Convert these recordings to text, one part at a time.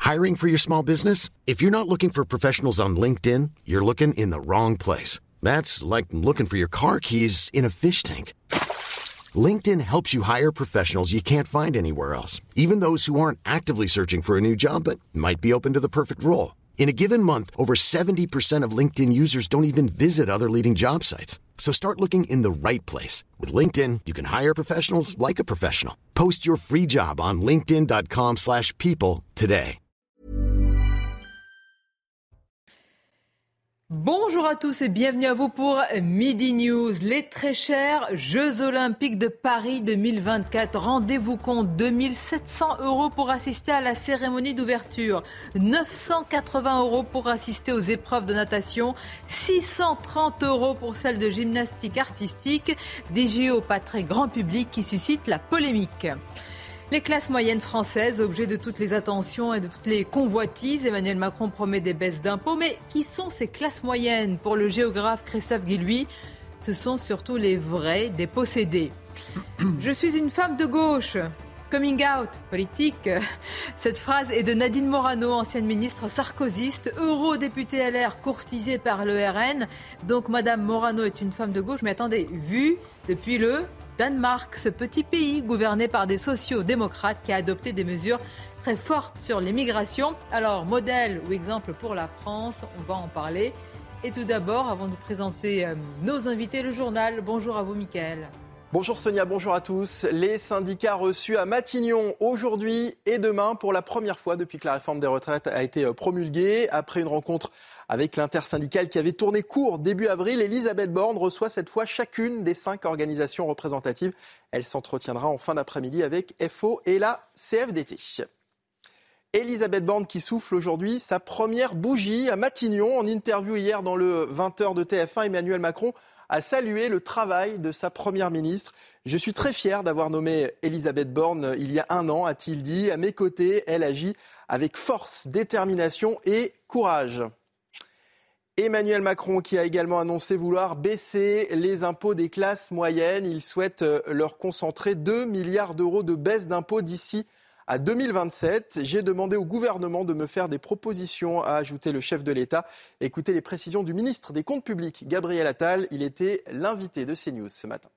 Hiring for your small business? If you're not looking for professionals on LinkedIn, you're looking in the wrong place. That's like looking for your car keys in a fish tank. LinkedIn helps you hire professionals you can't find anywhere else, even those who aren't actively searching for a new job but might be open to the perfect role. In a given month, over 70% of LinkedIn users don't even visit other leading job sites. So start looking in the right place. With LinkedIn, you can hire professionals like a professional. Post your free job on linkedin.com/people today. Bonjour à tous et bienvenue à vous pour Midi News. Les très chers Jeux Olympiques de Paris 2024. Rendez-vous compte, 2 700 € pour assister à la cérémonie d'ouverture, 980 € pour assister aux épreuves de natation, 630 € pour celles de gymnastique artistique. Des JO pas très grand public qui suscitent la polémique. Les classes moyennes françaises, objet de toutes les attentions et de toutes les convoitises. Emmanuel Macron promet des baisses d'impôts. Mais qui sont ces classes moyennes ? Pour le géographe Christophe Guilluy, ce sont surtout les vrais dépossédés. Je suis une femme de gauche. Coming out, politique. Cette phrase est de Nadine Morano, ancienne ministre sarkozyste, eurodéputée LR, courtisée par le RN. Donc Madame Morano est une femme de gauche. Mais attendez, vue depuis le Danemark, ce petit pays gouverné par des sociaux-démocrates qui a adopté des mesures très fortes sur l'immigration. Alors, modèle ou exemple pour la France, on va en parler. Et tout d'abord, avant de vous présenter nos invités, le journal. Bonjour à vous, Mickaël. Bonjour Sonia, bonjour à tous. Les syndicats reçus à Matignon aujourd'hui et demain pour la première fois depuis que la réforme des retraites a été promulguée. Après une rencontre avec l'intersyndicale qui avait tourné court début avril, Elisabeth Borne reçoit cette fois chacune des 5 organisations représentatives. Elle s'entretiendra en fin d'après-midi avec FO et la CFDT. Elisabeth Borne qui souffle aujourd'hui sa première bougie à Matignon. En interview hier dans le 20h de TF1, Emmanuel Macron a salué le travail de sa première ministre. « Je suis très fier d'avoir nommé Elisabeth Borne il y a 1 an », a-t-il dit. « À mes côtés, elle agit avec force, détermination et courage ». Emmanuel Macron qui a également annoncé vouloir baisser les impôts des classes moyennes. Il souhaite leur concentrer 2 milliards d'euros de baisse d'impôts d'ici à 2027. J'ai demandé au gouvernement de me faire des propositions, a ajouté le chef de l'État. Écoutez les précisions du ministre des Comptes publics, Gabriel Attal. Il était l'invité de CNews ce matin.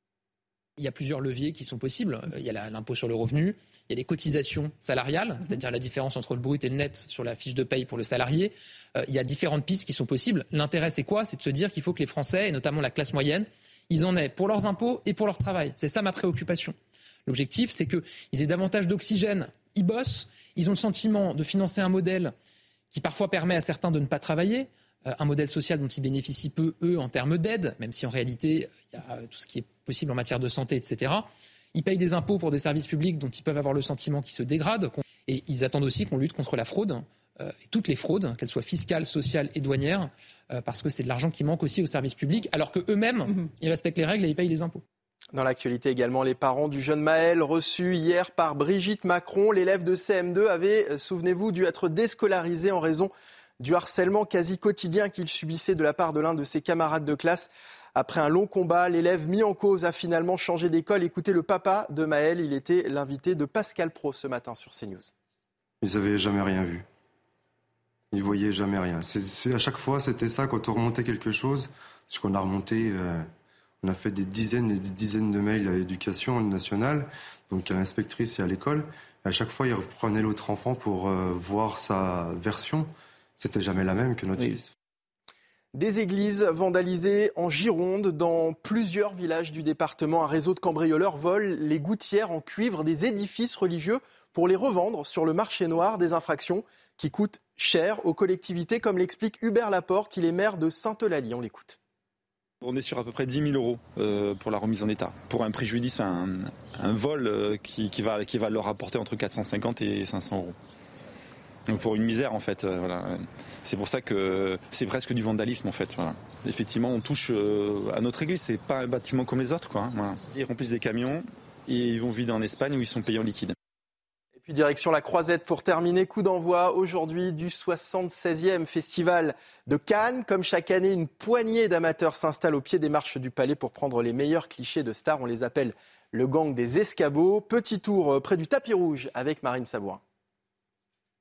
Il y a plusieurs leviers qui sont possibles. Il y a l'impôt sur le revenu, il y a les cotisations salariales, c'est-à-dire la différence entre le brut et le net sur la fiche de paye pour le salarié. Il y a différentes pistes qui sont possibles. L'intérêt, c'est quoi ? C'est de se dire qu'il faut que les Français, et notamment la classe moyenne, ils en aient pour leurs impôts et pour leur travail. C'est ça ma préoccupation. L'objectif, c'est qu'ils aient davantage d'oxygène. Ils bossent, ils ont le sentiment de financer un modèle qui parfois permet à certains de ne pas travailler, un modèle social dont ils bénéficient peu, eux, en termes d'aide, même si en réalité, il y a tout ce qui est possible en matière de santé, etc. Ils payent des impôts pour des services publics dont ils peuvent avoir le sentiment qu'ils se dégradent. Et ils attendent aussi qu'on lutte contre la fraude, et toutes les fraudes, qu'elles soient fiscales, sociales et douanières, parce que c'est de l'argent qui manque aussi aux services publics, alors qu'eux-mêmes, ils respectent les règles et ils payent les impôts. Dans l'actualité également, les parents du jeune Maël reçu hier par Brigitte Macron. L'élève de CM2 avait, souvenez-vous, dû être déscolarisé en raison du harcèlement quasi quotidien qu'il subissait de la part de l'un de ses camarades de classe. Après un long combat, l'élève mis en cause a finalement changé d'école. Écoutez le papa de Maël, il était l'invité de Pascal Praud ce matin sur CNews. Ils n'avaient jamais rien vu. Ils ne voyaient jamais rien. À chaque fois, c'était ça, quand on remontait quelque chose, parce qu'on a remonté... On a fait des dizaines et des dizaines de mails à l'éducation nationale, donc à l'inspectrice et à l'école. Et à chaque fois, ils reprenaient l'autre enfant pour voir sa version. C'était jamais la même que notre fils. Des églises vandalisées en Gironde. Dans plusieurs villages du département, un réseau de cambrioleurs vole les gouttières en cuivre des édifices religieux pour les revendre sur le marché noir. Des infractions qui coûtent cher aux collectivités, comme l'explique Hubert Laporte. Il est maire de Sainte-Eulalie. On l'écoute. On est sur à peu près 10 000 € pour la remise en état. Pour un préjudice, un vol qui va leur rapporter entre 450 et 500 €. Donc pour une misère en fait. Voilà. C'est pour ça que c'est presque du vandalisme en fait. Voilà. Effectivement, on touche à notre église. C'est pas un bâtiment comme les autres, quoi. Voilà. Ils remplissent des camions et ils vont vider en Espagne où ils sont payés en liquide. Puis direction la Croisette pour terminer. Coup d'envoi aujourd'hui du 76e festival de Cannes. Comme chaque année, une poignée d'amateurs s'installe au pied des marches du Palais pour prendre les meilleurs clichés de stars. On les appelle le gang des escabeaux. Petit tour près du tapis rouge avec Marine Sabourin.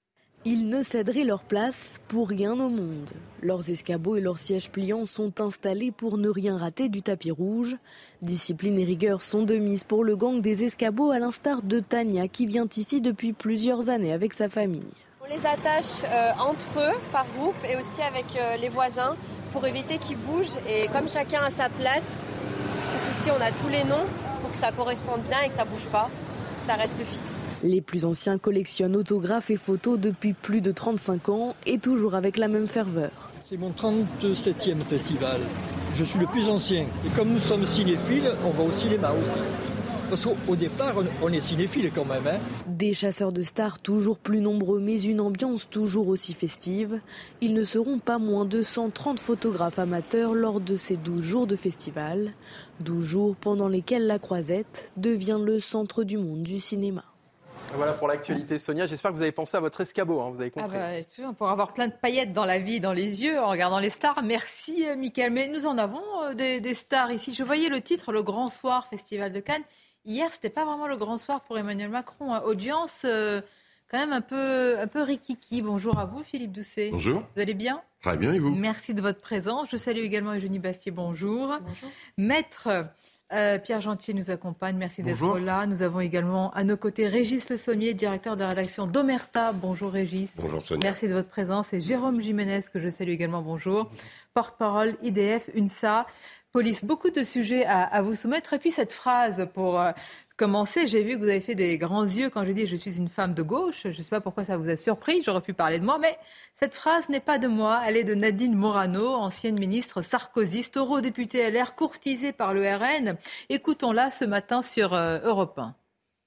Ils ne céderaient leur place pour rien au monde. Leurs escabeaux et leurs sièges pliants sont installés pour ne rien rater du tapis rouge. Discipline et rigueur sont de mise pour le gang des escabeaux, à l'instar de Tania qui vient ici depuis plusieurs années avec sa famille. On les attache entre eux par groupe et aussi avec les voisins pour éviter qu'ils bougent. Et comme chacun a sa place, tout ici on a tous les noms pour que ça corresponde bien et que ça ne bouge pas, que ça reste fixe. Les plus anciens collectionnent autographes et photos depuis plus de 35 ans et toujours avec la même ferveur. C'est mon 37e festival. Je suis le plus ancien. Et comme nous sommes cinéphiles, on va au cinéma aussi. Parce qu'au départ, on est cinéphiles quand même. Des chasseurs de stars toujours plus nombreux, mais une ambiance toujours aussi festive. Ils ne seront pas moins de 130 photographes amateurs lors de ces 12 jours de festival. 12 jours pendant lesquels la Croisette devient le centre du monde du cinéma. Voilà pour l'actualité, Sonia. J'espère que vous avez pensé à votre escabeau, vous avez compris. Pour avoir plein de paillettes dans la vie, dans les yeux, en regardant les stars. Merci, Mickaël. Mais nous en avons des stars ici. Je voyais le titre, Le Grand Soir, Festival de Cannes. Hier, c'était pas vraiment le grand soir pour Emmanuel Macron. Audience quand même un peu rikiki. Bonjour à vous, Philippe Doucet. Bonjour. Vous allez bien ? Très bien, et vous ? Merci de votre présence. Je salue également Eugénie Bastier. Bonjour. Bonjour. Maître Pierre Gentier nous accompagne. Merci d'être là. Nous avons également à nos côtés Régis Le Sommier, directeur de la rédaction d'Omerta. Bonjour Régis. Bonjour Sonia. Merci de votre présence. Et Jérôme Jiménez, que je salue également. Bonjour. Porte-parole IDF, UNSA. Police, beaucoup de sujets à vous soumettre. Et puis cette phrase pour commencer, j'ai vu que vous avez fait des grands yeux quand j'ai dit « je suis une femme de gauche ». Je ne sais pas pourquoi ça vous a surpris, j'aurais pu parler de moi. Mais cette phrase n'est pas de moi, elle est de Nadine Morano, ancienne ministre sarkozyste, eurodéputée LR, courtisée par le RN. Écoutons-la ce matin sur Europe 1.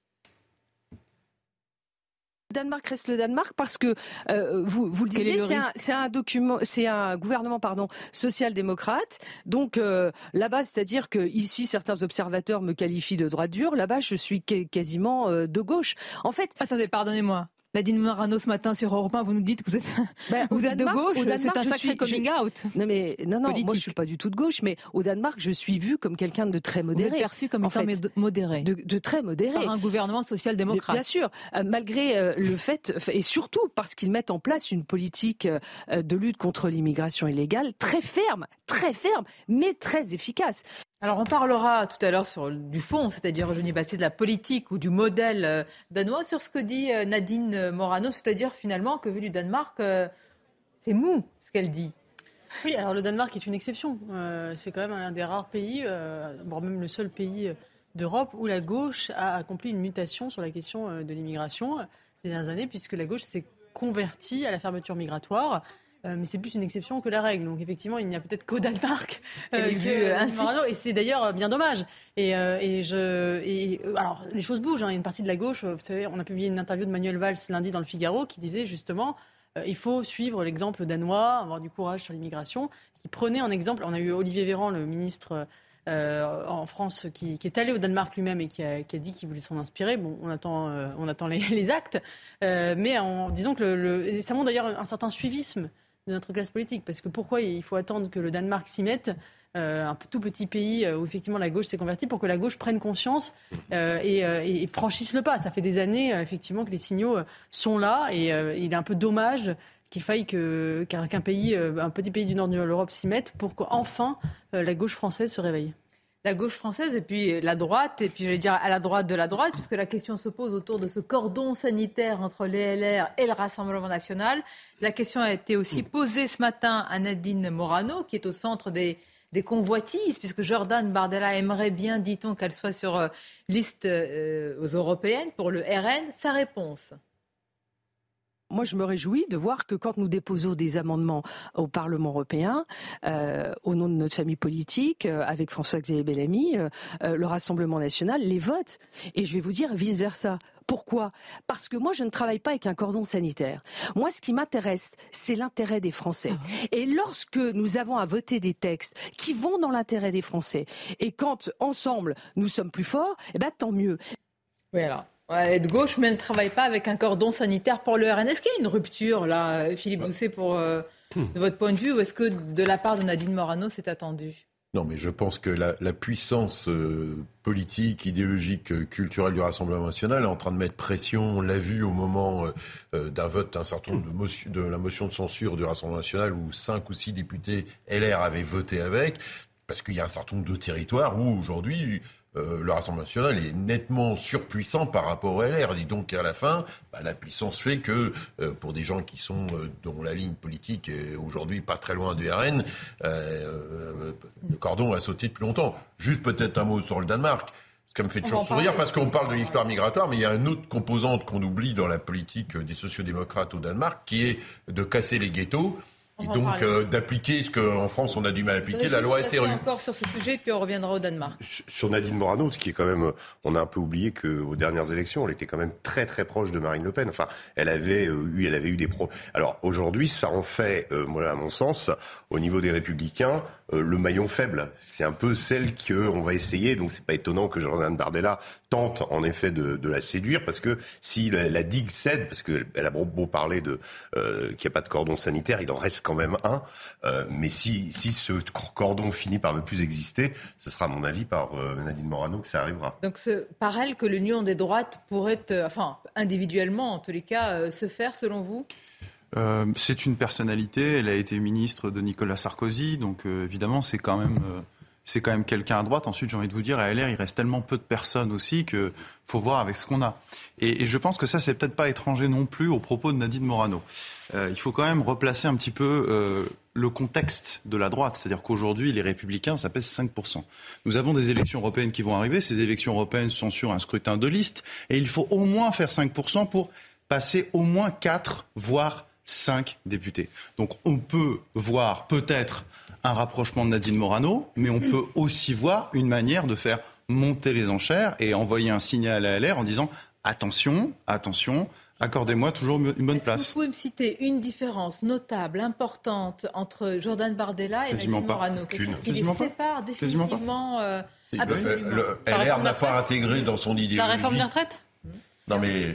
Le Danemark reste le Danemark parce que vous le disiez, c'est un gouvernement social-démocrate. Donc là-bas, c'est-à-dire que ici certains observateurs me qualifient de droite dure. Là-bas, je suis quasiment de gauche. En fait, attendez, pardonnez-moi. Nadine Morano ce matin sur Europe 1, vous nous dites que vous êtes de gauche, c'est un sacré coming out. Non, moi je suis pas du tout de gauche, mais au Danemark, je suis vue comme quelqu'un de très modéré. Vous êtes perçu comme étant modéré. De très modéré. Par un gouvernement social-démocrate. Bien sûr, malgré le fait, et surtout parce qu'ils mettent en place une politique de lutte contre l'immigration illégale très ferme, mais très efficace. Alors on parlera tout à l'heure du fond, c'est-à-dire Eugénie Bastier, de la politique ou du modèle danois, sur ce que dit Nadine Morano, c'est-à-dire finalement que vu du Danemark, c'est mou ce qu'elle dit. Oui, alors le Danemark est une exception. C'est quand même l'un des rares pays, voire même le seul pays d'Europe où la gauche a accompli une mutation sur la question de l'immigration ces dernières années, puisque la gauche s'est convertie à la fermeture migratoire. Mais c'est plus une exception que la règle. Donc effectivement, il n'y a peut-être qu'au Danemark Morano, et c'est d'ailleurs bien dommage. Alors les choses bougent. Il y a une partie de la gauche. Vous savez, on a publié une interview de Manuel Valls lundi dans le Figaro qui disait justement il faut suivre l'exemple danois, avoir du courage sur l'immigration, qui prenait en exemple. On a eu Olivier Véran, le ministre en France, qui est allé au Danemark lui-même et qui a dit qu'il voulait s'en inspirer. Bon, on attend les actes, mais en disant que ça montre d'ailleurs un certain suivisme de notre classe politique, parce que pourquoi il faut attendre que le Danemark s'y mette, un tout petit pays où effectivement la gauche s'est convertie, pour que la gauche prenne conscience et franchisse le pas. Ça fait des années effectivement que les signaux sont là, et il est un peu dommage qu'il faille qu'un pays, un petit pays du nord de l'Europe s'y mette pour qu'enfin la gauche française se réveille. La gauche française et puis la droite, et puis j'allais dire à la droite de la droite, puisque la question se pose autour de ce cordon sanitaire entre les LR et le Rassemblement national. La question a été aussi posée ce matin à Nadine Morano, qui est au centre des convoitises, puisque Jordan Bardella aimerait bien, dit-on, qu'elle soit sur liste aux européennes pour le RN. Sa réponse ? Moi, je me réjouis de voir que quand nous déposons des amendements au Parlement européen, au nom de notre famille politique, avec François-Xavier Bellamy, le Rassemblement national les vote. Et je vais vous dire vice-versa. Pourquoi ? Parce que moi, je ne travaille pas avec un cordon sanitaire. Moi, ce qui m'intéresse, c'est l'intérêt des Français. Et lorsque nous avons à voter des textes qui vont dans l'intérêt des Français, et quand, ensemble, nous sommes plus forts, tant mieux. Oui, alors... Elle est de gauche, mais elle ne travaille pas avec un cordon sanitaire pour le RN. Est-ce qu'il y a une rupture, là, Philippe Doucet, de votre point de vue, ou est-ce que de la part de Nadine Morano, c'est attendu ? Non, mais je pense que la puissance politique, idéologique, culturelle du Rassemblement national est en train de mettre pression. On l'a vu au moment d'un vote, un certain nombre de la motion de censure du Rassemblement national où 5 ou 6 députés LR avaient voté avec, parce qu'il y a un certain nombre de territoires où aujourd'hui le Rassemblement national est nettement surpuissant par rapport au LR. Et donc à la fin, la puissance fait que pour des gens qui sont dont la ligne politique est aujourd'hui pas très loin du RN, le cordon a sauté depuis longtemps. Juste peut-être un mot sur le Danemark. Ça me fait toujours sourire parce qu'on parle de l'histoire migratoire, mais il y a une autre composante qu'on oublie dans la politique des sociodémocrates au Danemark, qui est de casser les ghettos. Et donc d'appliquer ce qu'en France on a du mal à appliquer, la loi SRU. Encore sur ce sujet, puis on reviendra au Danemark. Sur Nadine Morano, ce qui est quand même, on a un peu oublié qu'aux dernières élections, elle était quand même très très proche de Marine Le Pen. Enfin, elle avait eu des Alors aujourd'hui, ça en fait, à mon sens, au niveau des Républicains, le maillon faible. C'est un peu celle qu'on va essayer. Donc c'est pas étonnant que Jordan Bardella tente en effet de la séduire, parce que si la digue cède, parce qu'elle a beau parler qu'il n'y a pas de cordon sanitaire, il en reste quand même un. Mais si ce cordon finit par ne plus exister, ce sera à mon avis par Nadine Morano que ça arrivera. Donc c'est par elle que l'union des droites pourrait, individuellement en tous les cas, se faire selon vous ? C'est une personnalité, elle a été ministre de Nicolas Sarkozy, donc évidemment c'est quand même quelqu'un à droite. Ensuite, j'ai envie de vous dire, à LR, il reste tellement peu de personnes aussi qu'il faut voir avec ce qu'on a. Et je pense que ça, c'est peut-être pas étranger non plus aux propos de Nadine Morano. Il faut quand même replacer un petit peu le contexte de la droite. C'est-à-dire qu'aujourd'hui, les Républicains, ça pèse 5%. Nous avons des élections européennes qui vont arriver. Ces élections européennes sont sur un scrutin de liste. Et il faut au moins faire 5% pour passer au moins 4, voire 5 députés. Donc on peut voir peut-être un rapprochement de Nadine Morano, mais on peut aussi voir une manière de faire monter les enchères et envoyer un signal à LR en disant attention, accordez-moi toujours une bonne place. Vous pouvez me citer une différence notable, importante entre Jordan Bardella et Nadine Morano? Qui les sépare définitivement absolument. LR n'a pas intégré dans son idéologie. La réforme des retraites? Non mais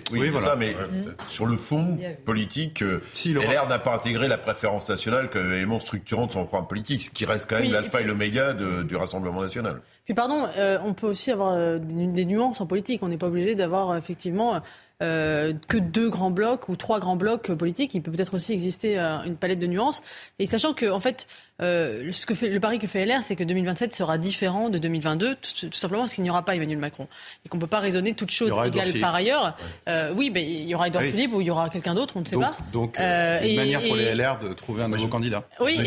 sur le fond politique, LR n'a pas intégré la préférence nationale comme élément structurant de son programme politique, ce qui reste quand même l'alpha et l'oméga du Rassemblement national. Puis on peut aussi avoir des nuances en politique. On n'est pas obligé d'avoir effectivement que 2 grands blocs ou 3 grands blocs politiques. Il peut peut-être aussi exister une palette de nuances. Et sachant que en fait, le pari que fait LR, c'est que 2027 sera différent de 2022, tout simplement parce qu'il n'y aura pas Emmanuel Macron. Et qu'on ne peut pas raisonner toutes choses égales par ailleurs. Oui, il y aura Édouard Philippe ou il y aura quelqu'un d'autre, on ne sait pas. Donc, une manière pour les LR de trouver un nouveau candidat. Oui,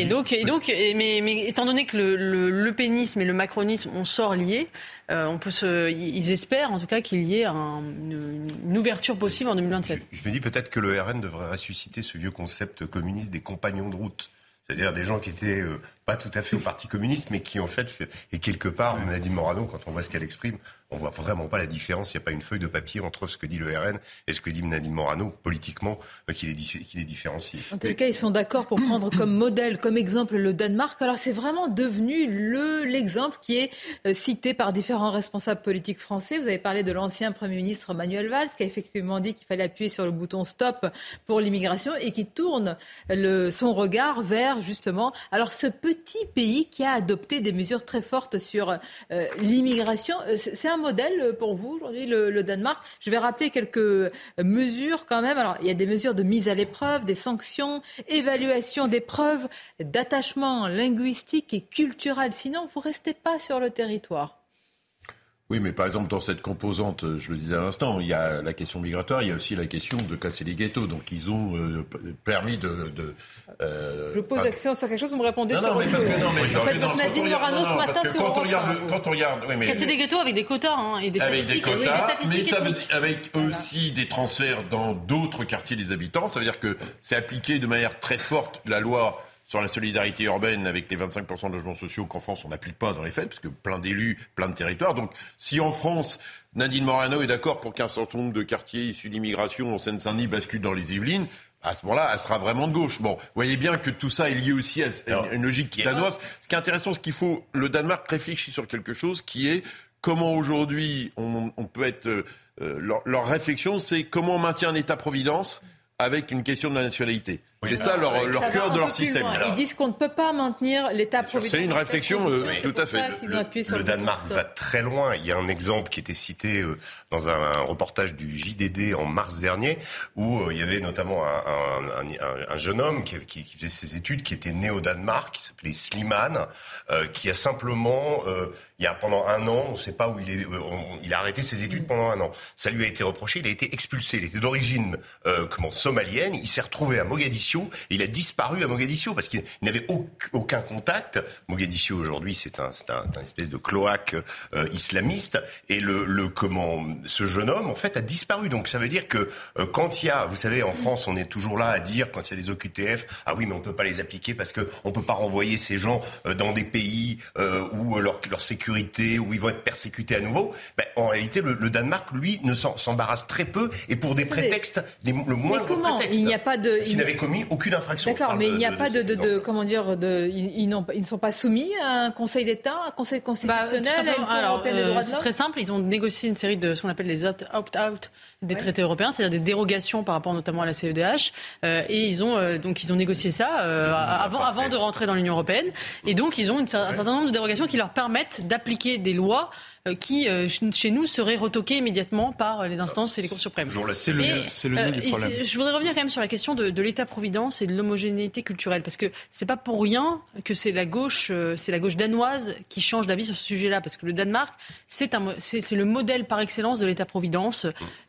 mais étant donné que le pénisme et le macronisme, on sort liés, ils espèrent en tout cas qu'il y ait une ouverture possible en 2027. Je me dis peut-être que le RN devrait ressusciter ce vieux concept communiste des compagnons de route. C'est-à-dire des gens qui étaient pas tout à fait au Parti communiste, mais qui en fait, et quelque part, Nadine Morano, quand on voit ce qu'elle exprime, on voit vraiment pas la différence. Il n'y a pas une feuille de papier entre ce que dit le RN et ce que dit Nadine Morano, politiquement, qui les différencie. En tout cas, ils sont d'accord pour prendre comme modèle, comme exemple le Danemark. Alors c'est vraiment devenu l'exemple qui est cité par différents responsables politiques français. Vous avez parlé de l'ancien Premier ministre Manuel Valls, qui a effectivement dit qu'il fallait appuyer sur le bouton stop pour l'immigration et qui tourne son regard vers justement ce petit pays qui a adopté des mesures très fortes sur l'immigration. C'est un modèle pour vous aujourd'hui, le Danemark. Je vais rappeler quelques mesures quand même. Alors, il y a des mesures de mise à l'épreuve, des sanctions, évaluation des preuves, d'attachement linguistique et culturel. Sinon, vous ne restez pas sur le territoire. Oui, mais par exemple, dans cette composante, je le disais à l'instant, il y a la question migratoire, il y a aussi la question de casser les ghettos. Donc, ils ont permis je pose l'accent sur quelque chose, vous me répondez sur autre chose. En fait, votre Nadine Morano ce matin sur quand on regarde... Casser des ghettos avec des quotas et des statistiques. Avec des quotas, mais ça veut dire avec aussi des transferts dans d'autres quartiers des habitants. Ça veut dire que c'est appliqué de manière très forte la loi sur la solidarité urbaine avec les 25% de logements sociaux qu'en France on n'applique pas dans les faits, parce que plein d'élus, plein de territoires. Donc si en France, Nadine Morano est d'accord pour qu'un certain nombre de quartiers issus d'immigration en Seine-Saint-Denis basculent dans les Yvelines, à ce moment-là, elle sera vraiment de gauche. Bon, vous voyez bien que tout ça est lié aussi à une logique danoise. Ce qui est intéressant, c'est qu'il faut... Le Danemark réfléchit sur quelque chose qui est comment aujourd'hui on peut être... leur réflexion, c'est comment on maintient un État-providence avec une question de la nationalité. C'est ça leur cœur de leur système. Ils disent qu'on ne peut pas maintenir l'État-providence. C'est une réflexion tout à fait. Le Danemark va très loin. Il y a un exemple qui était cité dans un reportage du JDD en mars dernier, où il y avait notamment un jeune homme qui faisait ses études, qui était né au Danemark, qui s'appelait Slimane, qui a simplement... pendant 1 an, on ne sait pas où il est. Il a arrêté ses études pendant 1 an. Ça lui a été reproché. Il a été expulsé. Il était d'origine somalienne. Il s'est retrouvé à Mogadiscio. Et il a disparu à Mogadiscio parce qu'il n'avait aucun contact. Mogadiscio aujourd'hui, c'est un espèce de cloaque islamiste. Et ce jeune homme en fait a disparu. Donc ça veut dire que quand il y a, vous savez, en France, on est toujours là à dire quand il y a des OQTF, ah oui, mais on peut pas les appliquer parce que on peut pas renvoyer ces gens dans des pays où leur sécurité, où ils vont être persécutés à nouveau. En réalité, le Danemark, lui, ne s'embarrasse très peu et pour des prétextes, le moindre prétexte. Il n'y a pas de. Parce qu'il n'avait commis aucune infraction. D'accord, mais il n'y a pas ils ne sont pas soumis à un Conseil d'État, un Conseil constitutionnel, à une Cour européenne des droits de l'homme. C'est très simple. Ils ont négocié une série de ce qu'on appelle les opt-out des traités européens, c'est-à-dire des dérogations par rapport notamment à la CEDH. Et ils ont négocié ça avant de rentrer dans l'Union européenne. Et donc ils ont un certain nombre de dérogations qui leur permettent d'appliquer des lois qui, chez nous, seraient retoquées immédiatement par les instances et les cours suprêmes. C'est le nœud du problème. Je voudrais revenir quand même sur la question de l'État-providence et de l'homogénéité culturelle, parce que c'est pas pour rien que c'est la gauche danoise qui change d'avis sur ce sujet-là, parce que le Danemark, c'est le modèle par excellence de l'État-providence.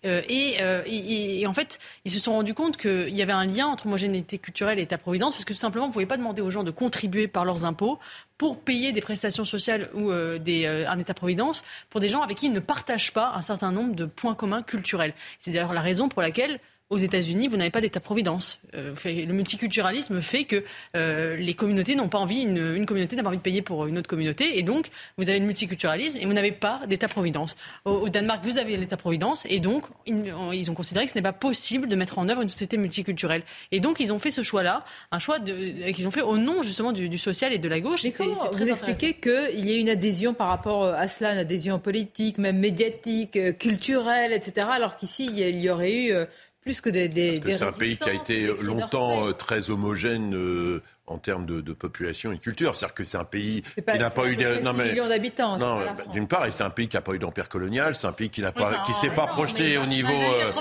Et en fait, ils se sont rendus compte qu'il y avait un lien entre homogénéité culturelle et État-providence, parce que tout simplement, on ne pouvait pas demander aux gens de contribuer par leurs impôts pour payer des prestations sociales ou un État-providence pour des gens avec qui ils ne partagent pas un certain nombre de points communs culturels. C'est d'ailleurs la raison pour laquelle aux États-Unis, vous n'avez pas d'État-providence. Le multiculturalisme fait que les communautés n'ont pas envie, une communauté n'a pas envie de payer pour une autre communauté, et donc vous avez le multiculturalisme et vous n'avez pas d'État-providence. Au Danemark, vous avez l'État-providence, et donc ils ont considéré que ce n'est pas possible de mettre en œuvre une société multiculturelle. Et donc ils ont fait ce choix-là, un choix qu'ils ont fait au nom justement du social et de la gauche. Mais comment vous expliquez qu'il y ait une adhésion par rapport à cela, une adhésion politique, même médiatique, culturelle, etc., alors qu'ici il y aurait eu plus que des c'est un pays qui a été longtemps très homogène en termes de population et de culture. C'est-à-dire que c'est un pays qui n'a pas eu... 6 millions d'habitants. Non, d'une part, et c'est un pays qui n'a pas eu d'empire colonial, c'est un pays qui s'est pas projeté au niveau...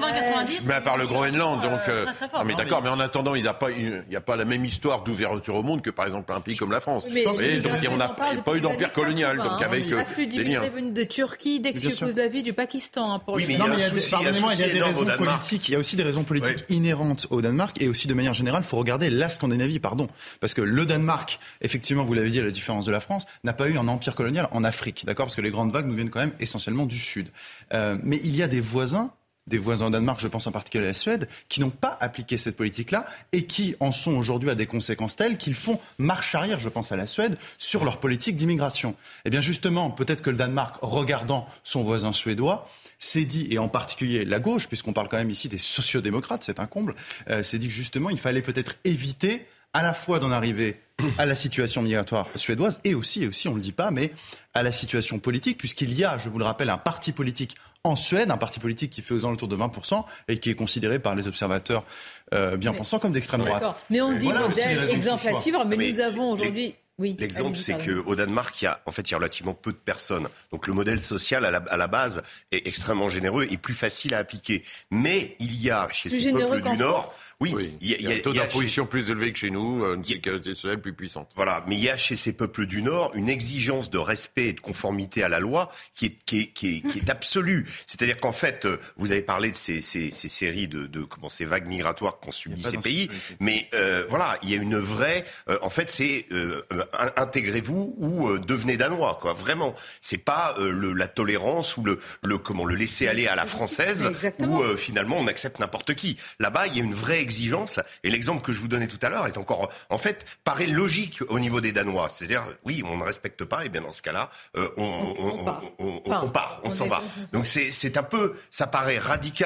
mais à part le Groenland. Donc, mais d'accord, mais en attendant, il n'y a pas la même histoire d'ouverture au monde que, par exemple, un pays comme la France. Mais, donc, on n'a pas eu d'empire colonial. Donc, avec l'afflux d'immigrés venus de Turquie, d'ex-Yougoslavie, du Pakistan. Oui, mais il y a des raisons politiques. Il y a aussi des raisons politiques inhérentes au Danemark, et aussi, de manière générale, il faut regarder la Scandinavie, Parce que le Danemark, effectivement, vous l'avez dit, à la différence de la France, n'a pas eu un empire colonial en Afrique, d'accord ? Parce que les grandes vagues nous viennent quand même essentiellement du Sud. Mais il y a des voisins au Danemark, je pense en particulier à la Suède, qui n'ont pas appliqué cette politique-là et qui en sont aujourd'hui à des conséquences telles qu'ils font marche arrière, je pense à la Suède, sur leur politique d'immigration. Eh bien justement, peut-être que le Danemark, regardant son voisin suédois, s'est dit, et en particulier la gauche, puisqu'on parle quand même ici des sociodémocrates, c'est un comble, s'est dit que justement, il fallait peut-être éviter à la fois d'en arriver à la situation migratoire suédoise et aussi, on ne le dit pas, mais à la situation politique, puisqu'il y a, je vous le rappelle, un parti politique en Suède, un parti politique qui fait aux alentours de 20% et qui est considéré par les observateurs bien pensants comme d'extrême droite. Mais on dit modèle, exemple à suivre, mais nous avons aujourd'hui... Oui, l'exemple, c'est qu'au Danemark, il y a relativement peu de personnes. Donc le modèle social, à la base, est extrêmement généreux et plus facile à appliquer. Mais il y a, chez ces peuples du Nord... Oui, il y a un taux d'imposition plus élevé que chez nous, une sécurité sociale plus puissante. Voilà, mais il y a chez ces peuples du Nord une exigence de respect et de conformité à la loi qui est absolue. C'est-à-dire qu'en fait, vous avez parlé de ces séries ces vagues migratoires qu'ont subi ces pays, mais voilà, il y a une vraie... en fait, c'est intégrez-vous ou devenez danois, quoi. Vraiment, c'est pas la tolérance ou le laisser aller à la française où finalement on accepte n'importe qui. Là-bas, il y a une vraie exigence, et l'exemple que je vous donnais tout à l'heure est encore, en fait, paraît logique au niveau des Danois. C'est-à-dire, oui, on ne respecte pas, et bien dans ce cas-là, on part, on s'en va. Donc c'est un peu, ça paraît radical,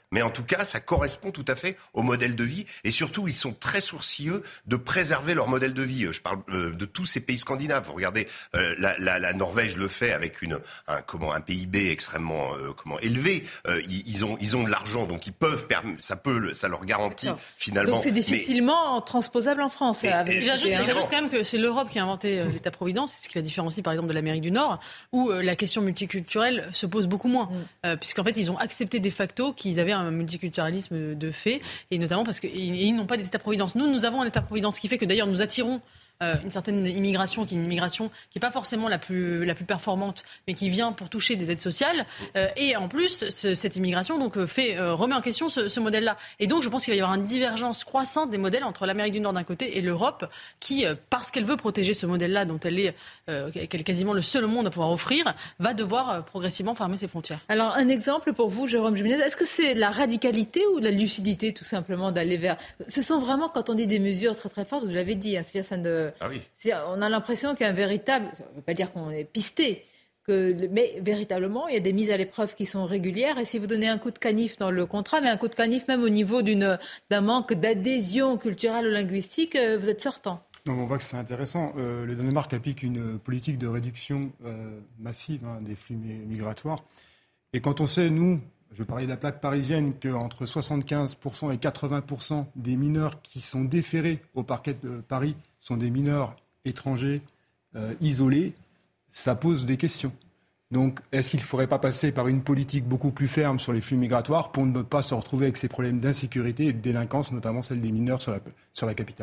Mais en tout cas, ça correspond tout à fait au modèle de vie. Et surtout, ils sont très sourcilleux de préserver leur modèle de vie. Je parle de tous ces pays scandinaves. Vous regardez, la Norvège le fait avec un PIB extrêmement élevé. Ils ont de l'argent, donc ils peuvent, ça leur garantit finalement. Donc c'est difficilement transposable en France. J'ajoute quand même que c'est l'Europe qui a inventé l'État-providence. C'est ce qui la différencie par exemple de l'Amérique du Nord, où la question multiculturelle se pose beaucoup moins. Puisqu'en fait, ils ont accepté de facto qu'ils avaient un multiculturalisme de fait, et notamment parce qu'ils n'ont pas d'État-providence. Nous avons un État-providence qui fait que d'ailleurs nous attirons une certaine immigration qui est une immigration qui n'est pas forcément la plus performante, mais qui vient pour toucher des aides sociales. Et en plus, cette immigration donc, remet en question ce modèle-là. Et donc, je pense qu'il va y avoir une divergence croissante des modèles entre l'Amérique du Nord d'un côté et l'Europe, qui, parce qu'elle veut protéger ce modèle-là, dont elle est quasiment le seul au monde à pouvoir offrir, va devoir progressivement fermer ses frontières. Alors, un exemple pour vous, Jérôme Jiménez, est-ce que c'est la radicalité ou la lucidité, tout simplement, d'aller vers... Ce sont vraiment, quand on dit des mesures très très fortes, vous l'avez dit, c'est-à-dire ça ne... Ah oui. On a l'impression qu'il y a un véritable... Ça ne veut pas dire qu'on est pisté, mais véritablement, il y a des mises à l'épreuve qui sont régulières. Et si vous donnez un coup de canif dans le contrat, mais un coup de canif même au niveau d'un manque d'adhésion culturelle ou linguistique, vous êtes sortant. Donc on voit que c'est intéressant. Le Danemark applique une politique de réduction massive des flux migratoires. Et quand on sait, nous, je parlais de la plaque parisienne, qu'entre 75% et 80% des mineurs qui sont déférés au parquet de Paris sont des mineurs étrangers isolés, ça pose des questions. Donc, est-ce qu'il ne faudrait pas passer par une politique beaucoup plus ferme sur les flux migratoires pour ne pas se retrouver avec ces problèmes d'insécurité et de délinquance, notamment celle des mineurs sur la capitale ?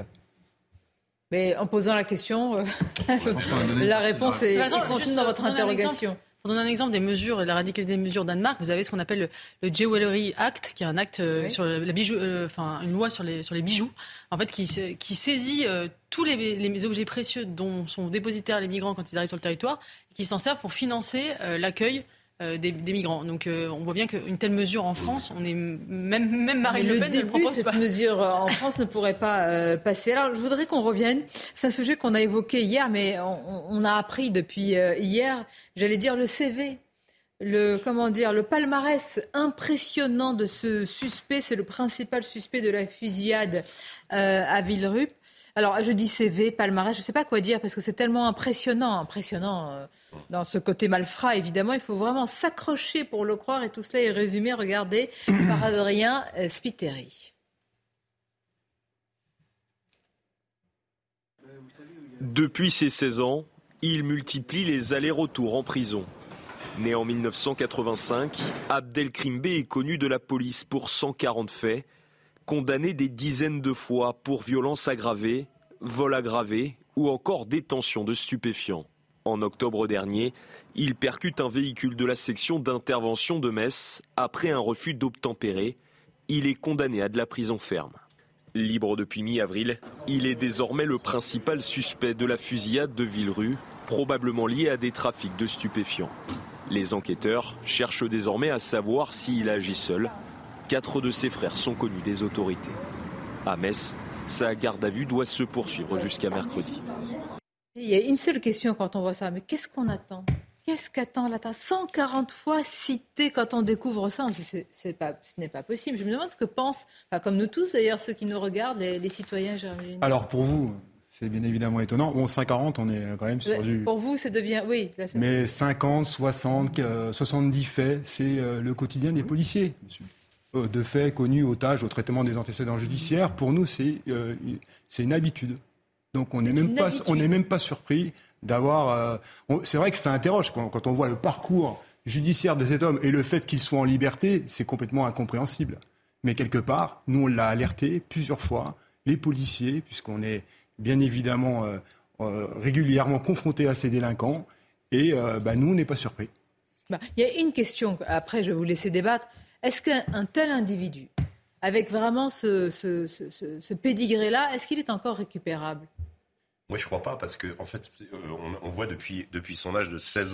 Mais en posant la question, la réponse est contenue dans votre interrogation. Pour donner un exemple des mesures et de la radicalité des mesures au Danemark, vous avez ce qu'on appelle le Jewelry Act, qui est un acte sur une loi sur les bijoux, en fait, qui saisit tous les objets précieux dont sont dépositaires les migrants quand ils arrivent sur le territoire, et qui s'en servent pour financer l'accueil des migrants. Donc on voit bien qu'une telle mesure en France, on est même Marine Le Pen ne le propose pas. Cette mesure en France ne pourrait pas passer. Alors je voudrais qu'on revienne. C'est un sujet qu'on a évoqué hier, mais on a appris depuis hier, j'allais dire le CV. Le palmarès impressionnant de ce suspect, c'est le principal suspect de la fusillade à Villerupt. Alors, je dis CV, palmarès, je ne sais pas quoi dire, parce que c'est tellement impressionnant dans ce côté malfrat, évidemment. Il faut vraiment s'accrocher pour le croire, et tout cela est résumé, regardez, par Adrien Spiteri. Depuis ses 16 ans, il multiplie les allers-retours en prison. Né en 1985, Abdelkrim Bey est connu de la police pour 140 faits, condamné des dizaines de fois pour violences aggravées, vol aggravé ou encore détention de stupéfiants. En octobre dernier, il percute un véhicule de la section d'intervention de Metz après un refus d'obtempérer. Il est condamné à de la prison ferme. Libre depuis mi-avril, il est désormais le principal suspect de la fusillade de Villerupt, probablement lié à des trafics de stupéfiants. Les enquêteurs cherchent désormais à savoir s'il agit seul. 4 de ses frères sont connus des autorités. À Metz, sa garde à vue doit se poursuivre jusqu'à mercredi. Il y a une seule question quand on voit ça, mais qu'est-ce qu'on attend ? Qu'est-ce qu'attend l'État ? 140 fois cité quand on découvre ça, ce n'est pas possible. Je me demande ce que pensent, comme nous tous d'ailleurs, ceux qui nous regardent, les citoyens. Alors pour vous, c'est bien évidemment étonnant. Bon, 140, on est quand même sur du... Pour vous, ça devient... Oui. Là, mais 50, 60, 70 faits, c'est le quotidien des policiers. De faits connus au TAJ, au traitement des antécédents judiciaires. Pour nous, c'est une habitude. Donc on n'est même pas surpris d'avoir... c'est vrai que ça interroge quand on voit le parcours judiciaire de cet homme et le fait qu'il soit en liberté, c'est complètement incompréhensible. Mais quelque part, nous on l'a alerté plusieurs fois, les policiers, puisqu'on est bien évidemment régulièrement confrontés à ces délinquants, et nous on n'est pas surpris. Il y a une question, après je vais vous laisser débattre. Est-ce qu'un tel individu, avec vraiment ce pédigré-là, est-ce qu'il est encore récupérable ? Moi, je ne crois pas, parce qu'en fait, on voit depuis son âge de 16 ans,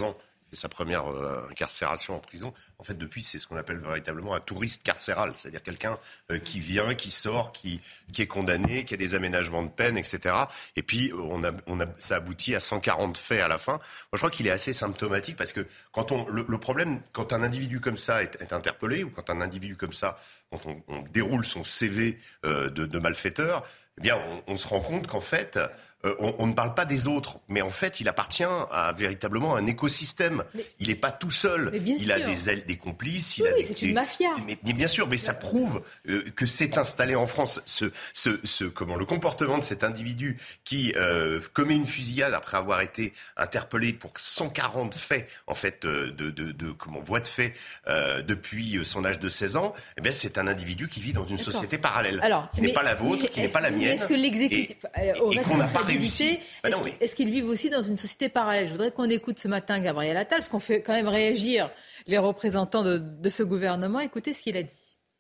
fait sa première incarcération en prison. En fait, depuis, c'est ce qu'on appelle véritablement un touriste carcéral, c'est-à-dire quelqu'un qui vient, qui sort, qui est condamné, qui a des aménagements de peine, etc. Et puis, ça aboutit à 140 faits à la fin. Moi, je crois qu'il est assez symptomatique parce que le problème, quand un individu comme ça est interpellé ou quand un individu comme ça, quand on déroule son CV de malfaiteur, eh bien, on se rend compte qu'en fait, on ne parle pas des autres, mais en fait, il appartient à véritablement un écosystème. Il n'est pas tout seul. Il a des complices. C'est une mafia. Mais bien sûr, mais ça prouve que c'est installé en France. Le comportement de cet individu qui commet une fusillade après avoir été interpellé pour 140 faits, en fait, voies de fait depuis son âge de 16 ans. Eh bien, c'est un individu qui vit dans une société parallèle, qui n'est pas la vôtre, qui n'est pas la mienne. Est-ce que l'exécutif, et qu'on n'a pas réussi. Est-ce qu'ils vivent aussi dans une société parallèle ? Je voudrais qu'on écoute ce matin Gabriel Attal, parce qu'on fait quand même réagir les représentants de ce gouvernement. Écoutez ce qu'il a dit.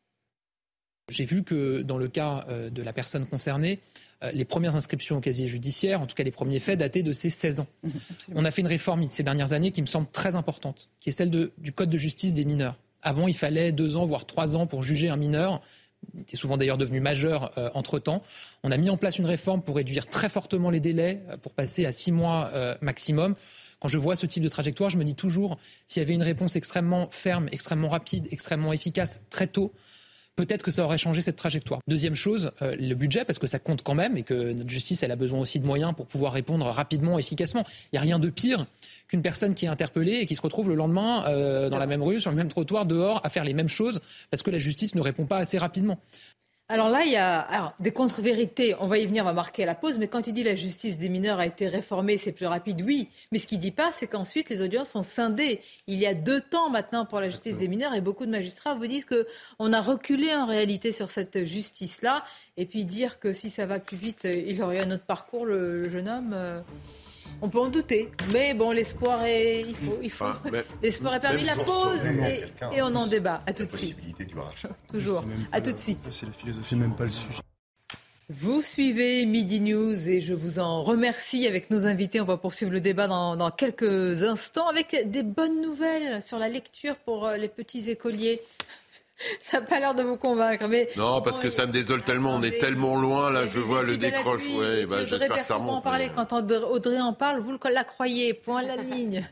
J'ai vu que dans le cas de la personne concernée, les premières inscriptions au casier judiciaire, en tout cas les premiers faits, dataient de ses 16 ans. On a fait une réforme ces dernières années qui me semble très importante, qui est celle du Code de justice des mineurs. Avant, il fallait 2 ans, voire 3 ans pour juger un mineur. Il était souvent d'ailleurs devenu majeur entre-temps. On a mis en place une réforme pour réduire très fortement les délais, pour passer à 6 mois maximum. Quand je vois ce type de trajectoire, je me dis toujours, s'il y avait une réponse extrêmement ferme, extrêmement rapide, extrêmement efficace, très tôt, peut-être que ça aurait changé cette trajectoire. Deuxième chose, le budget, parce que ça compte quand même et que notre justice, elle a besoin aussi de moyens pour pouvoir répondre rapidement, efficacement. Il n'y a rien de pire qu'une personne qui est interpellée et qui se retrouve le lendemain dans la même rue, sur le même trottoir, dehors, à faire les mêmes choses parce que la justice ne répond pas assez rapidement. Alors là, il y a des contre-vérités. On va y venir, on va marquer la pause. Mais quand il dit la justice des mineurs a été réformée, c'est plus rapide, oui. Mais ce qu'il ne dit pas, c'est qu'ensuite, les audiences sont scindées. Il y a 2 temps maintenant pour la justice des mineurs et beaucoup de magistrats vous disent qu'on a reculé en réalité sur cette justice-là. Et puis dire que si ça va plus vite, il aurait eu un autre parcours, le jeune homme... On peut en douter, mais bon, l'espoir est... Il faut. L'espoir est permis. La pause et on en débat. À tout de suite. Toujours. À tout de suite. C'est la philosophie, c'est même pas le sujet. Vous suivez Midi News et je vous en remercie avec nos invités. On va poursuivre le débat dans quelques instants avec des bonnes nouvelles sur la lecture pour les petits écoliers. Ça n'a pas l'air de vous convaincre. Mais non, parce que ça me désole tellement. On est tellement loin. Là, je vois le décroche. Ouais, j'espère que ça remonte. En parler. Quand Audrey en parle, vous la croyez. Point à la ligne.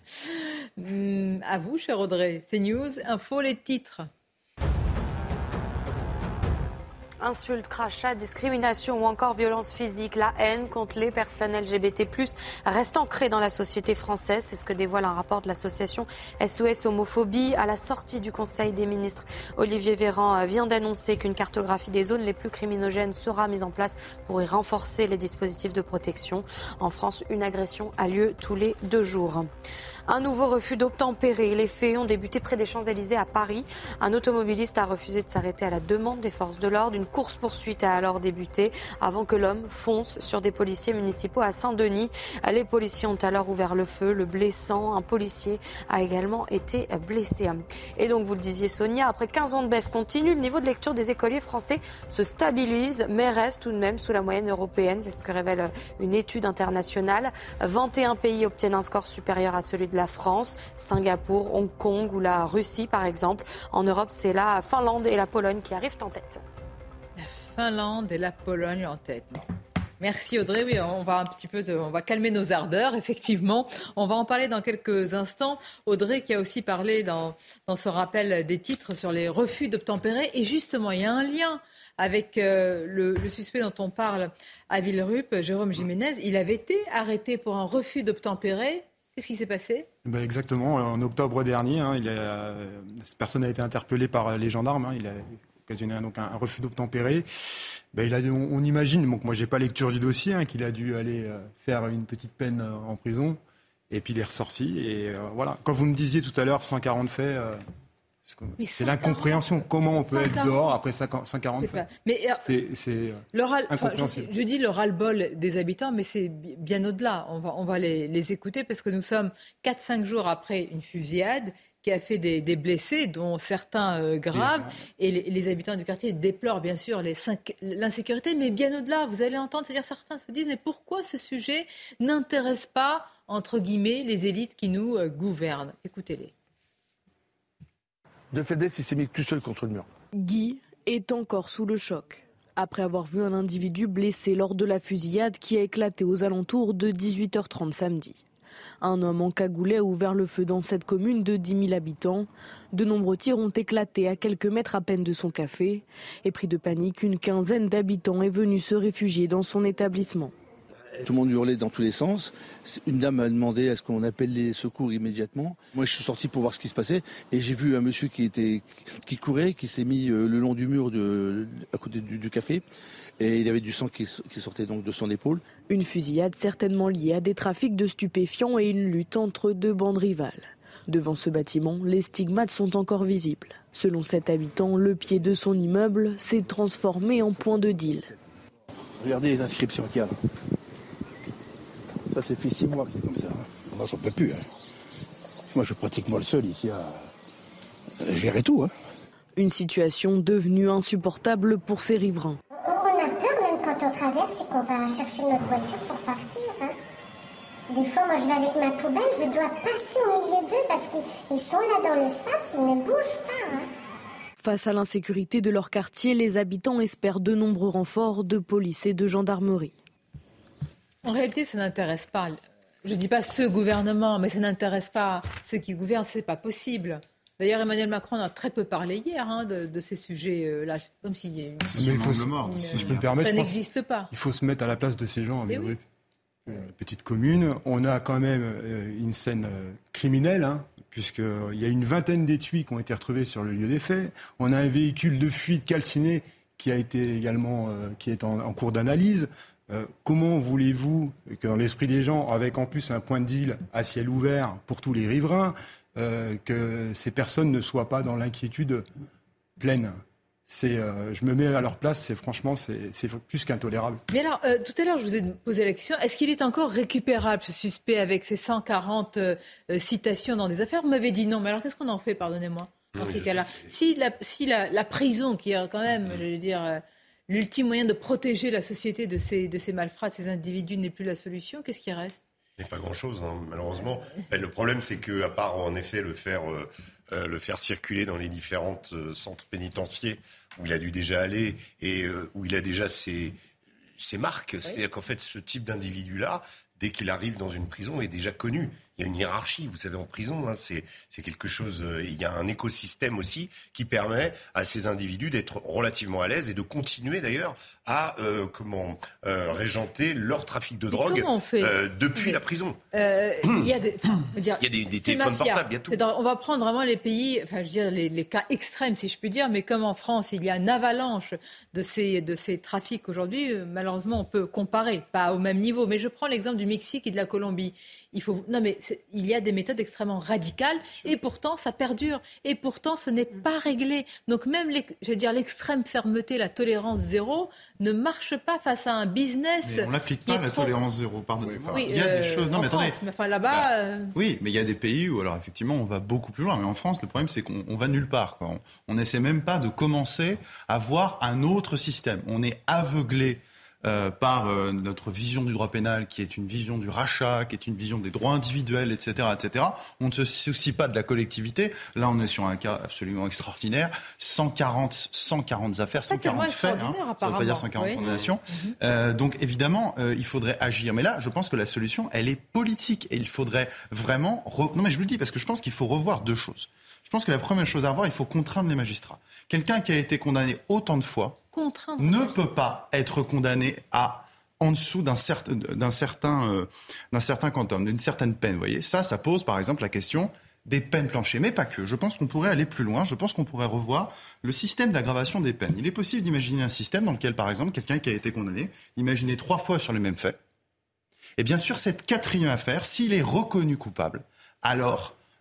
À vous, cher Audrey. C'est News, info, les titres. Insultes, crachats, discrimination ou encore violence physique, la haine contre les personnes LGBT+, reste ancrée dans la société française. C'est ce que dévoile un rapport de l'association SOS Homophobie. À la sortie du Conseil des ministres, Olivier Véran vient d'annoncer qu'une cartographie des zones les plus criminogènes sera mise en place pour y renforcer les dispositifs de protection. En France, une agression a lieu tous les 2 jours. Un nouveau refus d'obtempérer. Les faits ont débuté près des Champs-Élysées à Paris. Un automobiliste a refusé de s'arrêter à la demande des forces de l'ordre. Une course-poursuite a alors débuté avant que l'homme fonce sur des policiers municipaux à Saint-Denis. Les policiers ont alors ouvert le feu, le blessant. Un policier a également été blessé. Et donc, vous le disiez Sonia, après 15 ans de baisse continue, le niveau de lecture des écoliers français se stabilise, mais reste tout de même sous la moyenne européenne. C'est ce que révèle une étude internationale. 21 pays obtiennent un score supérieur à celui de la France, Singapour, Hong Kong ou la Russie par exemple. En Europe, c'est la Finlande et la Pologne qui arrivent en tête. La Finlande et la Pologne en tête. Merci Audrey. Oui, on va calmer nos ardeurs, effectivement. On va en parler dans quelques instants. Audrey qui a aussi parlé dans ce rappel des titres sur les refus d'obtempérer. Et justement, il y a un lien avec le suspect dont on parle à Villerupt, Jérôme Jiménez. Il avait été arrêté pour un refus d'obtempérer. Qu'est-ce qui s'est passé ? Exactement, en octobre dernier, cette personne a été interpellée par les gendarmes. Il a occasionné donc un refus d'obtempérer. On imagine, donc moi j'ai pas lecture du dossier, qu'il a dû aller faire une petite peine en prison. Et puis il est ressorti. Et voilà. Quand vous me disiez tout à l'heure 140 faits... c'est l'incompréhension. Comment on peut être dehors après 140 faits ? C'est incompréhensible. Je dis le ras-le-bol des habitants, mais c'est bien au-delà. On va les écouter parce que nous sommes 4-5 jours après une fusillade. qui a fait des blessés, dont certains graves. Et les habitants du quartier déplorent bien sûr l'insécurité, mais bien au-delà, vous allez entendre, c'est-à-dire certains se disent, mais pourquoi ce sujet n'intéresse pas, entre guillemets, les élites qui nous gouvernent? Écoutez-les. De faiblesse, il s'est mis tout seul contre le mur. Guy est encore sous le choc. Après avoir vu un individu blessé lors de la fusillade qui a éclaté aux alentours de 18h30 samedi. Un homme encagoulé a ouvert le feu dans cette commune de 10 000 habitants. De nombreux tirs ont éclaté à quelques mètres à peine de son café. Et pris de panique, une quinzaine d'habitants est venue se réfugier dans son établissement. Tout le monde hurlait dans tous les sens. Une dame m'a demandé à ce qu'on appelle les secours immédiatement. Moi, je suis sorti pour voir ce qui se passait et j'ai vu un monsieur qui courait, qui s'est mis le long du mur à côté du café et il y avait du sang qui sortait donc de son épaule. Une fusillade certainement liée à des trafics de stupéfiants et une lutte entre deux bandes rivales. Devant ce bâtiment, les stigmates sont encore visibles. Selon cet habitant, le pied de son immeuble s'est transformé en point de deal. Regardez les inscriptions qu'il y a. Ça, c'est fait 6 mois que c'est comme ça. Moi, j'en peux plus. Moi, je suis pratiquement le seul ici à gérer tout. Une situation devenue insupportable pour ces riverains. On a peur même quand on traverse et qu'on va chercher notre voiture pour partir. Des fois, moi, je vais avec ma poubelle, je dois passer au milieu d'eux parce qu'ils sont là dans le sas, ils ne bougent pas. Face à l'insécurité de leur quartier, les habitants espèrent de nombreux renforts de police et de gendarmerie. En réalité, ça n'intéresse pas, je ne dis pas ce gouvernement, mais ça n'intéresse pas ceux qui gouvernent, ce n'est pas possible. D'ailleurs, Emmanuel Macron en a très peu parlé hier de ces sujets-là, comme s'il y a si je peux me permettre, ça n'existe pas. Il faut se mettre à la place de ces gens. Avec petite commune, on a quand même une scène criminelle, puisqu'il y a une vingtaine d'étuis qui ont été retrouvés sur le lieu des faits. On a un véhicule de fuite calciné qui a été également qui est en cours d'analyse. Comment voulez-vous que dans l'esprit des gens, avec en plus un point de deal à ciel ouvert pour tous les riverains, que ces personnes ne soient pas dans l'inquiétude pleine? Je me mets à leur place, c'est plus qu'intolérable. Mais alors, tout à l'heure, je vous ai posé la question, est-ce qu'il est encore récupérable, ce suspect, avec ses 140 citations dans des affaires? Vous m'avez dit non, mais alors qu'est-ce qu'on en fait, pardonnez-moi, dans ces cas-là? Si la prison, qui est quand même, je veux dire... l'ultime moyen de protéger la société de ces malfrats, de ces individus, n'est plus la solution. Qu'est-ce qui reste? Il n'y a pas grand-chose, malheureusement. Le problème, c'est qu'à part, en effet, le faire circuler dans les différents centres pénitentiaires où il a dû déjà aller et où il a déjà ses marques, c'est-à-dire qu'en fait, ce type d'individu-là, dès qu'il arrive dans une prison, est déjà connu. Il y a une hiérarchie, vous savez, en prison, c'est quelque chose... il y a un écosystème aussi qui permet à ces individus d'être relativement à l'aise et de continuer d'ailleurs à régenter leur trafic de drogue depuis la prison. Il y a des téléphones portables, il y a tout. On va prendre vraiment les pays, les cas extrêmes, si je puis dire, mais comme en France, il y a une avalanche de ces trafics aujourd'hui, malheureusement, on peut comparer, pas au même niveau. Mais je prends l'exemple du Mexique et de la Colombie. Il y a des méthodes extrêmement radicales et pourtant ça perdure et pourtant ce n'est pas réglé. Donc même l'extrême fermeté, la tolérance zéro ne marche pas face à un business. Mais on n'applique pas la tolérance zéro, pardonnez-moi. Oui, il y a des choses. Non, mais attendez. Là-bas. Oui, mais il y a des pays où alors effectivement on va beaucoup plus loin. Mais en France, le problème c'est qu'on va nulle part. On n'essaie même pas de commencer à voir un autre système. On est aveuglé. Par notre vision du droit pénal, qui est une vision du rachat, qui est une vision des droits individuels, etc., etc. On ne se soucie pas de la collectivité. Là, on est sur un cas absolument extraordinaire. 140 affaires, 140 faits. Ça ne veut pas dire 140 condamnations. Donc, évidemment, il faudrait agir. Mais là, je pense que la solution, elle est politique. Et il faudrait vraiment... Non, mais je vous le dis, parce que je pense qu'il faut revoir deux choses. Je pense que la première chose à voir, il faut contraindre les magistrats. Quelqu'un qui a été condamné autant de fois ne peut pas être condamné en dessous d'un certain quantum, d'une certaine peine. Vous voyez, ça pose par exemple la question des peines planchées, mais pas que. Je pense qu'on pourrait aller plus loin. Je pense qu'on pourrait revoir le système d'aggravation des peines. Il est possible d'imaginer un système dans lequel, par exemple, quelqu'un qui a été condamné, imaginez 3 fois sur le même fait, et bien sûr, cette 4e affaire, s'il est reconnu coupable, alors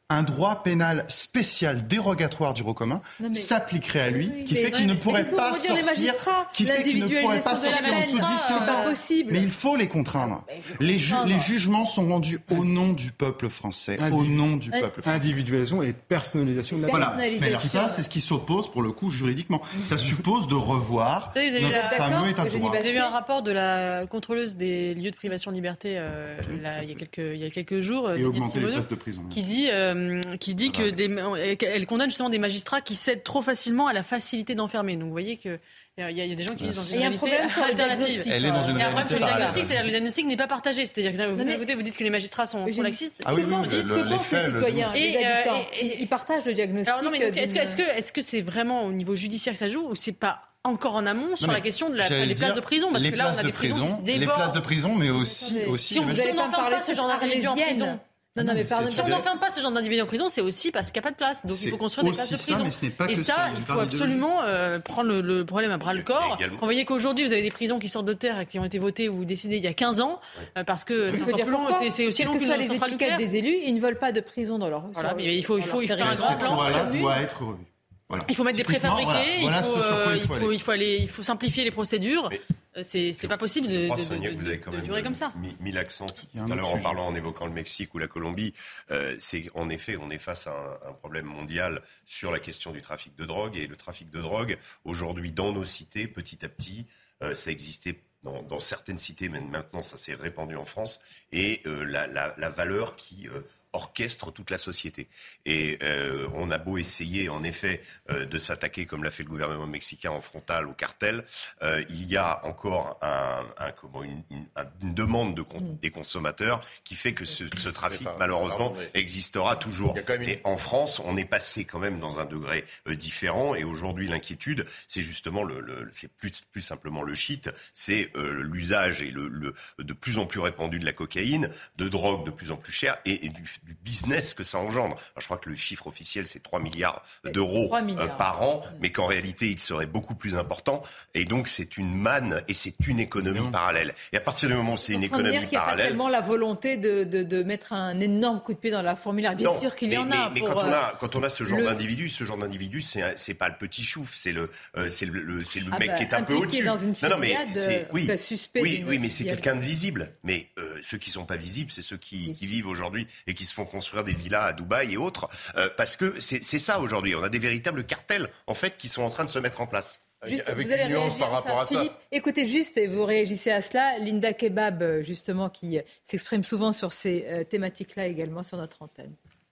un droit pénal spécial dérogatoire du droit commun s'appliquerait à lui, qui fait qu'il ne pourrait pas sortir, qui fait qu'il ne pourrait pas sortir en dessous de 10-15 ans. Mais il faut les contraindre. Les jugements sont rendus au nom du peuple français, au nom du peuple français. Individualisation et personnalisation de la peine. Voilà. Mais ça, c'est ce qui s'oppose pour le coup juridiquement. Ça suppose de revoir notre fameux état de droit. J'ai vu un rapport de la contrôleuse des lieux de privation de liberté il y a quelques jours, et augmenter les places de prison, qui dit qu'elle condamne justement des magistrats qui cèdent trop facilement à la facilité d'enfermer. Donc vous voyez que il y a des gens qui vivent dans une réalité alternative. Elle est dans une réalité le diagnostic, c'est-à-dire le diagnostic n'est pas partagé. C'est-à-dire que d'un côté, vous dites que les magistrats sont trop laxistes. Ah oui, ce que pensent les citoyens, les habitants, ils partagent le diagnostic. Alors non, mais est-ce que c'est vraiment au niveau judiciaire que ça joue ou c'est pas encore en amont sur la question des places de prison, parce que là on a des prisons qui se débordent. Les places de prison, mais aussi si on n'enferme pas ce genre d'individus en prison. Si on n'enferme pas ce genre d'individus en prison, c'est aussi parce qu'il n'y a pas de place. Donc il faut construire des places de prison. Et ça, il faut absolument prendre le problème à bras le corps. Quand vous voyez qu'aujourd'hui, vous avez des prisons qui sortent de terre et qui ont été votées ou décidées il y a 15 ans, parce que c'est encore plus long, c'est aussi long que les étiquettes des élus, ils ne veulent pas de prison dans leur... Voilà, mais il faut faire un grand plan. Voilà, doit être revu. Voilà. Il faut mettre des préfabriqués, il faut simplifier les procédures. C'est pas possible de durer comme ça. Mis l'accent tout à l'heure en évoquant le Mexique ou la Colombie. C'est en effet, on est face à un problème mondial sur la question du trafic de drogue. Et le trafic de drogue, aujourd'hui, dans nos cités, petit à petit, ça existait dans certaines cités, mais maintenant ça s'est répandu en France. Et la valeur qui... orchestre toute la société. Et on a beau essayer, en effet, de s'attaquer, comme l'a fait le gouvernement mexicain, en frontal au cartel, il y a encore une demande des consommateurs qui fait que ce trafic, malheureusement, existera toujours. Et en France, on est passé quand même dans un degré différent. Et aujourd'hui, l'inquiétude, c'est justement c'est plus simplement le shit, c'est l'usage et le de plus en plus répandu de la cocaïne, de drogue de plus en plus chère et du business que ça engendre. Alors, je crois que le chiffre officiel, c'est 3 milliards d'euros par an, mais qu'en réalité, il serait beaucoup plus important. Et donc, c'est une manne et c'est une économie parallèle. Et à partir du moment où c'est une économie parallèle... Il n'y a pas tellement la volonté de mettre un énorme coup de pied dans la formulaire. Bien sûr qu'il y en a. Mais quand on a ce genre d'individu, c'est pas le petit chouf, c'est le mec qui est un peu au-dessus. Dans une fusillade, suspect. Oui, mais c'est quelqu'un de visible. Mais ceux qui sont pas visibles, c'est ceux qui vivent aujourd'hui et qui se font construire des villas à Dubaï et autres, parce que c'est ça aujourd'hui. On a des véritables cartels, en fait, qui sont en train de se mettre en place. Avec une nuance par rapport à ça. Philippe, écoutez juste, et vous réagissez à cela, Linda Kebab, justement, qui s'exprime souvent sur ces thématiques-là également sur notre antenne.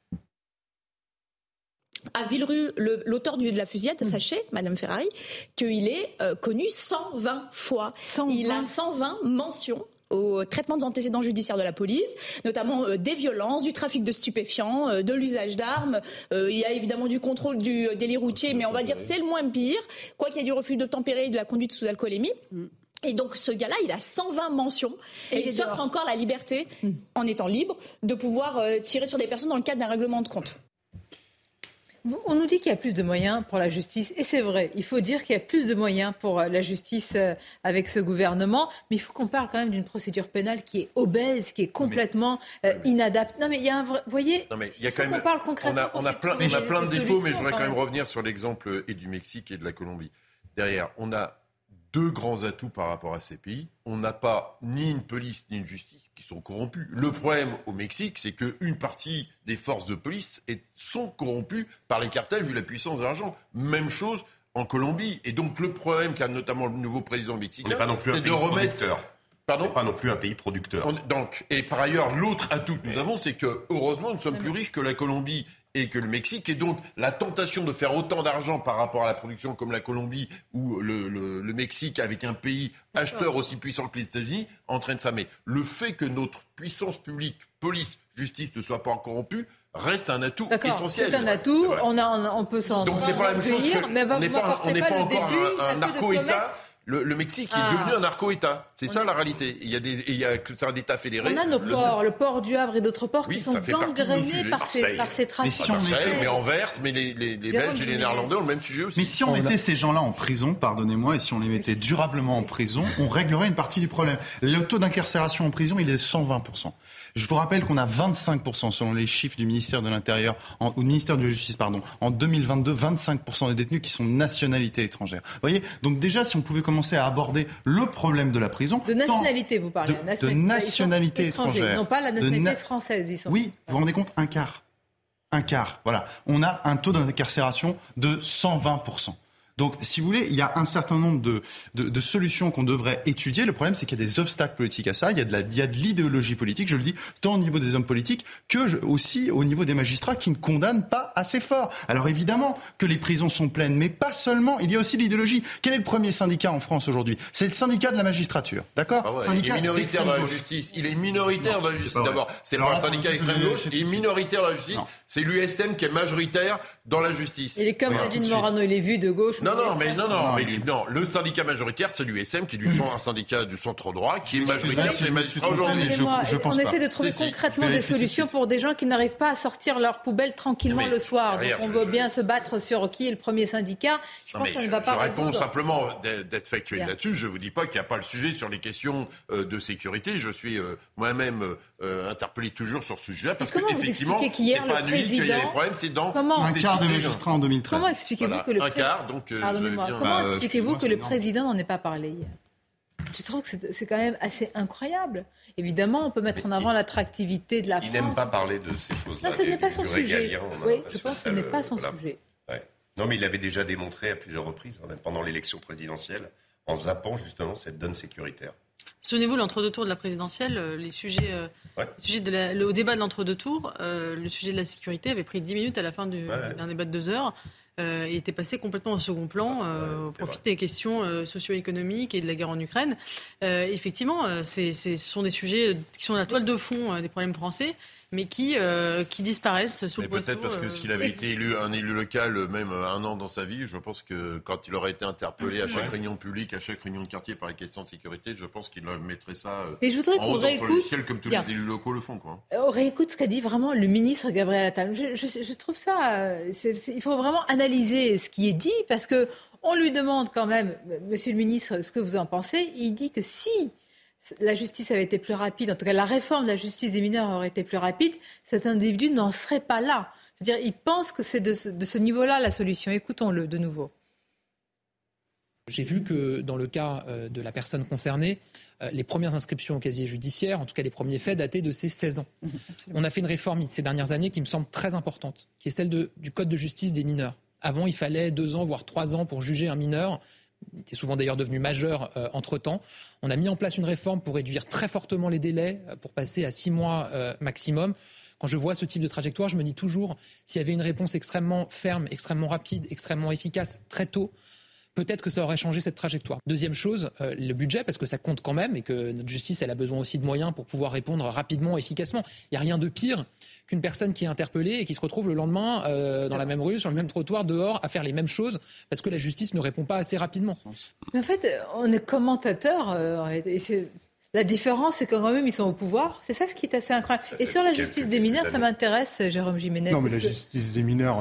À Villerue, l'auteur de la fusillade, sachez, Madame Ferrari, qu'il est connu 120 fois. Il a 120 mentions au traitement des antécédents judiciaires de la police, notamment des violences, du trafic de stupéfiants, de l'usage d'armes. Il y a évidemment du contrôle du délit routier, mais on va dire c'est le moins pire. Quoi qu'il y ait du refus d'obtempérer et de la conduite sous alcoolémie. Et donc ce gars-là, il a 120 mentions et il s'offre encore la liberté, en étant libre, de pouvoir tirer sur des personnes dans le cadre d'un règlement de compte. On nous dit qu'il y a plus de moyens pour la justice, et c'est vrai, il faut dire qu'il y a plus de moyens pour la justice avec ce gouvernement, mais il faut qu'on parle quand même d'une procédure pénale qui est obèse, qui est complètement inadaptée. Non mais il y a un vrai... Vous voyez, il faut qu'on parle concrètement. On a plein de défauts, mais je voudrais quand même revenir sur l'exemple et du Mexique et de la Colombie. Derrière, on a deux grands atouts par rapport à ces pays. On n'a pas ni une police ni une justice qui sont corrompues. Le problème au Mexique, c'est qu'une partie des forces de police sont corrompues par les cartels vu la puissance de l'argent. Même chose en Colombie. Et donc le problème qu'a notamment le nouveau président mexicain, c'est de remettre... Pardon ? Pas non plus un pays producteur. Et par ailleurs, l'autre atout que nous avons, c'est que heureusement, nous sommes plus riches que la Colombie et que le Mexique. Et donc, la tentation de faire autant d'argent par rapport à la production comme la Colombie ou le Mexique avec un pays acheteur aussi puissant que les États-Unis entraîne ça. Mais le fait que notre puissance publique, police, justice ne soit pas corrompue, reste un atout essentiel. C'est un atout, on peut s'en donc c'est pas la même chose que mais on n'est pas encore un narco-État. Le Mexique est devenu un narco-État. C'est ça la réalité. C'est un État fédéré. On a nos ports, le port du Havre et d'autres ports qui sont gangrénés par ces trafics. Mais Anvers, mais les Belges et les Néerlandais ont le même sujet aussi. Mais si on mettait ces gens-là en prison, pardonnez-moi, et si on les mettait durablement en prison, on réglerait une partie du problème. Le taux d'incarcération en prison, il est 120%. Je vous rappelle qu'on a 25% selon les chiffres du ministère de l'Intérieur, ou du ministère de la Justice, en 2022, 25% des détenus qui sont de nationalité étrangère. Vous voyez, donc déjà, si on pouvait commencer à aborder le problème de la prison... De nationalité, vous parlez. De nationalité étrangère. Non pas la nationalité française, ils sont... Oui, vous vous rendez compte, un quart, voilà. On a un taux d'incarcération de 120%. Donc, si vous voulez, il y a un certain nombre de solutions qu'on devrait étudier. Le problème, c'est qu'il y a des obstacles politiques à ça. Il y a de l'idéologie politique, je le dis, tant au niveau des hommes politiques que aussi au niveau des magistrats qui ne condamnent pas assez fort. Alors, évidemment que les prisons sont pleines, mais pas seulement. Il y a aussi l'idéologie. Quel est le premier syndicat en France aujourd'hui ? C'est le syndicat de la magistrature, d'accord ? Il est minoritaire dans la justice. Il est minoritaire dans la justice. D'abord, c'est pas un syndicat extrême gauche. Il est minoritaire dans la justice. C'est l'USM qui est majoritaire dans la justice. Il est comme Nadine Morano, il est vu de gauche. Non, le syndicat majoritaire, c'est l'USM qui est un syndicat du centre droit qui est majoritaire chez les magistrats aujourd'hui. On essaie de trouver concrètement des solutions pour des gens qui n'arrivent pas à sortir leur poubelle tranquillement le soir. Donc on veut bien se battre sur qui est le premier syndicat. Je pense que ça ne va pas résoudre. Je réponds simplement d'être factuel là-dessus. Je ne vous dis pas qu'il n'y a pas le sujet sur les questions de sécurité. Je suis moi-même interpellé toujours sur ce sujet-là parce qu'effectivement, c'est pas à Neuilly qu'il y a des problèmes, c'est dans un quart de magistrats en 2013. Comment expliquez-vous que le président n'en ait pas parlé hier ? Je trouve que c'est quand même assez incroyable. Évidemment, on peut mettre en avant l'attractivité de la France. Il n'aime pas parler de ces choses-là. Non, ce n'est pas son sujet. Oui, je pense que ce n'est pas son sujet. Non, mais il l'avait déjà démontré à plusieurs reprises, même pendant l'élection présidentielle, en zappant justement cette donne sécuritaire. Souvenez-vous, l'entre-deux tours de la présidentielle, au débat de l'entre-deux tours, le sujet de la sécurité avait pris 10 minutes à la fin d'un débat de 2 heures. Et était passé complètement au second plan au profit des questions socio-économiques et de la guerre en Ukraine. Effectivement, ce sont des sujets qui sont la toile de fond des problèmes français, mais qui disparaissent sous le poisson. Peut-être parce que s'il avait été un élu local, même 1 an dans sa vie, je pense que quand il aurait été interpellé à chaque réunion publique, à chaque réunion de quartier par les questions de sécurité, je pense qu'il mettrait ça en haut dans le logiciel comme tous les élus locaux le font. On réécoute ce qu'a dit vraiment le ministre Gabriel Attal. Je trouve ça... il faut vraiment analyser ce qui est dit parce que on lui demande quand même, monsieur le ministre, ce que vous en pensez. Il dit que si la justice avait été plus rapide, en tout cas la réforme de la justice des mineurs aurait été plus rapide, cet individu n'en serait pas là. C'est-à-dire il pense que c'est de ce niveau-là la solution. Écoutons-le de nouveau. J'ai vu que dans le cas de la personne concernée, les premières inscriptions au casier judiciaire, en tout cas les premiers faits, dataient de ses 16 ans. On a fait une réforme ces dernières années qui me semble très importante, qui est celle du Code de justice des mineurs. Avant, il fallait 2 ans, voire 3 ans pour juger un mineur. Il était souvent d'ailleurs devenu majeur entre-temps. On a mis en place une réforme pour réduire très fortement les délais, pour passer à 6 mois maximum. Quand je vois ce type de trajectoire, je me dis toujours, s'il y avait une réponse extrêmement ferme, extrêmement rapide, extrêmement efficace, très tôt, peut-être que ça aurait changé cette trajectoire. Deuxième chose, le budget, parce que ça compte quand même et que notre justice, elle a besoin aussi de moyens pour pouvoir répondre rapidement, efficacement. Il n'y a rien de pire qu'une personne qui est interpellée et qui se retrouve le lendemain dans la même rue, sur le même trottoir, dehors, à faire les mêmes choses, parce que la justice ne répond pas assez rapidement. Mais en fait, on est commentateur. La différence, c'est que quand même, ils sont au pouvoir. C'est ça ce qui est assez incroyable. Et sur la justice des mineurs, ça m'intéresse, Jérôme Jiménez. Non, mais la justice des mineurs,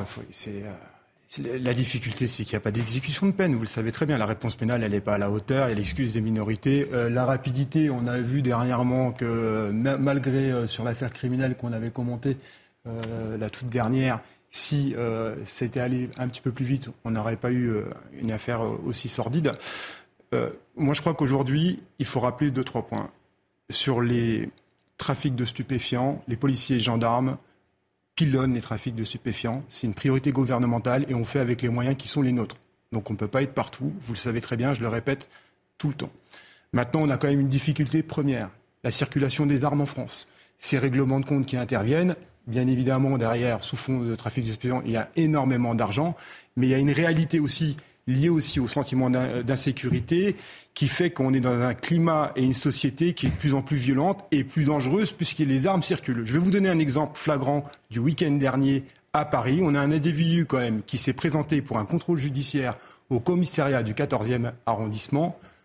la difficulté, c'est qu'il n'y a pas d'exécution de peine. Vous le savez très bien, la réponse pénale, elle n'est pas à la hauteur. Il y a l'excuse des minorités. La rapidité, on a vu dernièrement que malgré sur l'affaire criminelle qu'on avait commentée, la toute dernière, si c'était allé un petit peu plus vite, on n'aurait pas eu une affaire aussi sordide. Moi, je crois qu'aujourd'hui, il faut rappeler 2-3 points. Sur les trafics de stupéfiants, les policiers et gendarmes pilonnent les trafics de stupéfiants. C'est une priorité gouvernementale et on fait avec les moyens qui sont les nôtres. Donc on ne peut pas être partout, vous le savez très bien, je le répète tout le temps. Maintenant, on a quand même une difficulté première, la circulation des armes en France. Ces règlements de compte qui interviennent, bien évidemment, derrière, sous fond de trafic de stupéfiants, il y a énormément d'argent, mais il y a une réalité aussi liée aussi au sentiment d'insécurité qui fait qu'on est dans un climat et une société qui est de plus en plus violente et plus dangereuse puisque les armes circulent. Je vais vous donner un exemple flagrant du week-end dernier à Paris. On a un individu quand même qui s'est présenté pour un contrôle judiciaire au commissariat du 14e arrondissement.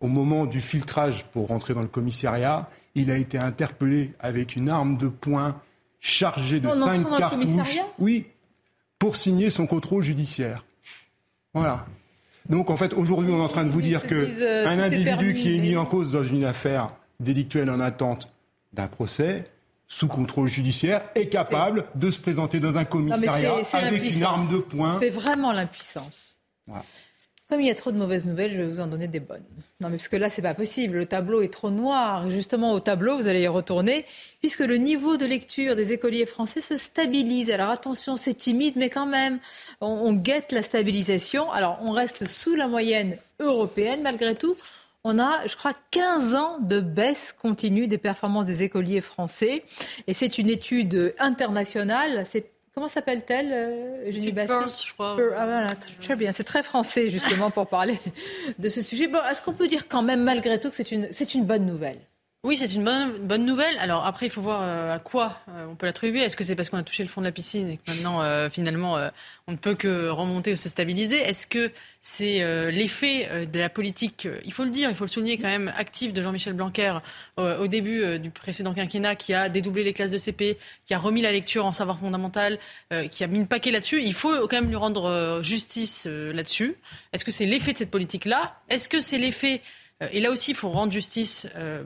au moment du filtrage pour rentrer dans le commissariat, il a été interpellé avec une arme de poing chargée de 5 cartouches. Oui, pour signer son contrôle judiciaire. Voilà. Donc en fait, aujourd'hui, on est en train de vous dire qu'un individu qui est mis en cause dans une affaire délictuelle en attente d'un procès, sous contrôle judiciaire, est capable de se présenter dans un commissariat avec une arme de poing. C'est vraiment l'impuissance. Voilà. Comme il y a trop de mauvaises nouvelles, je vais vous en donner des bonnes. Non, mais parce que là, c'est pas possible. Le tableau est trop noir. Et justement, au tableau, vous allez y retourner, puisque le niveau de lecture des écoliers français se stabilise. Alors attention, c'est timide, mais quand même, on guette la stabilisation. Alors, on reste sous la moyenne européenne, malgré tout. On a, je crois, 15 ans de baisse continue des performances des écoliers français. Et c'est une étude internationale. Comment s'appelle-t-elle, Eugénie Basset, je crois. Ah, voilà, très bien. C'est très français, justement, pour parler de ce sujet. Bon, est-ce qu'on peut dire quand même, malgré tout, que c'est une bonne nouvelle ? Oui, c'est une bonne nouvelle. Alors après, il faut voir à quoi on peut l'attribuer. Est-ce que c'est parce qu'on a touché le fond de la piscine et que maintenant, finalement, on ne peut que remonter ou se stabiliser ? Est-ce que c'est l'effet de la politique, il faut le dire, il faut le souligner quand même, active de Jean-Michel Blanquer au début du précédent quinquennat, qui a dédoublé les classes de CP, qui a remis la lecture en savoir fondamental, qui a mis le paquet là-dessus. Il faut quand même lui rendre justice là-dessus. Est-ce que c'est l'effet de cette politique-là ? Est-ce que c'est l'effet... Et là aussi, il faut rendre justice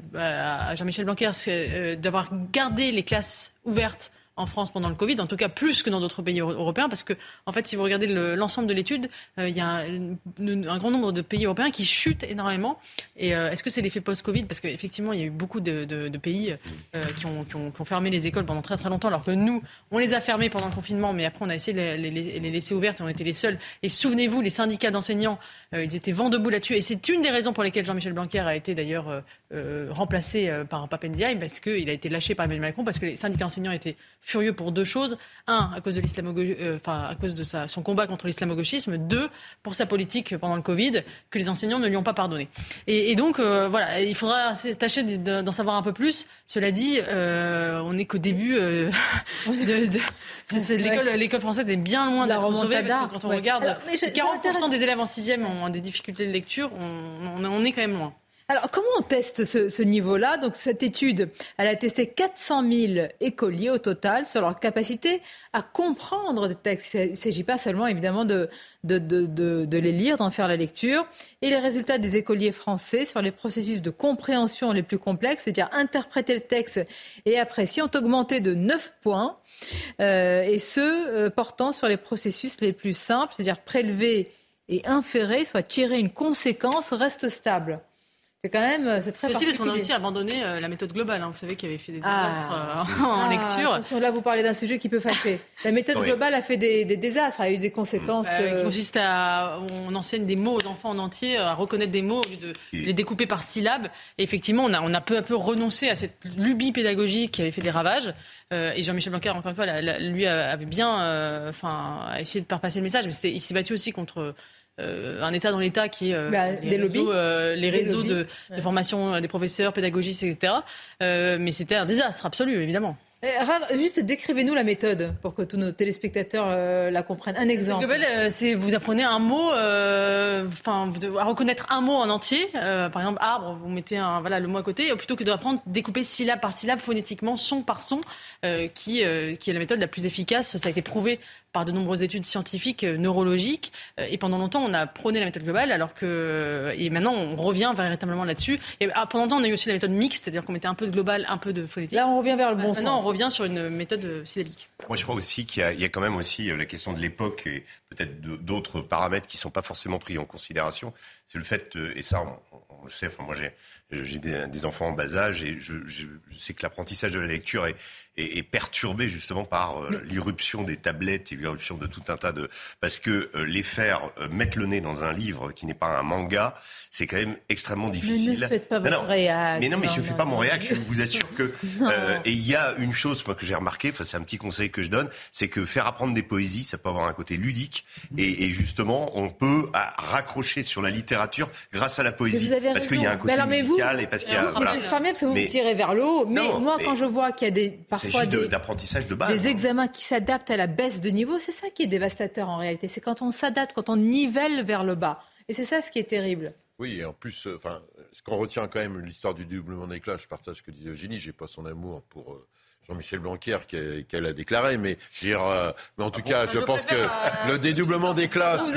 à Jean-Michel Blanquer, d'avoir gardé les classes ouvertes en France pendant le Covid, en tout cas plus que dans d'autres pays européens, parce que, en fait, si vous regardez l'ensemble de l'étude, il y a un grand nombre de pays européens qui chutent énormément. Et est-ce que c'est l'effet post-Covid ? Parce qu'effectivement, il y a eu beaucoup de pays qui ont fermé les écoles pendant très très longtemps, alors que nous, on les a fermées pendant le confinement, mais après on a essayé de les laisser ouvertes et on était les seuls. Et souvenez-vous, les syndicats d'enseignants, ils étaient vent debout là-dessus. Et c'est une des raisons pour lesquelles Jean-Michel Blanquer a été d'ailleurs remplacé par Pap Ndiaye, parce qu'il a été lâché par Emmanuel Macron, parce que les syndicats enseignants étaient furieux pour deux choses. Un, à cause de à cause de son combat contre l'islamo-gauchisme. Deux, pour sa politique pendant le Covid, que les enseignants ne lui ont pas pardonné. Et donc, voilà, il faudra tâcher d'en savoir un peu plus. Cela dit, on n'est qu'au début l'école française est bien loin d'être sauvée, parce que quand on regarde, 40% des élèves en 6e ont des difficultés de lecture, on est quand même loin. Alors, comment on teste ce niveau-là ? Donc, cette étude, elle a testé 400 000 écoliers au total sur leur capacité à comprendre des textes. Il ne s'agit pas seulement, évidemment, de les lire, d'en faire la lecture. Et les résultats des écoliers français sur les processus de compréhension les plus complexes, c'est-à-dire interpréter le texte et apprécier, ont augmenté de 9 points. Et portant sur les processus les plus simples, c'est-à-dire prélever et inférer, soit tirer une conséquence, reste stable. C'est très particulier. Aussi parce qu'on a aussi abandonné la méthode globale, vous savez, qui avait fait des désastres en lecture. Attention, là, vous parlez d'un sujet qui peut fâcher. La méthode globale a fait des désastres, a eu des conséquences. Qui consiste on enseigne des mots aux enfants en entier, à reconnaître des mots au lieu de les découper par syllabes. Et effectivement, on a peu à peu renoncé à cette lubie pédagogique qui avait fait des ravages. Et Jean-Michel Blanquer, encore une fois, lui avait bien essayé de faire passer le message, mais il s'est battu aussi contre... un État dans l'État qui est les réseaux de formation des professeurs, pédagogistes, etc. Mais c'était un désastre absolu, évidemment. Juste décrivez-nous la méthode pour que tous nos téléspectateurs la comprennent. Un exemple. C'est vous apprenez un mot, à reconnaître un mot en entier. Par exemple, arbre, vous mettez le mot à côté, plutôt que d'apprendre découper syllabe par syllabe, phonétiquement, son par son, qui est la méthode la plus efficace. Ça a été prouvé par de nombreuses études scientifiques, neurologiques. Et pendant longtemps, on a prôné la méthode globale, et maintenant, on revient véritablement là-dessus. Et pendant longtemps, on a eu aussi la méthode mixte, c'est-à-dire qu'on mettait un peu de global, un peu de phonétique. Là, on revient vers le bon sens. Maintenant, on revient sur une méthode syllabique. Moi, je crois aussi qu'il y a quand même aussi la question de l'époque et peut-être d'autres paramètres qui ne sont pas forcément pris en considération. C'est le fait, et ça, on le sait, moi, j'ai des enfants en bas âge et je sais que l'apprentissage de la lecture est perturbé justement par l'irruption des tablettes et l'irruption de tout un tas de... Parce que les faire mettre le nez dans un livre qui n'est pas un manga, c'est quand même extrêmement difficile. Ne faites pas votre réac. Mais non, je ne fais pas mon réac, je vous assure que... et il y a une chose, moi, que j'ai remarqué, c'est un petit conseil que je donne, c'est que faire apprendre des poésies, ça peut avoir un côté ludique et justement, on peut raccrocher sur la littérature grâce à la poésie. Parce qu'il y a un côté musical et parce qu'il y a... C'est pas bien parce que vous vous tirez vers le haut, mais moi, quand je vois qu'il y a parfois d'apprentissage de base. Des examens qui s'adaptent à la baisse de niveau, c'est ça qui est dévastateur en réalité. C'est quand on s'adapte, quand on nivelle vers le bas. Et c'est ça ce qui est terrible. Oui, et en plus, ce qu'on retient quand même, l'histoire du dédoublement des classes, je partage ce que disait Eugénie, j'ai pas son amour pour Jean-Michel Blanquer qu'elle a déclaré, mais en tout cas, je pense que le dédoublement des classes,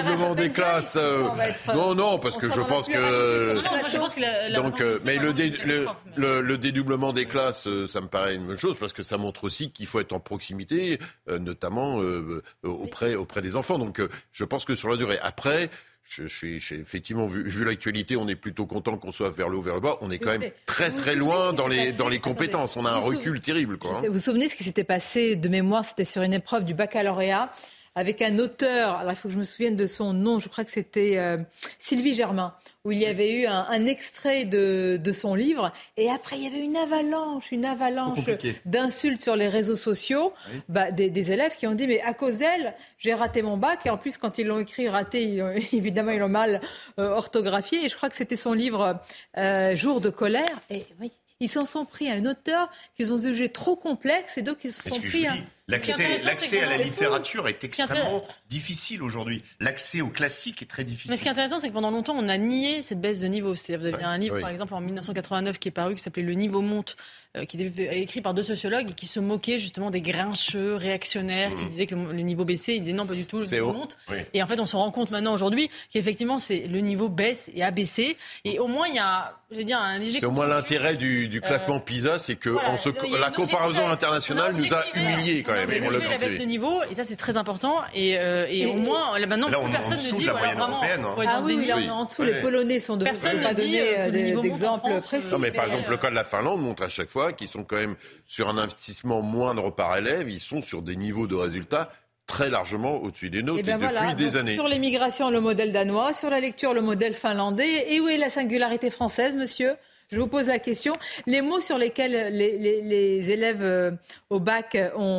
non, parce que je pense que donc, mais le dédoublement des classes, ça me paraît une bonne chose parce que ça montre aussi qu'il faut être en proximité, notamment auprès des enfants. Donc, je pense que sur la durée. Après. Effectivement, vu l'actualité, on est plutôt content qu'on soit vers le haut, vers le bas. On est quand même très très loin dans les compétences. On a un recul terrible. Vous vous souvenez ce qui s'était passé de mémoire? C'était sur une épreuve du baccalauréat avec un auteur. Alors il faut que je me souvienne de son nom. Je crois que c'était Sylvie Germain, où il y avait eu un extrait de son livre. Et après, il y avait une avalanche d'insultes sur les réseaux sociaux. Oui. Des élèves qui ont dit, mais à cause d'elle, j'ai raté mon bac. Et en plus, quand ils l'ont écrit raté, évidemment, ils l'ont mal orthographié. Et je crois que c'était son livre Jour de colère. Et oui, ils s'en sont pris à un auteur qu'ils ont jugé trop complexe. Et donc, ils se sont pris à... L'accès à la littérature est extrêmement difficile aujourd'hui. L'accès au classique est très difficile. Mais ce qui est intéressant, c'est que pendant longtemps, on a nié cette baisse de niveau. C'est-à-dire, vous aviez un livre, par exemple, en 1989 qui est paru, qui s'appelait Le Niveau monte, qui était écrit par 2 sociologues et qui se moquaient justement des grincheux réactionnaires qui disaient que le niveau baissait. Ils disaient non, pas du tout, le niveau monte. Oui. Et en fait, on se rend compte maintenant aujourd'hui qu'effectivement, le niveau baisse et a baissé. Et au moins, il y a, un léger... C'est au moins l'intérêt du classement PISA, c'est que la comparaison internationale nous a humiliés quand même. Mais on la baisse de niveau, et ça c'est très important. Et au moins, maintenant, plus personne ne dit vraiment. Oui, là, en dessous, les Polonais sont devenus. Personne n'a donné d'exemple précis. Non, mais par exemple, le cas de la Finlande montre à chaque fois qu'ils sont quand même sur un investissement moindre par élève. Ils sont sur des niveaux de résultats très largement au-dessus des nôtres depuis des années. Sur l'immigration, le modèle danois. Sur la lecture, le modèle finlandais. Et où est la singularité française, monsieur ? Je vous pose la question. Les mots sur lesquels les élèves au bac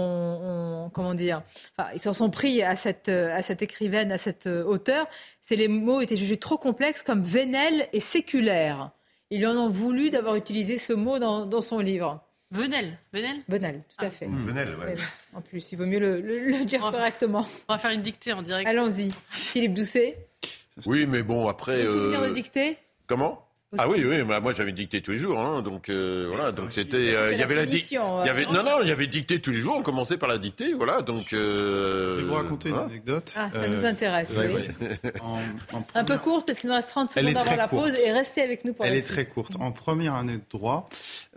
ils s'en sont pris à cette écrivaine, à cet auteur, les mots étaient jugés trop complexes comme vénel et séculaire. Ils lui en ont voulu d'avoir utilisé ce mot dans son livre. Venel, tout à fait. Venel, ouais. En plus, il vaut mieux le dire correctement. On va faire une dictée en direct. Allons-y. Philippe Doucet. Oui, mais bon, après... Vous vous souvenez de dictée ? Comment ? Ah oui, moi j'avais dicté tous les jours, donc voilà, donc c'était, il y avait il y avait dicté tous les jours, on commençait par la dictée, voilà, donc. Je vais vous raconter une anecdote. Ah, ça nous intéresse. Oui. Un peu courte parce qu'il nous reste 30 secondes avant la pause et restez avec nous pour la suite. Elle est très courte. En première année de droit,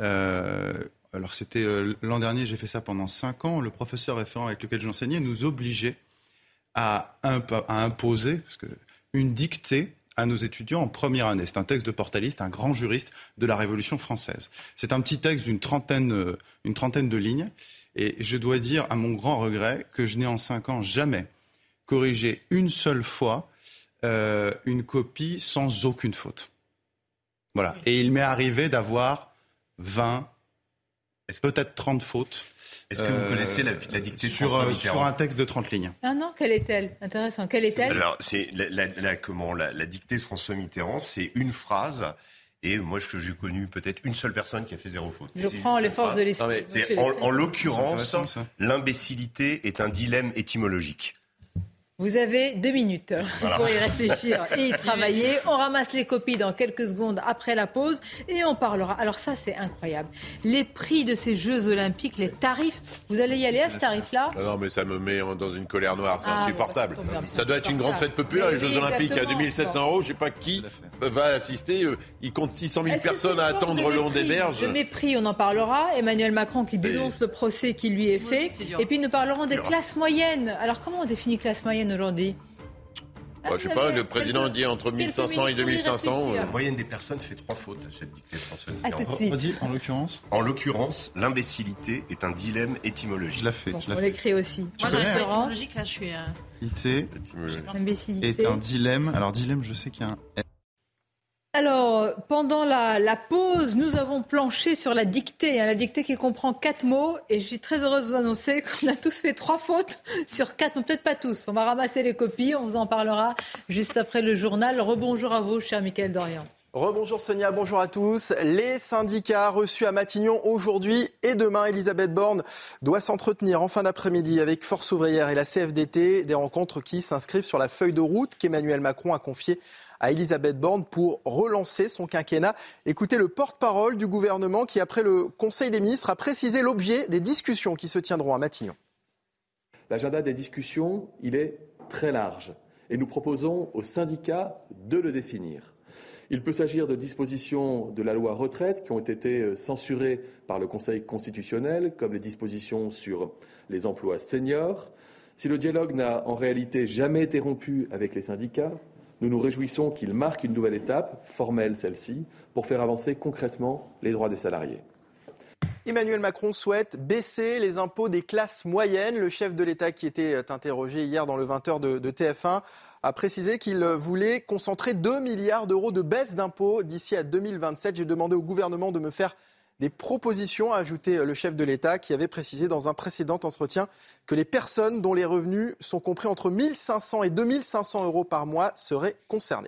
alors c'était l'an dernier, j'ai fait ça pendant 5 ans. Le professeur référent avec lequel j'enseignais nous obligeait à imposer une dictée à nos étudiants en première année. C'est un texte de Portaliste, un grand juriste de la Révolution française. C'est un petit texte d'une trentaine de lignes. Et je dois dire, à mon grand regret, que je n'ai en 5 ans jamais corrigé une seule fois une copie sans aucune faute. Voilà. Et il m'est arrivé d'avoir 20, peut-être 30 fautes. Est-ce que vous connaissez la dictée de François Mitterrand ? Sur un texte de 30 lignes. Ah non, quelle est-elle ? Intéressant. Quelle est-elle ? Alors, c'est la dictée de François Mitterrand, c'est une phrase. Et moi, j'ai connu peut-être une seule personne qui a fait 0 faute. Je prends les forces de l'esprit. En l'occurrence, l'imbécilité est un dilemme étymologique. Vous avez 2 minutes pour y réfléchir et y travailler. On ramasse les copies dans quelques secondes après la pause et on parlera. Alors ça, c'est incroyable. Les prix de ces Jeux Olympiques, les tarifs. Vous allez y aller à ce tarif-là ? Non, mais ça me met dans une colère noire. C'est insupportable. Ça doit être une grande fête populaire. Les Jeux Olympiques à 2 700 €. Je ne sais pas qui va assister. Il compte 600 000 personnes à attendre le long des berges. Le mépris, on en parlera. Emmanuel Macron qui dénonce le procès qui lui est fait. Et puis nous parlerons des classes moyennes. Alors comment on définit classe moyenne aujourd'hui ? Je sais pas, le président dit entre 1500 et 2500. La moyenne des personnes fait 3 fautes à cette dictée de François Mitterrand. À tout de suite. Redis, en l'occurrence ? En l'occurrence, l'imbécilité est un dilemme étymologique. Je l'ai fait. On l'écrit aussi. Moi, j'ai un étymologique, là, je suis... Imbécilité est un dilemme. Alors, dilemme, je sais qu'il y a un... Alors, pendant la pause, nous avons planché sur la dictée. La dictée qui comprend 4 mots. Et je suis très heureuse de vous annoncer qu'on a tous fait 3 fautes sur 4 mots. Peut-être pas tous. On va ramasser les copies. On vous en parlera juste après le journal. Rebonjour à vous, cher Mickaël Dorian. Rebonjour Sonia, bonjour à tous. Les syndicats reçus à Matignon aujourd'hui et demain. Elisabeth Borne doit s'entretenir en fin d'après-midi avec Force ouvrière et la CFDT. Des rencontres qui s'inscrivent sur la feuille de route qu'Emmanuel Macron a confiée à Elisabeth Borne pour relancer son quinquennat. Écoutez le porte-parole du gouvernement qui, après le Conseil des ministres, a précisé l'objet des discussions qui se tiendront à Matignon. L'agenda des discussions, il est très large et nous proposons aux syndicats de le définir. Il peut s'agir de dispositions de la loi retraite qui ont été censurées par le Conseil constitutionnel, comme les dispositions sur les emplois seniors. Si le dialogue n'a en réalité jamais été rompu avec les syndicats, nous nous réjouissons qu'il marque une nouvelle étape, formelle celle-ci, pour faire avancer concrètement les droits des salariés. Emmanuel Macron souhaite baisser les impôts des classes moyennes. Le chef de l'État, qui était interrogé hier dans le 20h de TF1, a précisé qu'il voulait concentrer 2 milliards d'euros de baisse d'impôts d'ici à 2027. J'ai demandé au gouvernement de me faire des propositions, a ajouté le chef de l'État, qui avait précisé dans un précédent entretien que les personnes dont les revenus sont compris entre 1 500 et 2 500 euros par mois seraient concernées.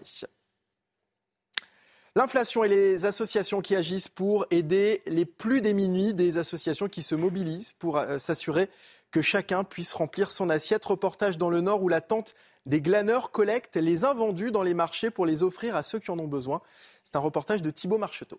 L'inflation et les associations qui agissent pour aider les plus démunis, des associations qui se mobilisent pour s'assurer que chacun puisse remplir son assiette. Reportage dans le Nord où la tente des glaneurs collecte les invendus dans les marchés pour les offrir à ceux qui en ont besoin. C'est un reportage de Thibaut Marcheteau.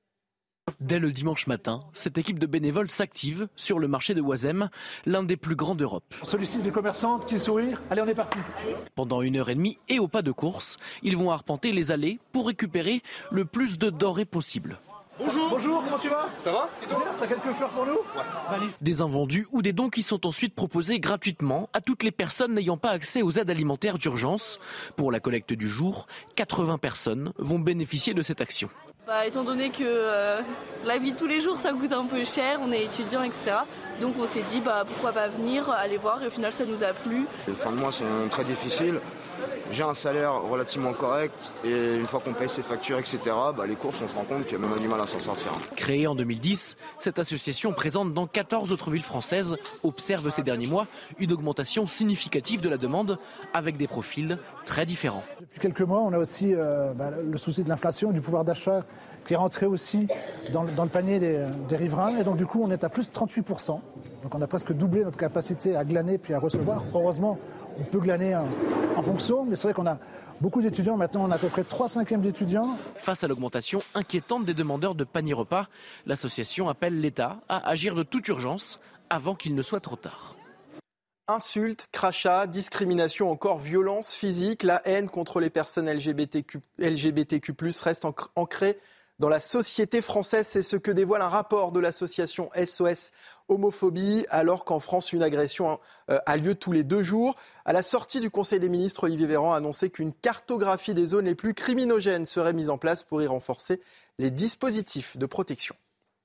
Dès le dimanche matin, cette équipe de bénévoles s'active sur le marché de Oisem, l'un des plus grands d'Europe. On sollicite les commerçants, petit sourire, allez on est parti. Pendant 1h30 et au pas de course, ils vont arpenter les allées pour récupérer le plus de denrées possible. Bonjour, comment tu vas? Ça va? Et toi? T'as quelques fleurs pour nous? Ouais. Des invendus ou des dons qui sont ensuite proposés gratuitement à toutes les personnes n'ayant pas accès aux aides alimentaires d'urgence. Pour la collecte du jour, 80 personnes vont bénéficier de cette action. Étant donné que la vie de tous les jours ça coûte un peu cher, on est étudiant, etc. Donc on s'est dit pourquoi pas venir, aller voir, et au final ça nous a plu. Les fins de mois sont très difficiles. J'ai un salaire relativement correct et une fois qu'on paye ses factures, etc., les courses, on se rend compte qu'on a du mal à s'en sortir. Créée en 2010, cette association présente dans 14 autres villes françaises observe ces derniers mois une augmentation significative de la demande avec des profils très différents. Depuis quelques mois, on a aussi le souci de l'inflation, du pouvoir d'achat qui est rentré aussi dans le panier des riverains. Et donc du coup, on est à plus de 38%. Donc on a presque doublé notre capacité à glaner puis à recevoir. Heureusement, on peut glaner en fonction, mais c'est vrai qu'on a beaucoup d'étudiants. Maintenant, on a à peu près 3/5 d'étudiants. Face à l'augmentation inquiétante des demandeurs de paniers repas, l'association appelle l'État à agir de toute urgence avant qu'il ne soit trop tard. Insultes, crachats, discrimination, encore violence physique, la haine contre les personnes LGBTQ+ reste ancrée dans la société française. C'est ce que dévoile un rapport de l'association SOS Homophobie, alors qu'en France, une agression a lieu tous les 2 jours. À la sortie du Conseil des ministres, Olivier Véran a annoncé qu'une cartographie des zones les plus criminogènes serait mise en place pour y renforcer les dispositifs de protection.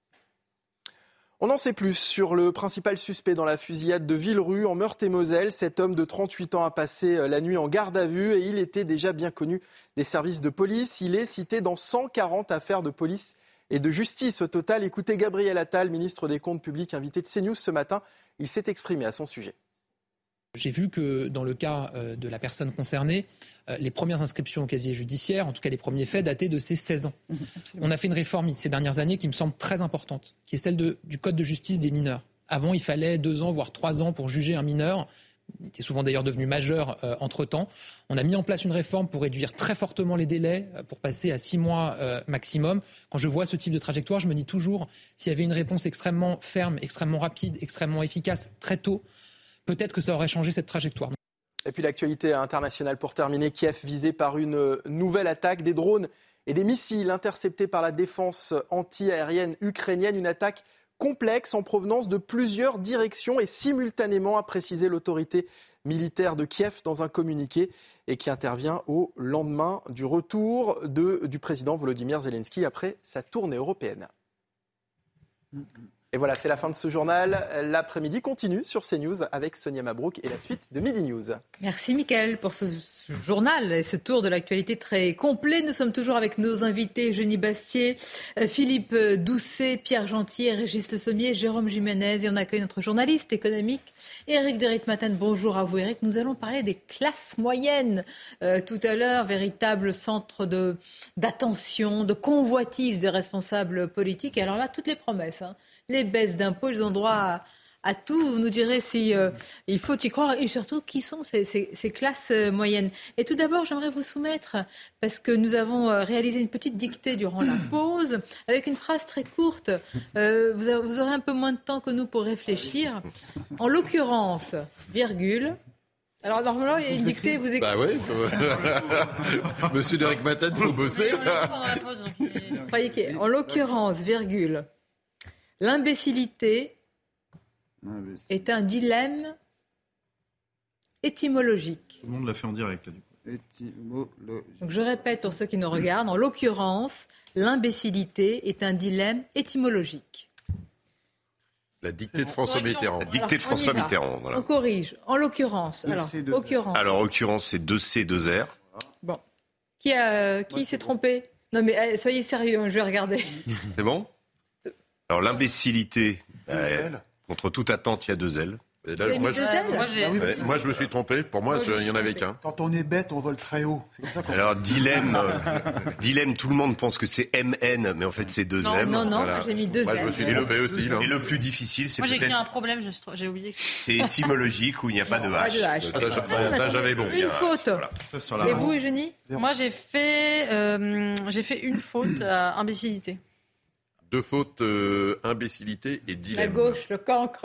On en sait plus sur le principal suspect dans la fusillade de Villerue en Meurthe-et-Moselle. Cet homme de 38 ans a passé la nuit en garde à vue et il était déjà bien connu des services de police. Il est cité dans 140 affaires de police et de justice au total. Écoutez Gabriel Attal, ministre des Comptes publics, invité de CNews ce matin. Il s'est exprimé à son sujet. J'ai vu que dans le cas de la personne concernée, les premières inscriptions au casier judiciaire, en tout cas les premiers faits, dataient de ses 16 ans. On a fait une réforme ces dernières années qui me semble très importante, qui est celle du Code de justice des mineurs. Avant, il fallait 2 ans, voire 3 ans pour juger un mineur, qui est souvent d'ailleurs devenu majeur entre-temps. On a mis en place une réforme pour réduire très fortement les délais, pour passer à 6 mois maximum. Quand je vois ce type de trajectoire, je me dis toujours, s'il y avait une réponse extrêmement ferme, extrêmement rapide, extrêmement efficace, très tôt, peut-être que ça aurait changé cette trajectoire. Et puis l'actualité internationale pour terminer. Kiev visé par une nouvelle attaque, des drones et des missiles interceptés par la défense anti-aérienne ukrainienne. Une attaque complexe en provenance de plusieurs directions et simultanément, a précisé l'autorité militaire de Kiev dans un communiqué, et qui intervient au lendemain du retour du président Volodymyr Zelensky après sa tournée européenne. Et voilà, c'est la fin de ce journal. L'après-midi continue sur CNews avec Sonia Mabrouk et la suite de Midi News. Merci Mickaël pour ce journal et ce tour de l'actualité très complet. Nous sommes toujours avec nos invités, Jeannie Bastier, Philippe Doucet, Pierre Gentil, Régis Le Sommier, Jérôme Jiménez. Et on accueille notre journaliste économique, Éric de Ritmaten. Bonjour à vous Éric. Nous allons parler des classes moyennes tout à l'heure, véritable centre d'attention, de convoitise des responsables politiques. Et alors là, toutes les promesses, les baisses d'impôts, ils ont droit à tout. Vous nous direz si il faut y croire et surtout qui sont ces classes moyennes. Et tout d'abord, j'aimerais vous soumettre, parce que nous avons réalisé une petite dictée durant la pause, avec une phrase très courte. Vous aurez un peu moins de temps que nous pour réfléchir. En l'occurrence, virgule. Alors normalement, il y a une dictée, vous écoutez. Bah oui, Monsieur Derek Matin, il faut bosser. En l'occurrence, virgule, l'imbécilité est un dilemme étymologique. Tout le monde l'a fait en direct, là, du coup. Donc je répète pour ceux qui nous regardent, en l'occurrence, l'imbécilité est un dilemme étymologique. La dictée de François Mitterrand. La dictée de François Mitterrand, voilà. On corrige. En l'occurrence. Alors, occurrence, c'est 2C, 2R. Bon. Qui s'est trompé? Non, mais soyez sérieux, je vais regarder. C'est bon? Alors, l'imbécilité, contre toute attente, il y a 2 L. Et là, moi, je me suis trompé. Pour moi, il n'y en avait qu'un. Quand on est bête, on vole très haut. C'est comme ça qu'on... Alors, dilemme, tout le monde pense que c'est MN, mais en fait, c'est 2 M. Non, voilà. Moi, j'ai mis 2 M. Moi, je me suis trompé aussi. Et le plus difficile, c'est moi, peut-être... j'ai écrit un problème, j'ai oublié. C'est étymologique, où il n'y a pas de H. Ça, j'avais bon. Une faute. Voilà. Et vous, Eugénie? Moi, j'ai fait une faute à imbécilité. 2 fautes, imbécilité et dilemme. La gauche, le cancre.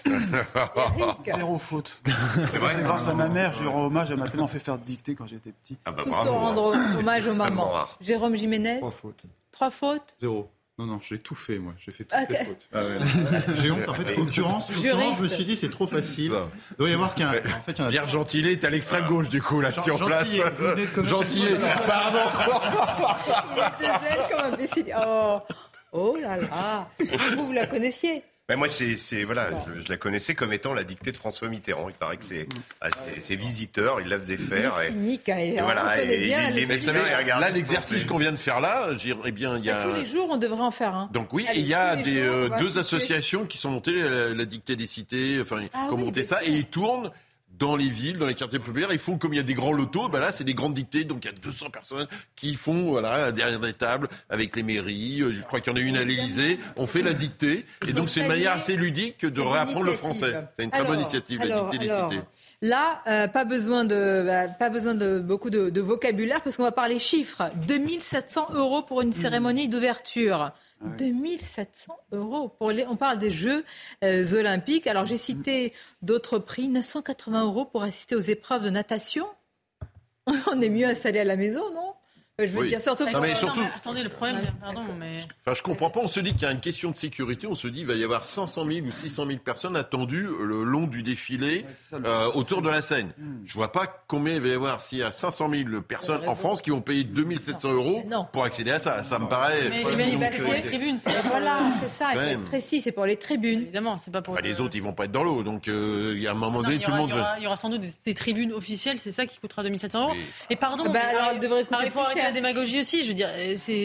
0 faute. C'est grâce à ma mère, je lui rends hommage, elle m'a tellement fait faire dictée quand j'étais petit. Ah bah Tous bravo. pour rendre hommage aux mamans. Jérôme Jiménez? 3 fautes. 3 fautes? 0. Non, j'ai tout fait, moi. J'ai fait toutes les fautes. Ah ouais. J'ai honte, en fait. Occurrence, je me suis dit, c'est trop facile. Il doit y avoir qu'un... En fait, Pierre Gentillet est à l'extrême gauche, du coup, là, sur place. Gentillet, pardon. Il est 2 L comme imbécile. Oh là là. Vous la connaissiez? Moi, je la connaissais comme étant la dictée de François Mitterrand. Il paraît que c'est visiteur, il la faisait faire. Il est cynique, et voilà. Vous savez, là, l'exercice qu'on vient de faire là, eh bien, il y a... Tous les jours, on devrait en faire un. Donc oui, il y a deux associations qui sont montées, la dictée des cités, qui ont monté ça, et ils tournent dans les villes, dans les quartiers populaires, ils font comme il y a des grands lotos, là c'est des grandes dictées, donc il y a 200 personnes qui font derrière des tables avec les mairies, je crois qu'il y en a une à l'Élysée, on fait la dictée, et donc c'est une manière assez ludique de réapprendre le français. C'est une très bonne initiative, la dictée des cités. Là, pas besoin de beaucoup de vocabulaire, parce qu'on va parler chiffres. 2 700 € pour une cérémonie d'ouverture. 2 700 €. On parle des Jeux olympiques. Alors j'ai cité d'autres prix. 980 € pour assister aux épreuves de natation. On est mieux installé à la maison, non? Je veux dire, surtout... Non, mais surtout... Attendez, le problème, pardon, mais... je comprends pas. On se dit qu'il y a une question de sécurité. On se dit qu'il va y avoir 500 000 ou 600 000 personnes attendues le long du défilé autour de la Seine. Je vois pas combien il va y avoir s'il y a 500 000 personnes en France qui vont payer 2 700 € pour accéder à ça. Ça me paraît... Mais j'imagine c'est pour les tribunes. Voilà, c'est ça. Il faut être précis. C'est pour les tribunes. Évidemment, c'est pas pour... les autres, ils vont pas être dans l'eau. Donc, il y a un moment donné, tout le monde... Il y aura sans doute des tribunes officielles. C'est ça qui coûtera 2 700 €. Et pardon, alors, elle devrait coûter il faut arrêter la démagogie aussi. Je veux dire,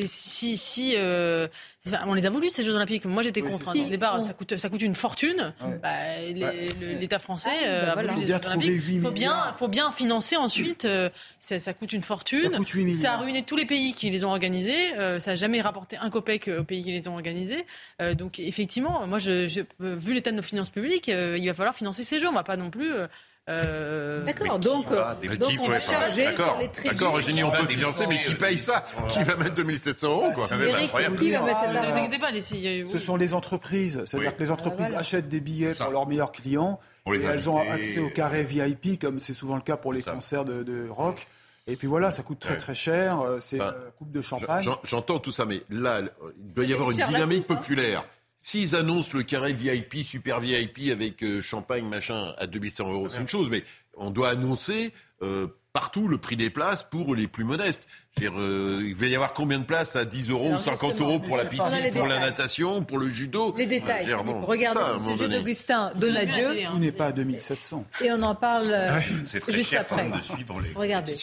on les a voulu ces Jeux Olympiques. Moi, j'étais contre. Au départ, ça coûte une fortune. L'État français a voulu les Jeux Olympiques. Il faut bien financer ensuite. Ça coûte une fortune. Ça a ruiné tous les pays qui les ont organisés. Ça n'a jamais rapporté un copec aux pays qui les ont organisés. Donc, effectivement, moi, vu l'état de nos finances publiques, il va falloir financer ces Jeux. On ne va pas non plus... D'accord, donc on va charger sur les tribunes. D'accord, Eugénie, on peut financer, mais qui paye ça? Qui va mettre 2 700 € quoi? Qui va mettre cet argent? Ce sont les entreprises. C'est-à-dire que les entreprises achètent des billets pour leurs meilleurs clients. Et elles ont accès au carré VIP, comme c'est souvent le cas pour les concerts de rock. Et puis voilà, ça coûte très très cher. C'est une coupe de champagne. J'entends tout ça, mais là, il doit y avoir une dynamique populaire. S'ils annoncent le carré VIP, super VIP avec champagne, machin, à 2 100 €, c'est une chose, mais on doit annoncer partout le prix des places pour les plus modestes. Il va y avoir combien de places à 10 € ou 50 € pour la piscine, pour la natation, pour le judo? Les détails. Regardez ce sujet d'Augustin Donadieu. Tout n'est pas à 2 700. Et on en parle juste après. De suivre les Regardez.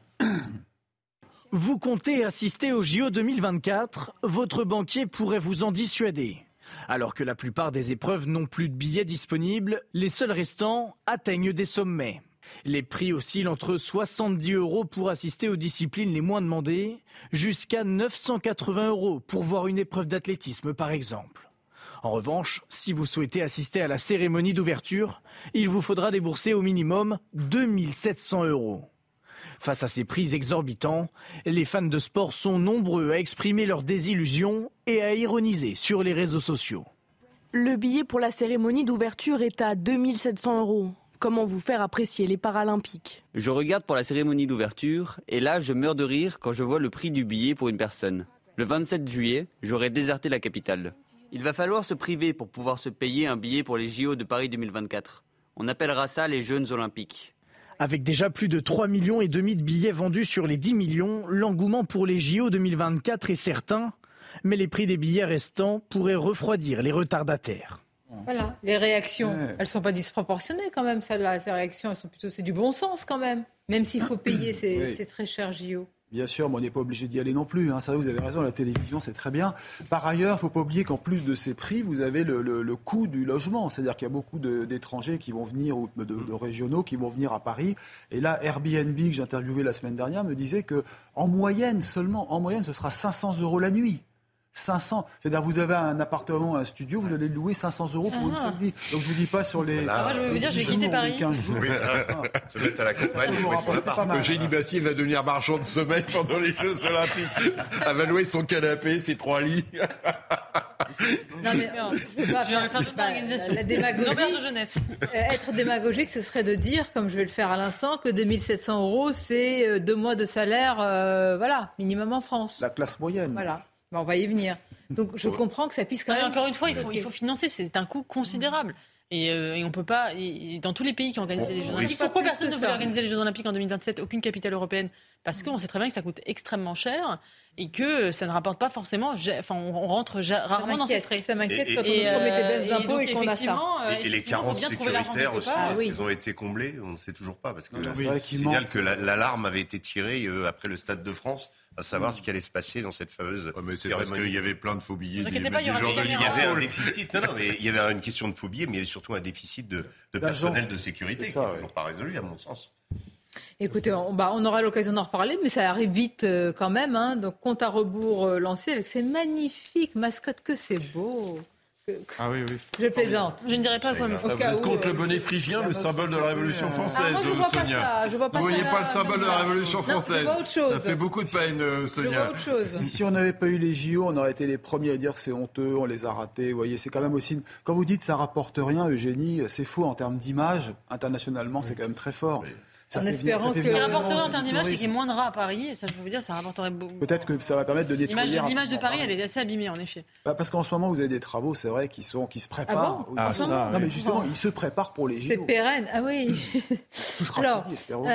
Vous comptez assister au JO 2024, votre banquier pourrait vous en dissuader. Alors que la plupart des épreuves n'ont plus de billets disponibles, les seuls restants atteignent des sommets. Les prix oscillent entre 70 € pour assister aux disciplines les moins demandées, jusqu'à 980 € pour voir une épreuve d'athlétisme par exemple. En revanche, si vous souhaitez assister à la cérémonie d'ouverture, il vous faudra débourser au minimum 2 700 €. Face à ces prix exorbitants, les fans de sport sont nombreux à exprimer leur désillusion et à ironiser sur les réseaux sociaux. Le billet pour la cérémonie d'ouverture est à 2 700 €. Comment vous faire apprécier les Paralympiques ? Je regarde pour la cérémonie d'ouverture et là je meurs de rire quand je vois le prix du billet pour une personne. Le 27 juillet, j'aurai déserté la capitale. Il va falloir se priver pour pouvoir se payer un billet pour les JO de Paris 2024. On appellera ça les Jeunes Olympiques. Avec déjà plus de 3,5 millions de billets vendus sur les 10 millions, l'engouement pour les JO 2024 est certain, mais les prix des billets restants pourraient refroidir les retardataires. Voilà, les réactions, elles sont pas disproportionnées quand même, celles-là. Les réactions, elles sont plutôt, c'est du bon sens quand même. Même s'il faut payer ces très chers JO. Bien sûr, mais on n'est pas obligé d'y aller non plus. Ça, vous avez raison, la télévision, c'est très bien. Par ailleurs, il ne faut pas oublier qu'en plus de ces prix, vous avez le coût du logement. C'est-à-dire qu'il y a beaucoup d'étrangers qui vont venir, ou de régionaux qui vont venir à Paris. Et là, Airbnb, que j'ai interviewé la semaine dernière, me disait qu'en moyenne, ce sera 500 € la nuit. 500, c'est-à-dire vous avez un appartement, un studio, vous allez louer 500 € pour une seule nuit. Donc je vous dis pas sur les. Moi je vais vous dire, je vais quitter Paris. Se mettre à la campagne, Eugénie Bassier va devenir marchand de sommeil pendant les Jeux Olympiques. Elle va louer son canapé, ses 3 lits. Non mais la démagogie. Jeunesse. Être démagogique, ce serait de dire, comme je vais le faire à l'instant, que 2 700 €, c'est 2 mois de salaire, minimum en France. La classe moyenne. Voilà. On va y venir. Donc je comprends que ça puisse quand même... Encore une fois, il faut financer, c'est un coût considérable. Et on peut pas... dans tous les pays qui ont organisé les Jeux Olympiques, pourquoi personne ne veut organiser les Jeux Olympiques en 2027 ? Aucune capitale européenne. Parce qu'on sait très bien que ça coûte extrêmement cher et que ça ne rapporte pas forcément... on rentre rarement dans ces frais. Ça m'inquiète quand on nous promet des baisses d'impôts et qu'on a ça. Et les carences sécuritaires aussi, elles ont été comblées, on ne sait toujours pas. Parce que c'est signal que l'alarme avait été tirée après le Stade de France, à savoir ce qui allait se passer dans cette fameuse cérémonie. Parce qu'il y avait plein de faux billets. Il y avait un déficit. Non, mais il y avait une question de faux billets, mais il y avait surtout un déficit de personnel de sécurité qui n'est toujours pas résolu, à mon sens. Écoutez, on aura l'occasion d'en reparler, mais ça arrive vite quand même. Donc, compte à rebours lancé avec ces magnifiques mascottes, que c'est beau. Ah oui. Je plaisante. Je ne dirais pas quoi, mais vous êtes contre le bonnet phrygien, le symbole de la Révolution française, moi, je vois Sonia. Pas ça. Je vois pas vous ne voyez ça, pas le symbole de la Révolution française. Je vois autre chose. Ça fait beaucoup de peine, Sonia. Je vois autre chose. Si on n'avait pas eu les JO, on aurait été les premiers à dire que c'est honteux, on les a ratés. Vous voyez, c'est quand même aussi... Quand vous dites ça rapporte rien, Eugénie, c'est faux en termes d'image. Internationalement, c'est quand même très fort. Oui. En espérant que... Ce qui rapporterait en termes d'image, c'est qu'il y ait moins de rats à Paris. Et ça, je peux vous dire, ça rapporterait beaucoup. Peut-être que ça va permettre de nettoyer... L'image de Paris, elle est assez abîmée, en effet. Parce qu'en ce moment, vous avez des travaux, c'est vrai, qui se préparent. Non, mais justement, ils se préparent pour les JO. C'est pérenne. Ah oui. Tout sera fini, espérons.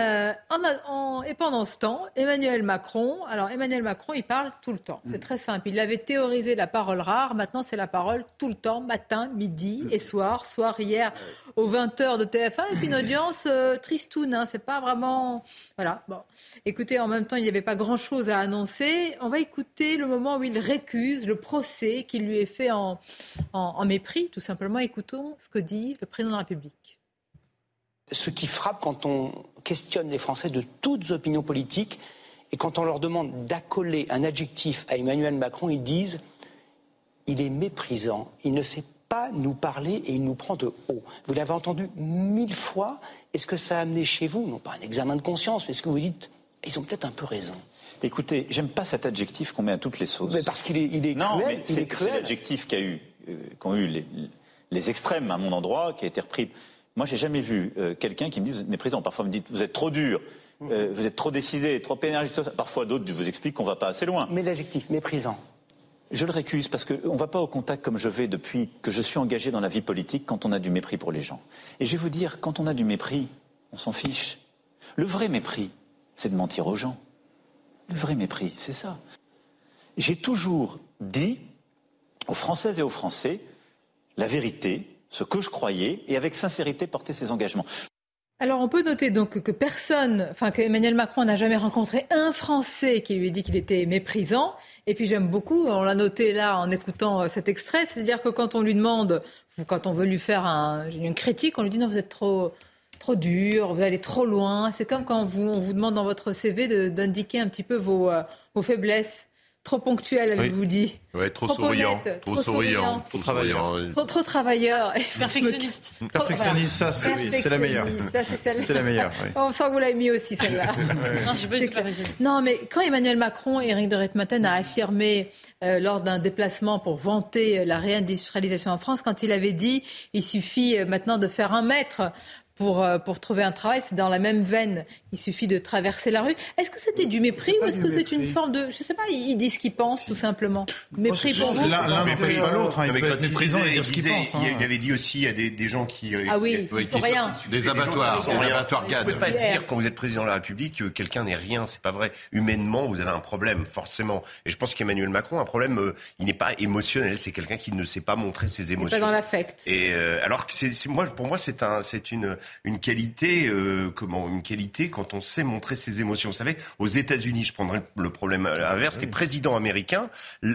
Et pendant ce temps, Emmanuel Macron, il parle tout le temps. C'est très simple. Il avait théorisé la parole rare. Maintenant, c'est la parole tout le temps, matin, midi et soir. Soir hier, aux 20h de TF1. Et puis une audience tristoune. C'est pas vraiment... Voilà. Bon. Écoutez, en même temps, il n'y avait pas grand-chose à annoncer. On va écouter le moment où il récuse le procès qui lui est fait en mépris, tout simplement. Écoutons ce que dit le président de la République. Ce qui frappe quand on questionne les Français de toutes opinions politiques et quand on leur demande d'accoler un adjectif à Emmanuel Macron, ils disent « il est méprisant, il ne sait pas nous parler et il nous prend de haut ». Vous l'avez entendu 1000 fois. Est-ce que ça a amené chez vous, non pas un examen de conscience, mais est-ce que vous dites « ils ont peut-être un peu raison ». Écoutez, j'aime pas cet adjectif qu'on met à toutes les sauces. Mais parce qu'il est non, cruel. Mais c'est l'adjectif qu'ont eu les extrêmes à mon endroit, qui a été repris. Moi, j'ai jamais vu quelqu'un qui me dise méprisant. Parfois, me dit vous êtes trop dur, vous êtes trop décidé, trop énergique. Parfois, d'autres vous expliquent qu'on va pas assez loin. Mais l'adjectif méprisant. Je le récuse parce qu'on ne va pas au contact comme je vais depuis que je suis engagé dans la vie politique quand on a du mépris pour les gens. Et je vais vous dire, quand on a du mépris, on s'en fiche. Le vrai mépris, c'est de mentir aux gens. Le vrai mépris, c'est ça. J'ai toujours dit aux Françaises et aux Français la vérité, ce que je croyais, et avec sincérité porter ses engagements. Alors on peut noter donc qu'Emmanuel Macron n'a jamais rencontré un Français qui lui ait dit qu'il était méprisant. Et puis j'aime beaucoup, on l'a noté là en écoutant cet extrait, c'est-à-dire que quand on lui demande, quand on veut lui faire une critique, on lui dit non, vous êtes trop dur, vous allez trop loin. C'est comme quand on vous demande dans votre CV d'indiquer un petit peu vos faiblesses. Trop ponctuel, avez-vous dit. Ouais, trop souriant. Honnête, trop souriant. Trop travailleur. Trop travailleur. Perfectionniste. Perfectionniste, ça, c'est la meilleure. Ça, c'est celle-là. C'est la meilleure, oui. On sent que vous l'avez mis aussi, celle-là. Non, j'ai pas été perfectionniste. Non, mais quand Emmanuel Macron et Éric de Ritmaten a affirmé lors d'un déplacement pour vanter la réindustrialisation en France, quand il avait dit il suffit maintenant de faire 1 mètre pour trouver un travail, c'est dans la même veine. Il suffit de traverser la rue. Est-ce que c'était du mépris ou est-ce que c'est une forme de... Je ne sais pas, ils disent ce qu'ils pensent, tout simplement. Mépris pour vous. L'un n'empêche pas l'autre. Il peut être méprisant et dire ce qu'il pense. Il avait dit aussi à des gens qui... Ah oui, ils sont rien. Des abattoirs, des abattoirs GAD. Vous ne pouvez pas dire, quand vous êtes président de la République, que quelqu'un n'est rien. C'est pas vrai. Humainement, vous avez un problème, forcément. Et je pense qu'Emmanuel Macron a un problème, il n'est pas émotionnel. C'est quelqu'un qui ne sait pas montrer ses émotions. Pas dans l'affect. Et alors que pour moi, c'est une qualité, une qualité quand on sait montrer ses émotions. Vous savez, aux États-Unis, je prendrais le problème inverse, les présidents américains,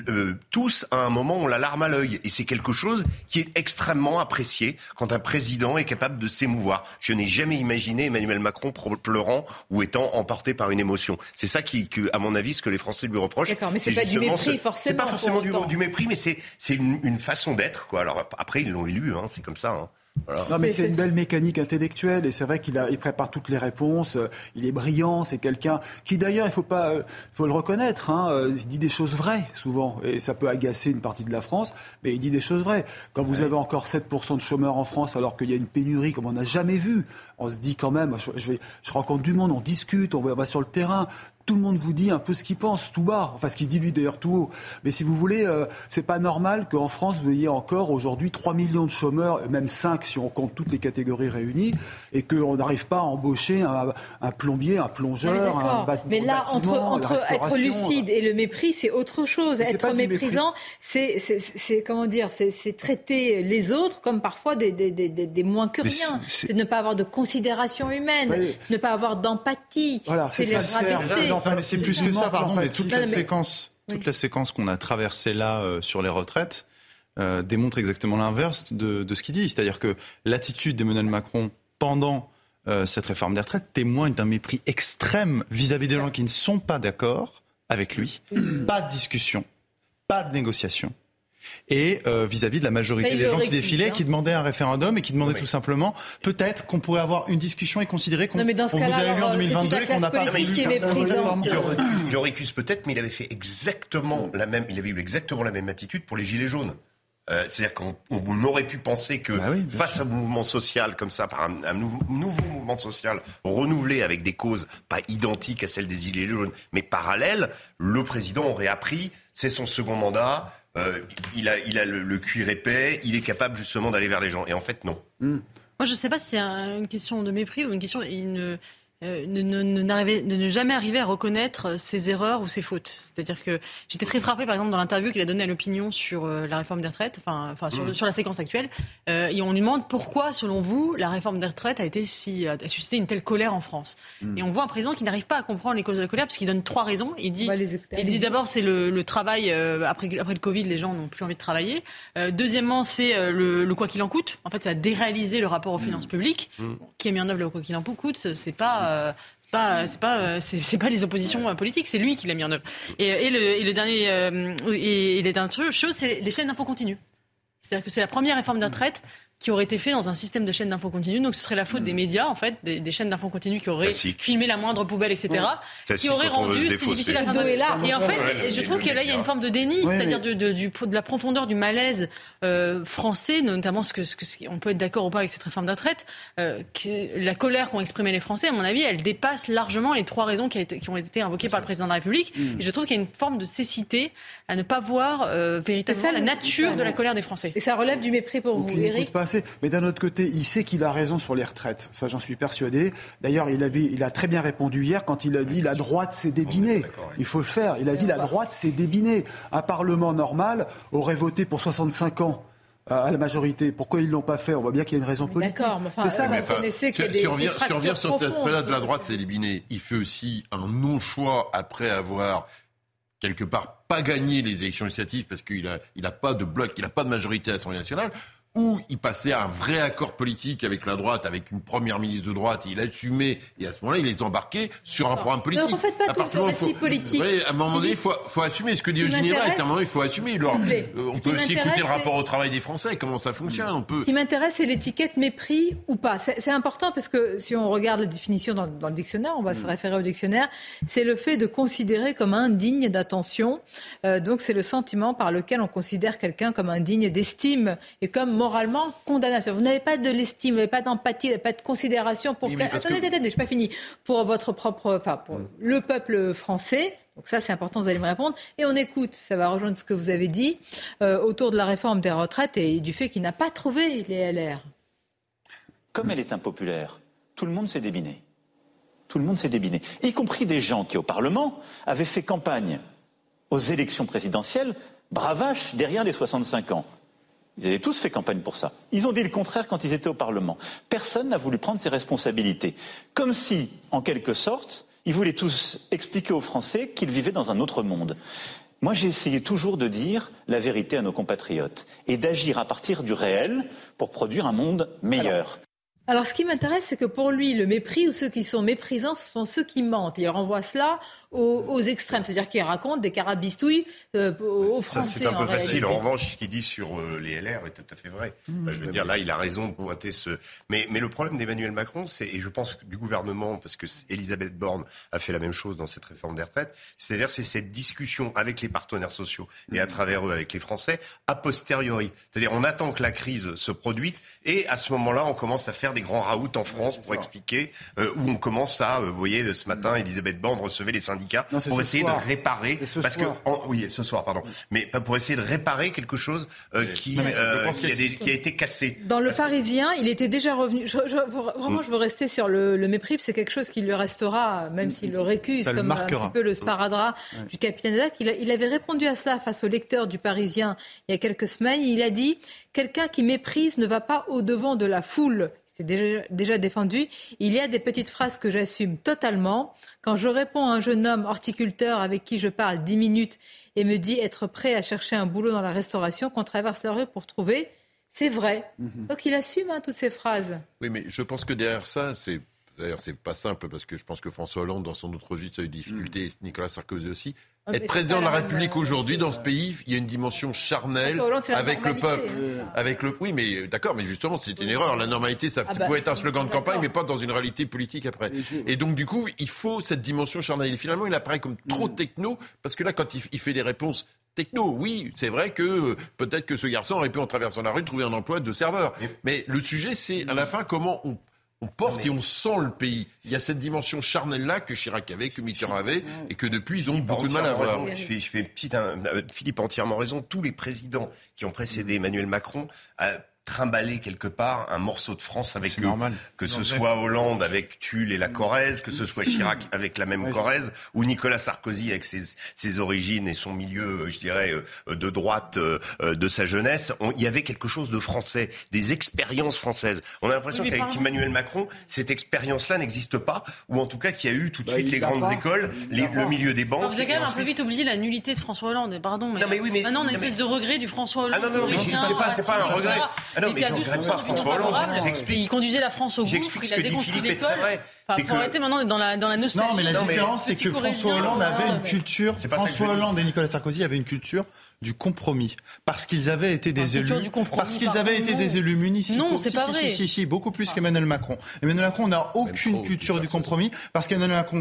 tous à un moment ont la larme à l'œil. Et c'est quelque chose qui est extrêmement apprécié quand un président est capable de s'émouvoir. Je n'ai jamais imaginé Emmanuel Macron pleurant ou étant emporté par une émotion. C'est ça à mon avis, ce que les Français lui reprochent. D'accord, mais c'est pas du mépris, forcément. C'est pas forcément du mépris, mais c'est une façon d'être, quoi. Alors après, ils l'ont élu, c'est comme ça. Voilà. Non, mais c'est une belle mécanique intellectuelle et c'est vrai qu'il prépare toutes les réponses. Il est brillant, c'est quelqu'un qui d'ailleurs, il faut le reconnaître, il dit des choses vraies souvent et ça peut agacer une partie de la France, mais il dit des choses vraies. Quand vous avez encore 7% de chômeurs en France alors qu'il y a une pénurie comme on n'a jamais vu, on se dit quand même, je rencontre du monde, on discute, on va sur le terrain. Tout le monde vous dit un peu ce qu'il pense, tout bas. Enfin, ce qu'il dit lui d'ailleurs tout haut. Mais si vous voulez, c'est pas normal qu'en France, vous ayez encore aujourd'hui 3 millions de chômeurs, même 5 si on compte toutes les catégories réunies, et qu'on n'arrive pas à embaucher un plombier, un plongeur, un bâtiment. Mais là, entre être lucide et le mépris, c'est autre chose. Être méprisant, c'est comment dire, c'est traiter les autres comme parfois des moins que rien. C'est ne pas avoir de considération humaine, ne pas avoir d'empathie. Voilà, c'est les rabaisser. Mais c'est plus que ça, pardon, mais toute la séquence qu'on a traversée là sur les retraites démontre exactement l'inverse de ce qu'il dit. C'est-à-dire que l'attitude d'Emmanuel Macron pendant cette réforme des retraites témoigne d'un mépris extrême vis-à-vis des gens qui ne sont pas d'accord avec lui. Pas de discussion, pas de négociation. Et vis-à-vis de la majorité des gens qui défilaient, qui demandaient un référendaum et qui demandaient tout simplement peut-être qu'on pourrait avoir une discussion et considérer qu'on vous a élu en 2022 et qu'on n'a pas voulu faire cette réforme. Il aurait pu peut-être, mais il avait fait exactement la même. Il avait eu exactement la même attitude pour les gilets jaunes. C'est-à-dire qu'on aurait pu penser que face à un mouvement social comme ça, par un nouveau mouvement social renouvelé avec des causes pas identiques à celles des gilets jaunes, mais parallèles, le président aurait appris, c'est son second mandat. Il a le cuir épais, il est capable justement d'aller vers les gens. Et en fait, non. Moi, je ne sais pas si c'est une question de mépris ou une question ne jamais arriver à reconnaître ses erreurs ou ses fautes. C'est-à-dire que j'étais très frappée, par exemple, dans l'interview qu'il a donnée à l'Opinion sur la réforme des retraites, sur la séquence actuelle. Et on lui demande pourquoi, selon vous, la réforme des retraites a suscité une telle colère en France. Et on voit un président qui n'arrive pas à comprendre les causes de la colère, parce qu'il donne 3 raisons. Il dit d'abord, c'est le travail. Après le Covid, les gens n'ont plus envie de travailler. Deuxièmement, c'est le quoi qu'il en coûte. En fait, ça a déréalisé le rapport aux finances publiques. Qui a mis en œuvre le quoi qu'il en coûte, c'est pas les oppositions politiques, c'est lui qui l'a mis en œuvre. Et les dernières choses, c'est les chaînes d'infos continues. C'est-à-dire que c'est la première réforme des retraites qui aurait été fait dans un système de chaînes d'infos continues. Donc ce serait la faute des médias, en fait, des chaînes d'infos continues qui auraient filmé la moindre poubelle, etc., qui auraient rendu si difficile à faire. Et en fait, je trouve que là, il y a une forme de déni, c'est-à-dire de la profondeur du malaise français, notamment on peut être d'accord ou pas avec cette réforme de retraite, la colère qu'ont exprimé les Français, à mon avis, elle dépasse largement les 3 raisons qui ont été invoquées par le président de la République. Et je trouve qu'il y a une forme de cécité à ne pas voir véritablement la nature de la colère des Français. Et ça relève du mépris pour vous, Éric. Mais d'un autre côté, il sait qu'il a raison sur les retraites. Ça, j'en suis persuadé. D'ailleurs, il a très bien répondu hier quand il a dit la droite s'est débinée. Il faut le faire. Il a dit la droite s'est débinée. Un Parlement normal aurait voté pour 65 ans. À la majorité. Pourquoi ils ne l'ont pas fait? On voit bien qu'il y a une raison politique. D'accord, mais c'est ça, si on revient sur cet aspect-là de la droite s'est éliminée, il fait aussi un non-choix après avoir quelque part pas gagner les élections législatives parce qu'il a pas de bloc, il n'a pas de majorité à l'Assemblée nationale, où il passait à un vrai accord politique avec la droite, avec une première ministre de droite, et il assumait, et à ce moment-là, il les embarquait sur un programme politique. Ne refaites pas tout ce récit politique. Oui, à un moment donné, il faut assumer. Ce que dit Eugénie Rest, à un moment donné, il faut assumer. On peut aussi écouter le rapport au travail des Français, comment ça fonctionne. Ce qui m'intéresse, c'est l'étiquette mépris ou pas. C'est important parce que si on regarde la définition dans le dictionnaire, on va se référer au dictionnaire, c'est le fait de considérer comme indigne d'attention. Donc c'est le sentiment par lequel on considère quelqu'un comme indigne d'estime et comme moralement condamnation. Vous n'avez pas de l'estime, vous n'avez pas d'empathie, vous n'avez pas de considération pour... Attendez, je n'ai pas fini. Pour votre propre... Enfin, pour le peuple français. Donc ça, c'est important, vous allez me répondre. Et on écoute, ça va rejoindre ce que vous avez dit, autour de la réforme des retraites et du fait qu'il n'a pas trouvé les LR. Comme elle est impopulaire, tout le monde s'est débiné. Tout le monde s'est débiné. Y compris des gens qui, au Parlement, avaient fait campagne aux élections présidentielles, bravache derrière les 65 ans. Ils avaient tous fait campagne pour ça. Ils ont dit le contraire quand ils étaient au Parlement. Personne n'a voulu prendre ses responsabilités. Comme si, en quelque sorte, ils voulaient tous expliquer aux Français qu'ils vivaient dans un autre monde. Moi, j'ai essayé toujours de dire la vérité à nos compatriotes et d'agir à partir du réel pour produire un monde meilleur. Alors, ce qui m'intéresse, c'est que pour lui, le mépris ou ceux qui sont méprisants, ce sont ceux qui mentent. Il renvoie cela aux extrêmes, c'est-à-dire qu'il raconte des carabistouilles aux Français. Ça, c'est un peu facile. En revanche, ce qu'il dit sur les LR est tout à fait vrai. Je veux dire, là, il a raison de pointer ce... Mais le problème d'Emmanuel Macron, et je pense du gouvernement, parce que Elisabeth Borne a fait la même chose dans cette réforme des retraites, c'est-à-dire c'est cette discussion avec les partenaires sociaux et à travers eux avec les Français, a posteriori. C'est-à-dire on attend que la crise se produise et à ce moment-là, on commence à faire des grands raouts en France pour expliquer où on commence à, vous voyez, ce matin, Elisabeth Borne recevait les syndicats pour essayer de réparer, parce que ce soir, pardon, mais pas pour essayer de réparer quelque chose qui a été cassé. Dans Le Parisien, il était déjà revenu. Vraiment, je veux rester sur le mépris, c'est quelque chose qui lui restera, même s'il le récuse, comme un petit peu le sparadrap du capitaine Haddock. Il avait répondu à cela face au lecteur du Parisien il y a quelques semaines. Il a dit « Quelqu'un qui méprise ne va pas au-devant de la foule ». C'est déjà défendu. Il y a des petites phrases que j'assume totalement. Quand je réponds à un jeune homme horticulteur avec qui je parle 10 minutes et me dit être prêt à chercher un boulot dans la restauration qu'on traverse la rue pour trouver, c'est vrai. Donc il assume toutes ces phrases. Oui, mais je pense que derrière ça, d'ailleurs, c'est pas simple parce que je pense que François Hollande, dans son autre registre, a eu des difficultés, et Nicolas Sarkozy aussi. Être président de la République aujourd'hui, dans ce pays, il y a une dimension charnelle avec le peuple. Oui, mais d'accord, mais justement, c'est une erreur. La normalité, ça peut être un slogan de campagne, mais pas dans une réalité politique après. Et donc, du coup, il faut cette dimension charnelle. Et finalement, il apparaît comme trop techno, parce que là, quand il fait des réponses techno, oui, c'est vrai que peut-être que ce garçon aurait pu, en traversant la rue, trouver un emploi de serveur. Mais le sujet, c'est à la fin comment on porte et on sent le pays. Il y a cette dimension charnelle-là que Chirac avait, que Mitterrand avait, et que depuis, ils ont beaucoup de mal à avoir. Je fais Philippe a entièrement raison. Tous les présidents qui ont précédé Emmanuel Macron trimballer quelque part un morceau de France avec eux. Normal. Que ce soit Hollande avec Tulle et la Corrèze, que ce soit Chirac avec la même Corrèze, ou Nicolas Sarkozy avec ses origines et son milieu, je dirais, de droite de sa jeunesse. Il y avait quelque chose de français, des expériences françaises. On a l'impression qu'avec Emmanuel Macron, cette expérience-là n'existe pas, ou en tout cas qu'il y a eu tout de suite les grandes écoles, le milieu des banques. Alors vous avez quand même un peu vite oublié la nullité de François Hollande, pardon, mais maintenant on a une espèce de regret du François Hollande. C'est pas un regret. Non, mais je regrette pas François Hollande. Il conduisait la France au gouffre, il a déconstruit l'école. Il faut arrêter maintenant d'être dans la nostalgie. Non, mais la différence, c'est que François Hollande avait une culture. François Hollande et Nicolas Sarkozy avaient une culture du compromis. Parce qu'ils avaient été des élus. Parce qu'ils avaient été des élus municipaux. Non, c'est pas vrai. Si, beaucoup plus qu'Emmanuel Macron. Emmanuel Macron n'a aucune culture du compromis. Parce qu'Emmanuel Macron,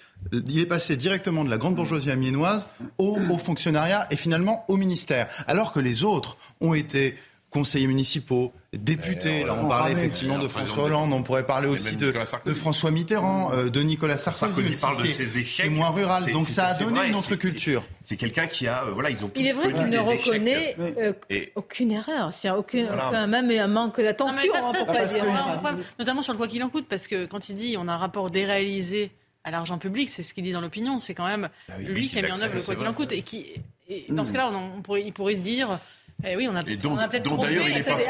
il est passé directement de la grande bourgeoisie amiénoise au fonctionnariat et finalement au ministère. Alors que les autres ont été conseillers municipaux, députés. Là, on parlait effectivement de François Hollande, on pourrait parler aussi de François Mitterrand, de Nicolas Sarkozy. Parle de ses échecs. C'est moins rural, donc ça a donné une autre culture. C'est quelqu'un qui a, ils ont tous. Il est vrai qu'il ne reconnaît aucune erreur, même un manque d'attention. Notamment sur le quoi qu'il en coûte, parce que quand il dit on a un rapport déréalisé à l'argent public, c'est ce qu'il dit dans l'opinion, c'est quand même lui qui a mis en œuvre le quoi qu'il en coûte, et dans ce cas-là, il pourrait se dire. Oui, on a peut-être dont d'ailleurs il n'est pas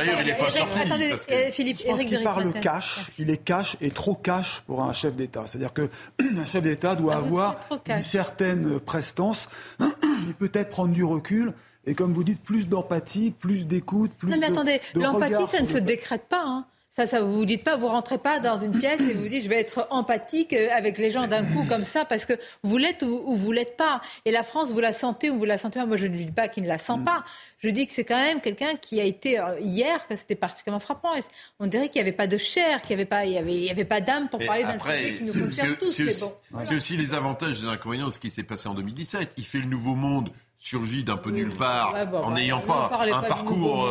sorti. Philippe, je pense qu'il parle cash. Il est cash et trop cash pour un chef d'État. C'est-à-dire qu'un chef d'État doit avoir une certaine prestance et peut-être prendre du recul. Et comme vous dites, plus d'empathie, plus d'écoute, plus de... Non mais attendez, l'empathie, ça ne se décrète décrète pas. Hein. Ça vous dites pas, vous rentrez pas dans une pièce et vous dites je vais être empathique avec les gens d'un coup comme ça parce que vous l'êtes ou vous l'êtes pas. Et la France, vous la sentez ou vous la sentez pas. Moi, je ne dis pas qu'il ne la sent pas. Je dis que c'est quand même quelqu'un qui a été hier, que c'était particulièrement frappant. On dirait qu'il n'y avait pas de chair, qu'il n'y avait pas d'âme pour parler d'un sujet qui nous concerne tous. C'est aussi les avantages et les inconvénients de ce qui s'est passé en 2017. Il fait le nouveau monde. Surgit d'un peu nulle part, en n'ayant pas un parcours,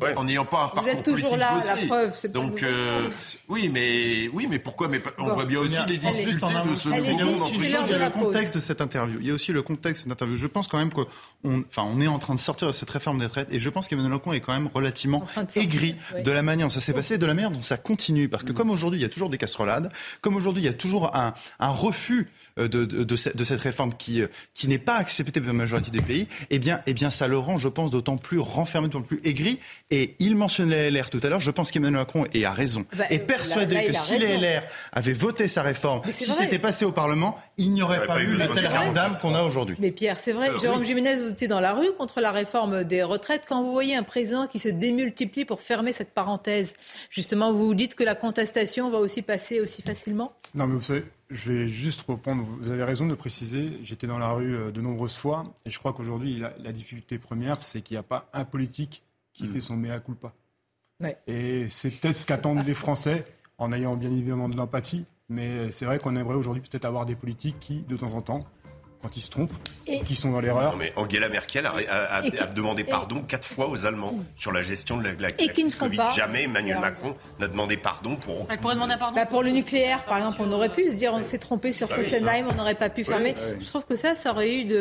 Vous êtes toujours là, la preuve. C'est donc oui, mais pourquoi? Mais on voit bien aussi les difficultés de ce nouveau monde. Il y a le contexte de cette interview. Il y a aussi le contexte de cette interview. Je pense quand même qu'on est en train de sortir de cette réforme des retraites, et je pense qu'Emmanuel Macron est quand même relativement aigri de la manière dont ça s'est passé, et de la manière dont ça continue. Parce que comme aujourd'hui, il y a toujours des casserolades, comme aujourd'hui, il y a toujours un refus de cette réforme qui n'est pas acceptée par la majorité des pays, eh bien ça le rend, je pense, d'autant plus renfermé, d'autant plus aigri. Et il mentionnait les LR tout à l'heure. Je pense qu'Emmanuel Macron a raison. Est persuadé que si les LR avaient voté sa réforme, si c'était passé au Parlement, il n'y aurait pas eu la telle d'âme qu'on a aujourd'hui. Mais Pierre, c'est vrai. Jérôme Jiménez, vous étiez dans la rue contre la réforme des retraites. Quand vous voyez un président qui se démultiplie pour fermer cette parenthèse, justement, vous vous dites que la contestation va aussi passer aussi facilement? Non, mais vous savez, je vais juste reprendre, vous avez raison de préciser, j'étais dans la rue de nombreuses fois, et je crois qu'aujourd'hui, la difficulté première, c'est qu'il n'y a pas un politique qui fait son mea culpa. Ouais. Et c'est peut-être ce qu'attendent les Français, en ayant bien évidemment de l'empathie, mais c'est vrai qu'on aimerait aujourd'hui peut-être avoir des politiques qui, de temps en temps, quand ils se trompent, qui sont dans l'erreur. Non, mais Angela Merkel a demandé pardon 4 fois aux Allemands sur la gestion de la crise Covid. Jamais Emmanuel Macron n'a demandé pardon pour... Elle pourrait demander pardon pour le nucléaire, par exemple, on aurait pu se dire on s'est trompé sur Fessenheim, on n'aurait pas pu fermer. Je trouve que ça aurait eu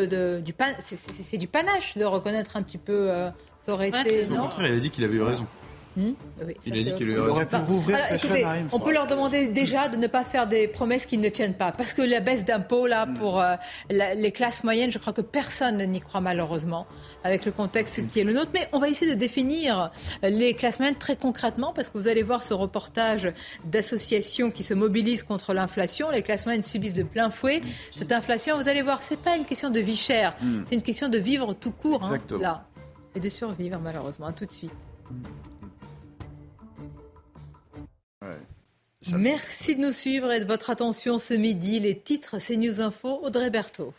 c'est du panache de reconnaître un petit peu... ça aurait été... Au contraire, il a dit qu'il avait eu raison. Oui, il a dit qu'il aurait pu rouvrir Fessenheim. On peut leur demander déjà de ne pas faire des promesses qu'ils ne tiennent pas. Parce que la baisse d'impôts, là, pour les classes moyennes, je crois que personne n'y croit malheureusement, avec le contexte qui est le nôtre. Mais on va essayer de définir les classes moyennes très concrètement, parce que vous allez voir ce reportage d'associations qui se mobilisent contre l'inflation. Les classes moyennes subissent de plein fouet cette inflation. Vous allez voir, c'est pas une question de vie chère, c'est une question de vivre tout court, là, et de survivre malheureusement. À tout de suite. Merci de nous suivre et de votre attention ce midi. Les titres, c'est News Info, Audrey Berthaud.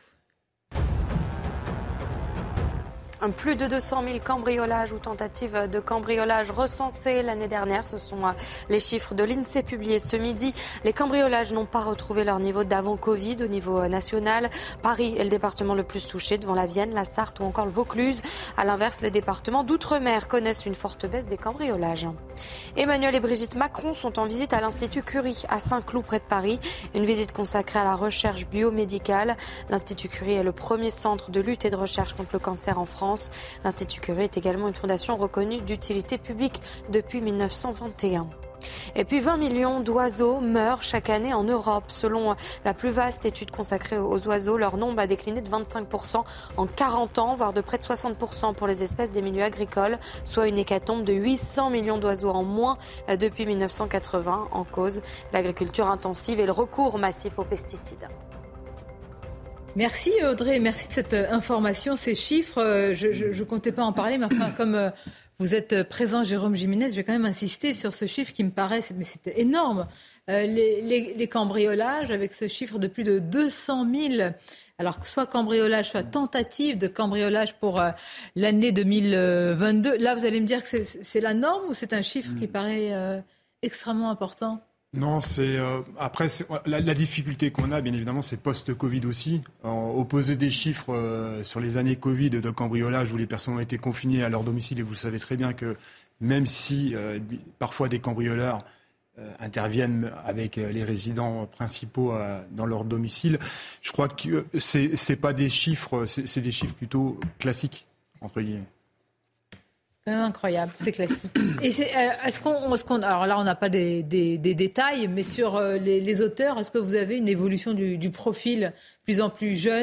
Plus de 200 000 cambriolages ou tentatives de cambriolage recensés l'année dernière. Ce sont les chiffres de l'INSEE publiés ce midi. Les cambriolages n'ont pas retrouvé leur niveau d'avant Covid au niveau national. Paris est le département le plus touché devant la Vienne, la Sarthe ou encore le Vaucluse. À l'inverse, les départements d'outre-mer connaissent une forte baisse des cambriolages. Emmanuel et Brigitte Macron sont en visite à l'Institut Curie à Saint-Cloud près de Paris. Une visite consacrée à la recherche biomédicale. L'Institut Curie est le premier centre de lutte et de recherche contre le cancer en France. L'Institut Curie est également une fondation reconnue d'utilité publique depuis 1921. Et puis 20 millions d'oiseaux meurent chaque année en Europe. Selon la plus vaste étude consacrée aux oiseaux, leur nombre a décliné de 25% en 40 ans, voire de près de 60% pour les espèces des milieux agricoles, soit une hécatombe de 800 millions d'oiseaux en moins depuis 1980. En cause, l'agriculture intensive et le recours massif aux pesticides. Merci Audrey, merci de cette information, ces chiffres. Je ne comptais pas en parler, mais enfin comme vous êtes présent, Jérôme Jiménez, je vais quand même insister sur ce chiffre qui me paraît, mais c'était énorme. Les cambriolages avec ce chiffre de plus de 200 000, alors que soit cambriolage, soit tentative de cambriolage pour l'année 2022. Là, vous allez me dire que c'est la norme ou c'est un chiffre qui paraît extrêmement important ? Non, après la difficulté qu'on a, bien évidemment, c'est post-Covid aussi. Opposer des chiffres sur les années Covid de cambriolage où les personnes ont été confinées à leur domicile, et vous le savez très bien que même si parfois des cambrioleurs interviennent avec les résidents principaux dans leur domicile, je crois que c'est pas des chiffres, c'est des chiffres plutôt classiques entre guillemets. C'est quand même incroyable, c'est classique. Et est-ce qu'on alors là, on n'a pas des détails, mais sur les auteurs, est-ce que vous avez une évolution du profil de plus en plus jeune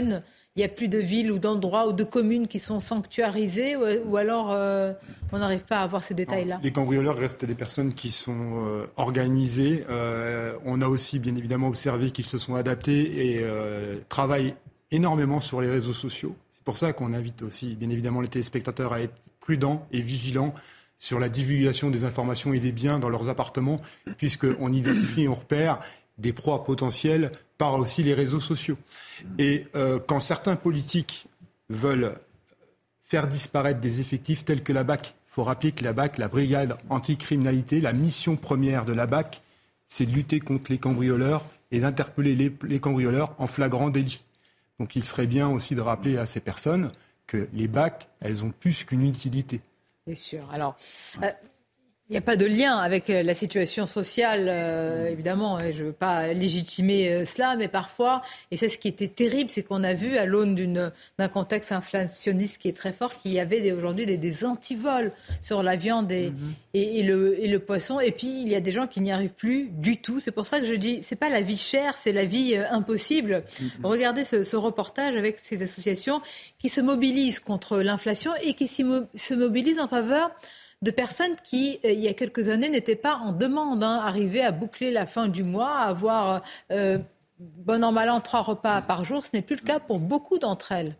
il n'y a plus de villes ou d'endroits ou de communes qui sont sanctuarisées ou alors on n'arrive pas à avoir ces détails-là? Les cambrioleurs restent des personnes qui sont organisées. On a aussi bien évidemment observé qu'ils se sont adaptés et travaillent énormément sur les réseaux sociaux. C'est pour ça qu'on invite aussi bien évidemment les téléspectateurs à être prudents et vigilants sur la divulgation des informations et des biens dans leurs appartements, puisqu'on identifie et on repère des proies potentielles par aussi les réseaux sociaux. Et quand certains politiques veulent faire disparaître des effectifs tels que la BAC, il faut rappeler que la BAC, la brigade anticriminalité, la mission première de la BAC, c'est de lutter contre les cambrioleurs et d'interpeller les cambrioleurs en flagrant délit. Donc il serait bien aussi de rappeler à ces personnes que les BAC, elles ont plus qu'une utilité. C'est sûr. Alors, il n'y a pas de lien avec la situation sociale, évidemment, je ne veux pas légitimer cela, mais parfois, et c'est ce qui était terrible, c'est qu'on a vu à l'aune d'un contexte inflationniste qui est très fort, qu'il y avait aujourd'hui des antivols sur la viande et le poisson, et puis il y a des gens qui n'y arrivent plus du tout. C'est pour ça que je dis, c'est pas la vie chère, c'est la vie impossible. Regardez ce reportage avec ces associations qui se mobilisent contre l'inflation et qui se mobilisent en faveur de personnes qui, il y a quelques années, n'étaient pas en demande, arrivaient à boucler la fin du mois, à avoir, bon an, mal an, 3 repas par jour. Ce n'est plus le cas pour beaucoup d'entre elles.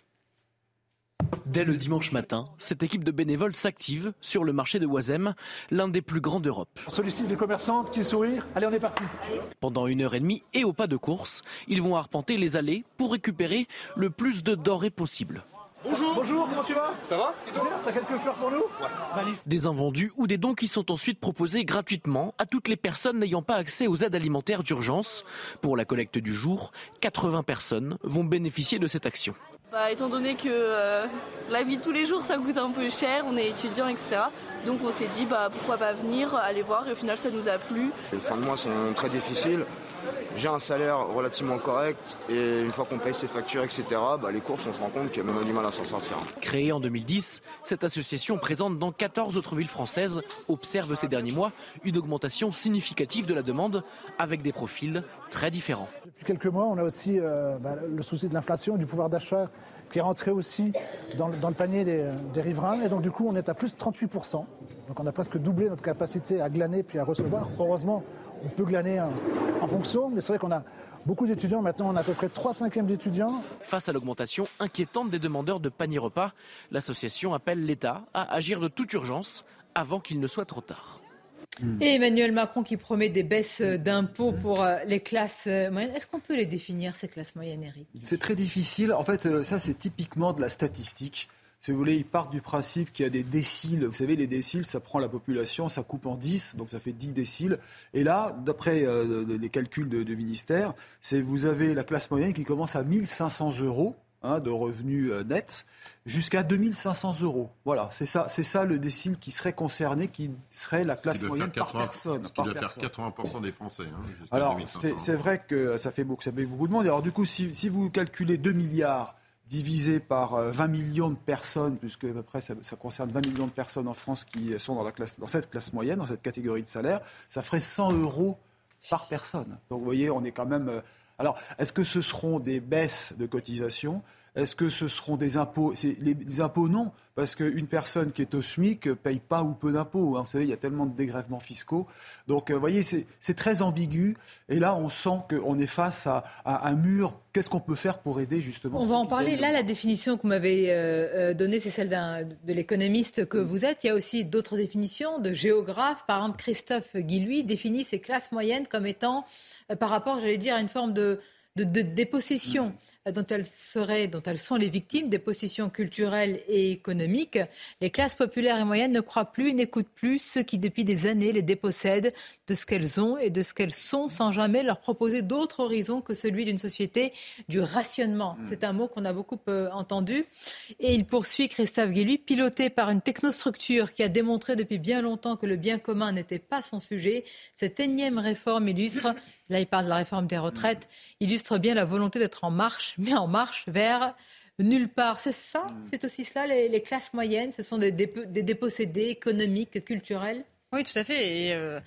Dès le dimanche matin, cette équipe de bénévoles s'active sur le marché de Oisem, l'un des plus grands d'Europe. On sollicite les commerçants, petit sourire. Allez, on est parti. Pendant 1h30 et au pas de course, ils vont arpenter les allées pour récupérer le plus de denrées possible. Bonjour, comment tu vas? Ça va? T'as quelques fleurs pour nous? Ouais. Des invendus ou des dons qui sont ensuite proposés gratuitement à toutes les personnes n'ayant pas accès aux aides alimentaires d'urgence. Pour la collecte du jour, 80 personnes vont bénéficier de cette action. Étant donné que la vie de tous les jours, ça coûte un peu cher, on est étudiant, etc. Donc on s'est dit pourquoi pas venir, aller voir, et au final ça nous a plu. Les fins de mois sont très difficiles. J'ai un salaire relativement correct et une fois qu'on paye ses factures, etc., les courses, on se rend compte qu'on a du mal à s'en sortir. Créée en 2010, cette association présente dans 14 autres villes françaises observe ces derniers mois une augmentation significative de la demande avec des profils très différents. Depuis quelques mois, on a aussi le souci de l'inflation, du pouvoir d'achat qui est rentré aussi dans le panier des riverains. Et donc du coup, on est à plus de 38%. Donc on a presque doublé notre capacité à glaner puis à recevoir. Heureusement, on peut glaner en fonction, mais c'est vrai qu'on a beaucoup d'étudiants. Maintenant, on a à peu près 3/5 d'étudiants. Face à l'augmentation inquiétante des demandeurs de paniers repas, l'association appelle l'État à agir de toute urgence avant qu'il ne soit trop tard. Et Emmanuel Macron qui promet des baisses d'impôts pour les classes moyennes. Est-ce qu'on peut les définir, ces classes moyennes, Eric? C'est très difficile. En fait, ça, c'est typiquement de la statistique. Si vous voulez, ils partent du principe qu'il y a des déciles. Vous savez, les déciles, ça prend la population, ça coupe en 10, donc ça fait 10 déciles. Et là, d'après les calculs du ministère, vous avez la classe moyenne qui commence à 1 500 euros de revenus nets jusqu'à 2 500 euros. Voilà, c'est ça le décile qui serait concerné, qui serait la classe moyenne par personne. Qui doit faire 80% des Français. Alors, c'est vrai que ça fait beaucoup de monde. Alors du coup, si vous calculez 2 milliards divisé par 20 millions de personnes, puisque à peu près ça concerne 20 millions de personnes en France qui sont dans cette classe moyenne, dans cette catégorie de salaire, ça ferait 100 euros par personne. Donc vous voyez, on est quand même... Alors, est-ce que ce seront des baisses de cotisations ? Est-ce que ce seront des impôts ? Les impôts, non, parce qu'une personne qui est au SMIC ne paye pas ou peu d'impôts. Vous savez, il y a tellement de dégrèvements fiscaux. Donc, vous voyez, c'est très ambigu. Et là, on sent qu'on est face à un mur. Qu'est-ce qu'on peut faire pour aider, justement ? On va en parler. Là, la définition que vous m'avez donnée, c'est celle de l'économiste que vous êtes. Il y a aussi d'autres définitions de géographes. Par exemple, Christophe Guilluy définit ces classes moyennes comme étant, par rapport, j'allais dire, à une forme de dépossession dont elles sont les victimes, des possessions culturelles et économiques. Les classes populaires et moyennes ne croient plus, n'écoutent plus ceux qui, depuis des années, les dépossèdent de ce qu'elles ont et de ce qu'elles sont, sans jamais leur proposer d'autre horizon que celui d'une société du rationnement. C'est un mot qu'on a beaucoup entendu. Et il poursuit, Christophe Guilluy, piloté par une technostructure qui a démontré depuis bien longtemps que le bien commun n'était pas son sujet. Cette énième réforme illustre, là il parle de la réforme des retraites, illustre bien la volonté d'être en marche, mais en marche vers nulle part. C'est ça, c'est aussi cela, les classes moyennes, ce sont des dépossédés économiques, culturels. Oui, tout à fait.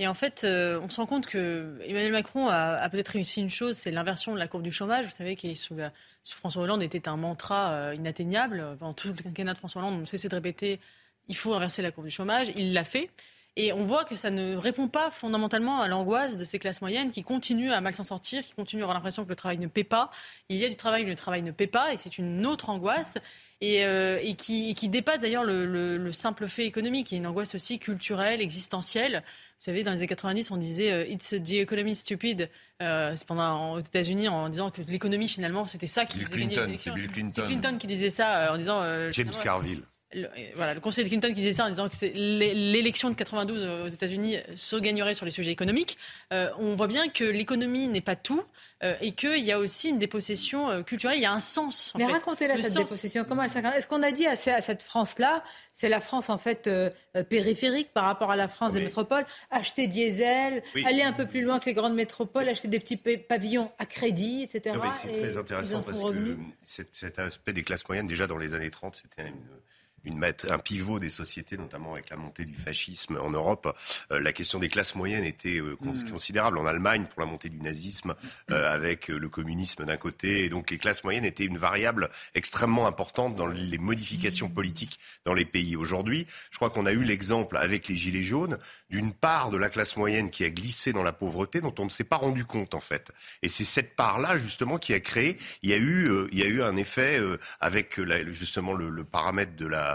Et en fait, on se rend compte que Emmanuel Macron a peut-être réussi une chose, c'est l'inversion de la courbe du chômage. Vous savez, qui sous François Hollande était un mantra inatteignable. Pendant tout le quinquennat de François Hollande, on cessait de répéter il faut inverser la courbe du chômage. Il l'a fait. Et on voit que ça ne répond pas fondamentalement à l'angoisse de ces classes moyennes qui continuent à mal s'en sortir, qui continuent à avoir l'impression que le travail ne paie pas. Il y a du travail, mais le travail ne paie pas, et c'est une autre angoisse. Et qui dépasse d'ailleurs le simple fait économique. Il y a une angoisse aussi culturelle, existentielle. Vous savez, dans les années 90, on disait « It's the economy stupid ». C'est pendant aux États-Unis en disant que l'économie, finalement, c'était ça qui faisait gagner les élections. C'est Clinton qui disait ça en disant... James Carville. Le conseiller de Clinton qui disait ça en disant que l'élection de 92 aux États-Unis se gagnerait sur les sujets économiques. On voit bien que l'économie n'est pas tout et qu'il y a aussi une dépossession culturelle. Il y a un sens. Mais racontez-la cette dépossession. Comment elle s'incarne ? Est-ce qu'on a dit à cette France-là, c'est la France en fait périphérique par rapport à la France des métropoles, acheter diesel, aller un peu plus loin que les grandes métropoles, acheter des petits pavillons à crédit, etc. Non, c'est très intéressant parce que cet aspect des classes moyennes, déjà dans les années 30, c'était un pivot des sociétés, notamment avec la montée du fascisme en Europe. La question des classes moyennes était considérable. En Allemagne, pour la montée du nazisme, avec le communisme d'un côté. Et donc les classes moyennes étaient une variable extrêmement importante dans les modifications politiques dans les pays. Aujourd'hui, je crois qu'on a eu l'exemple avec les Gilets jaunes d'une part de la classe moyenne qui a glissé dans la pauvreté dont on ne s'est pas rendu compte en fait. Et c'est cette part-là justement qui a créé. Il y a eu un effet avec justement le paramètre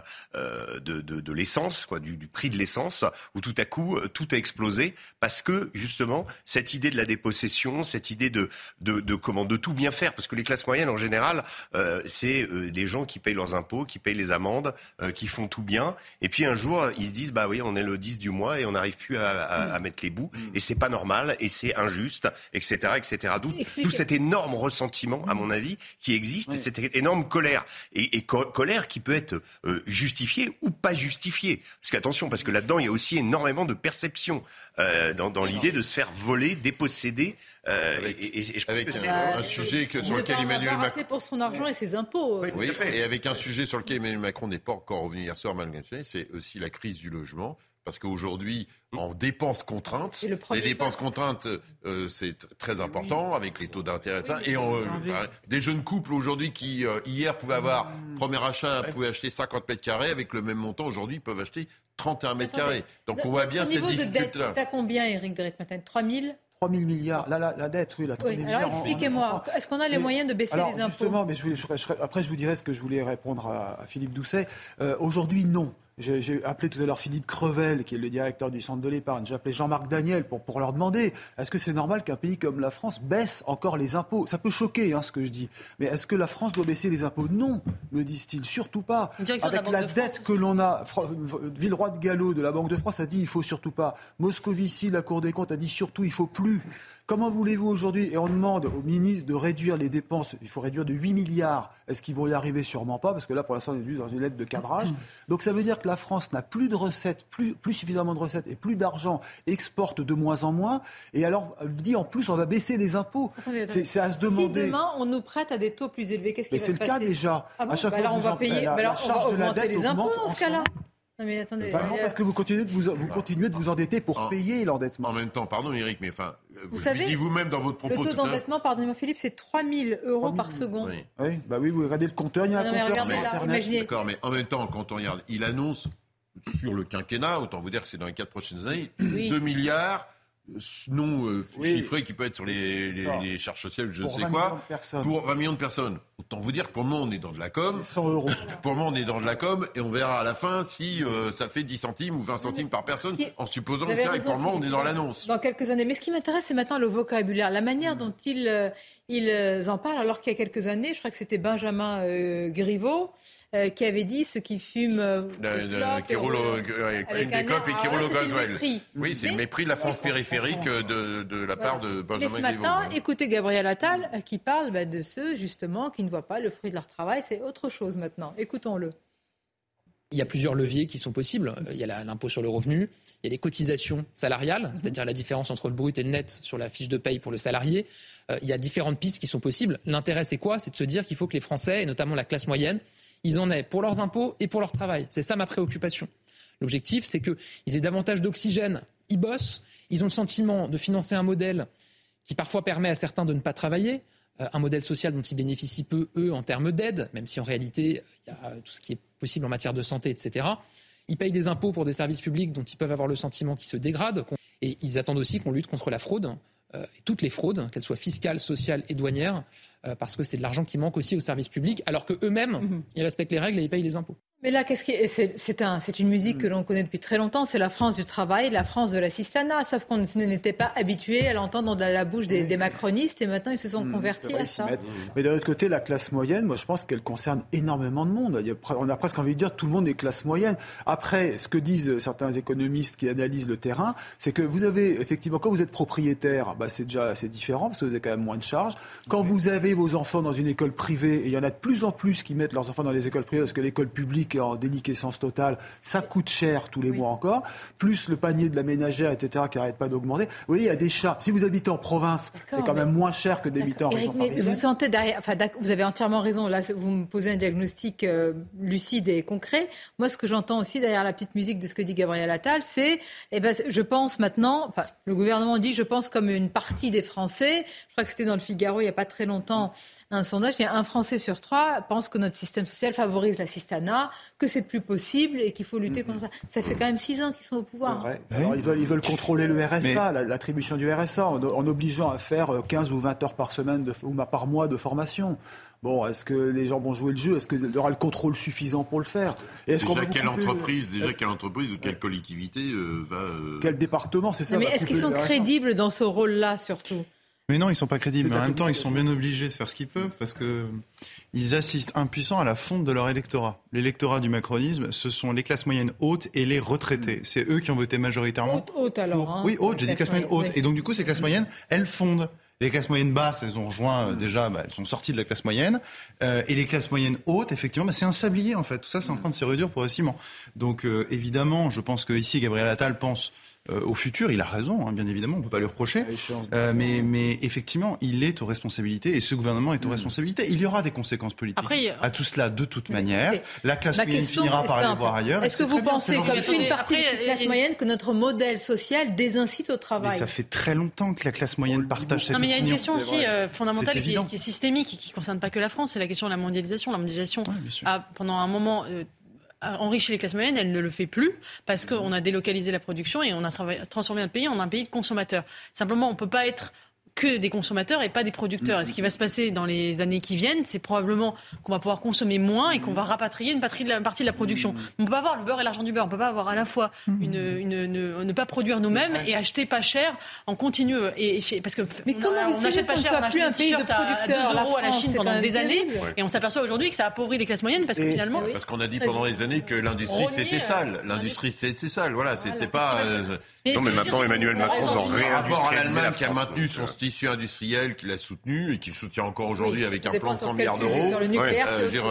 de l'essence, du prix de l'essence, où tout à coup tout a explosé parce que justement cette idée de la dépossession, cette idée de tout bien faire, parce que les classes moyennes en général c'est des gens qui payent leurs impôts, qui payent les amendes, qui font tout bien, et puis un jour ils se disent bah oui on est le 10 du mois et on n'arrive plus à mettre les bouts et c'est pas normal et c'est injuste, etc. D'où cet énorme ressentiment à mon avis qui existe, et cette énorme colère et colère qui peut être justifié ou pas justifié. Parce qu'attention, parce que là-dedans, il y a aussi énormément de perception dans l'idée de se faire voler, déposséder. Et je pense que c'est un sujet sur lequel Emmanuel Macron... pour son argent et ses impôts. Oui, et avec un sujet sur lequel Emmanuel Macron n'est pas encore revenu hier soir, malgré tout, c'est aussi la crise du logement. Parce qu'aujourd'hui, en dépenses contraintes, les dépenses contraintes, c'est très important avec les taux d'intérêt. Et des jeunes couples aujourd'hui qui, hier, pouvaient avoir, premier achat, pouvaient acheter 50 mètres carrés, avec le même montant, aujourd'hui, ils peuvent acheter 31 mètres carrés. Donc on voit bien cette difficulté-là. T'as combien, Éric de Ritmaten ? 3 000 milliards. La dette, oui, la 3 000 milliards. Alors expliquez-moi, est-ce qu'on a les moyens de baisser les impôts ? Justement, mais après je vous dirai ce que je voulais répondre à Philippe Doucet. Aujourd'hui, non. J'ai appelé tout à l'heure Philippe Crevel, qui est le directeur du Centre de l'Épargne. J'ai appelé Jean-Marc Daniel pour leur demander est-ce que c'est normal qu'un pays comme la France baisse encore les impôts ? Ça peut choquer ce que je dis. Mais est-ce que la France doit baisser les impôts ? Non, me disent-ils, surtout pas. Avec la dette que l'on a, Villeroy de Gallo de la Banque de France a dit il faut surtout pas. Moscovici, la Cour des comptes, a dit surtout il faut plus. Comment voulez-vous aujourd'hui ? Et on demande au ministre de réduire les dépenses. Il faut réduire de 8 milliards. Est-ce qu'ils vont y arriver ? Sûrement pas, parce que là, pour l'instant, on est dans une lettre de cadrage. Donc ça veut dire que la France n'a plus de recettes, plus suffisamment de recettes et plus d'argent, exporte de moins en moins. Et alors, dit en plus, on va baisser les impôts. C'est à se demander. Si demain, on nous prête à des taux plus élevés, qu'est-ce qui va se passer ? Mais c'est le cas déjà. Ah bon, à chaque fois, alors on va payer. la charge de la dette les impôts augmente dans ce cas-là. Non mais attendez. Non, parce que vous continuez de vous endetter pour payer l'endettement. En même temps, pardon Éric, mais vous savez, dites vous-même dans votre propos. Le taux d'endettement, pardonnez-moi Philippe, c'est 3 000 € par seconde. Oui, vous regardez le compteur, il y a un compteur sur Internet. D'accord, mais en même temps, quand on regarde, il annonce sur le quinquennat, autant vous dire que c'est dans les 4 prochaines années, 2 milliards non chiffré qui peut être sur les charges sociales, je ne sais quoi, pour 20 millions de personnes. Autant vous dire que pour le moment, on est dans de la com. 100 €. Pour le moment, on est dans de la com et on verra à la fin si ça fait 10 centimes ou 20 centimes par personne, en supposant que pour le moment, on est dans l'annonce. Dans quelques années. Mais ce qui m'intéresse, c'est maintenant le vocabulaire, la manière dont ils en parlent, alors qu'il y a quelques années, je crois que c'était Benjamin Griveaux, qui avait dit ceux qui fument qui roulent des clopes et qui roulent au gasoil. Oui, c'est le mépris de la France périphérique de la part de Benjamin Griveaux. Mais ce matin, écoutez Gabriel Attal qui parle de ceux justement qui ne voient pas le fruit de leur travail. C'est autre chose maintenant. Écoutons-le. Il y a plusieurs leviers qui sont possibles. Il y a l'impôt sur le revenu, il y a les cotisations salariales, c'est-à-dire la différence entre le brut et le net sur la fiche de paye pour le salarié. Il y a différentes pistes qui sont possibles. L'intérêt, c'est quoi ? C'est de se dire qu'il faut que les Français, et notamment la classe moyenne, ils en aient pour leurs impôts et pour leur travail. C'est ça ma préoccupation. L'objectif, c'est qu'ils aient davantage d'oxygène ils bossent, ils ont le sentiment de financer un modèle qui parfois permet à certains de ne pas travailler, un modèle social dont ils bénéficient peu, eux, en termes d'aide, même si en réalité, il y a tout ce qui est possible en matière de santé, etc. Ils payent des impôts pour des services publics dont ils peuvent avoir le sentiment qu'ils se dégradent. Et ils attendent aussi qu'on lutte contre la fraude, et toutes les fraudes, qu'elles soient fiscales, sociales et douanières, parce que c'est de l'argent qui manque aussi aux services publics, alors qu'eux-mêmes, ils respectent les règles et ils payent les impôts. Mais là, c'est une musique que l'on connaît depuis très longtemps. C'est la France du travail, la France de l'assistanat. Sauf qu'on n'était pas habitué à l'entendre dans la bouche des macronistes. Et maintenant, ils se sont convertis à ça. Mais d'un autre côté, la classe moyenne, moi, je pense qu'elle concerne énormément de monde. On a presque envie de dire tout le monde est classe moyenne. Après, ce que disent certains économistes qui analysent le terrain, c'est que vous avez, effectivement, quand vous êtes propriétaire, c'est différent parce que vous avez quand même moins de charges. Quand vous avez vos enfants dans une école privée, et il y en a de plus en plus qui mettent leurs enfants dans les écoles privées parce que l'école publique est en déliquescence totale, ça coûte cher tous les mois encore, plus le panier de la ménagère, etc., qui n'arrête pas d'augmenter. Vous voyez, il y a des charges. Si vous habitez en province, c'est quand même moins cher que d'habiter en région parisienne. Vous sentez derrière, vous avez entièrement raison. Là, vous me posez un diagnostic lucide et concret. Moi, ce que j'entends aussi derrière la petite musique de ce que dit Gabriel Attal, c'est, je pense maintenant, le gouvernement dit, je pense comme une partie des Français. Je crois que c'était dans le Figaro il n'y a pas très longtemps. Un sondage, il y a 1 Français sur 3 pense que notre système social favorise l'assistanat, que c'est plus possible et qu'il faut lutter contre ça. Ça fait quand même 6 ans qu'ils sont au pouvoir. C'est vrai. Alors, ils veulent contrôler le RSA, l'attribution du RSA, en obligeant à faire 15 ou 20 heures par semaine ou par mois de formation. Bon, est-ce que les gens vont jouer le jeu ? Est-ce qu'il y aura le contrôle suffisant pour le faire ? Et est-ce quelle entreprise ou quelle collectivité va... Quel département, c'est ça ? Mais est-ce qu'ils sont crédibles dans ce rôle-là, surtout ? Mais non, ils ne sont pas crédibles. Mais en même temps, ils sont bien obligés de faire ce qu'ils peuvent parce qu'ils assistent impuissants à la fonte de leur électorat. L'électorat du macronisme, ce sont les classes moyennes hautes et les retraités. C'est eux qui ont voté majoritairement. Haute alors. Oui, haute, j'ai dit classe moyenne haute. Oui. Et donc, du coup, ces classes moyennes, elles fondent. Les classes moyennes basses, elles ont rejoint déjà, elles sont sorties de la classe moyenne. Et les classes moyennes hautes, effectivement, c'est un sablier en fait. Tout ça, c'est en train de se réduire progressivement. Donc, évidemment, je pense qu'ici, Gabriel Attal pense au futur, il a raison, bien évidemment, on ne peut pas lui reprocher. Mais effectivement, il est aux responsabilités et ce gouvernement est aux responsabilités. Il y aura des conséquences politiques à tout cela de toute manière. La classe moyenne finira par aller voir ailleurs. Est-ce que vous pensez, comme une partie de la classe moyenne, que notre modèle social désincite au travail ? Mais ça fait très longtemps que la classe moyenne partage cette opinion. Mais il y a une question aussi fondamentale qui est systémique et qui ne concerne pas que la France, c'est la question de la mondialisation. La mondialisation a, pendant un moment... enrichir les classes moyennes, elle ne le fait plus parce qu'on a délocalisé la production et on a transformé notre pays en un pays de consommateurs. Simplement, on ne peut pas être que des consommateurs et pas des producteurs. Et ce qui va se passer dans les années qui viennent, c'est probablement qu'on va pouvoir consommer moins et qu'on va rapatrier une partie de la production. On ne peut pas avoir le beurre et l'argent du beurre. On ne peut pas avoir à la fois ne pas produire nous-mêmes et acheter pas cher en continu. Parce que on n'achète pas cher, on achète un t-shirt à 2 € à la Chine pendant des années et on s'aperçoit aujourd'hui que ça appauvrit les classes moyennes parce que finalement... Parce qu'on a dit pendant des années que l'industrie c'était sale. L'industrie c'était sale. Voilà, c'était pas... Non, mais maintenant, Emmanuel Macron va rapport à l'Allemagne qui a maintenu son tissu industriel, qui l'a soutenu et qui le soutient encore aujourd'hui avec un plan de 100 milliards d'euros. Sur le nucléaire,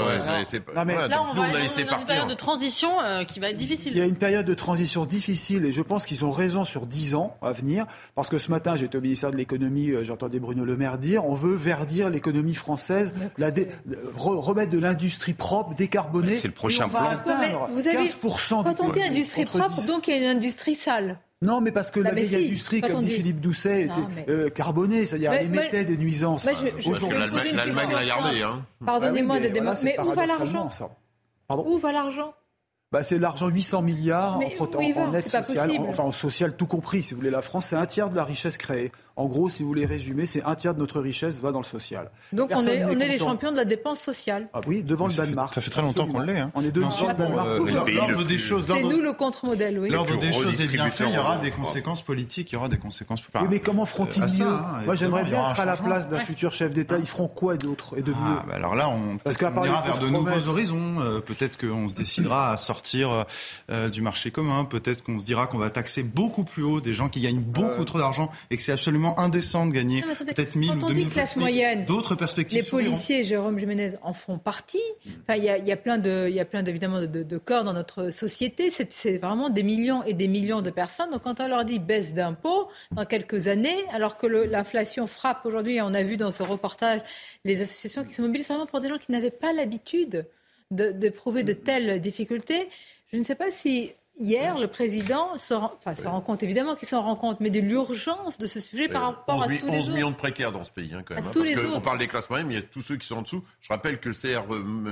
là, on va être dans une période de transition qui va être difficile. Il y a une période de transition difficile et je pense qu'ils ont raison sur 10 ans à venir. Parce que ce matin, j'étais au ministère de l'économie, j'entendais Bruno Le Maire dire on veut verdir l'économie française, remettre de l'industrie propre, décarbonée. C'est le prochain plan. Vous avez, quand on dit industrie propre, donc il y a une industrie sale. Non, mais parce que la vieille industrie, comme dit Philippe Doucet, était carbonée, c'est-à-dire elle émettait des nuisances. L'Allemagne l'a gardé. Pardonnez-moi de démontrer. Mais où va l'argent ? Où va l'argent ? C'est de l'argent 800 milliards en aide sociale, en social tout compris, si vous voulez. La France, c'est 1/3 de la richesse créée. En gros, si vous voulez résumer, c'est 1/3 de notre richesse va dans le social. Donc on est les champions de la dépense sociale. Ah oui, devant le Danemark. Ça fait très longtemps qu'on l'est. On est devant le Danemark. C'est nous le contre-modèle, oui. L'ordre des choses est bien fait, il y aura des conséquences politiques, il y aura des conséquences... Oui, mais comment feront-ils mieux ? Moi, j'aimerais bien être à la place d'un futur chef d'État. Ils feront quoi d'autre et de mieux ? Alors là, on ira vers de nouveaux horizons. Peut-être qu'on se décidera à sortir du marché commun. Peut-être qu'on se dira qu'on va taxer beaucoup plus haut des gens qui gagnent beaucoup trop d'argent et que c'est absolument indécent de gagner peut-être 1000 ou 2000 classe moyenne, d'autres perspectives. Les policiers, Jérôme Jiménez, en font partie. Enfin, il y a plein évidemment de corps dans notre société. C'est vraiment des millions et des millions de personnes. Donc quand on leur dit baisse d'impôts dans quelques années, alors que l'inflation frappe aujourd'hui, et on a vu dans ce reportage les associations qui sont mobiles, c'est vraiment pour des gens qui n'avaient pas l'habitude d'éprouver de telles difficultés. Je ne sais pas si hier, le président se rend compte, évidemment qu'il s'en rend compte, mais de l'urgence de ce sujet par rapport à tous les autres. 11 millions de précaires dans ce pays, quand même. Parce qu'on parle des classes moyennes, mais il y a tous ceux qui sont en dessous. Je rappelle que le CR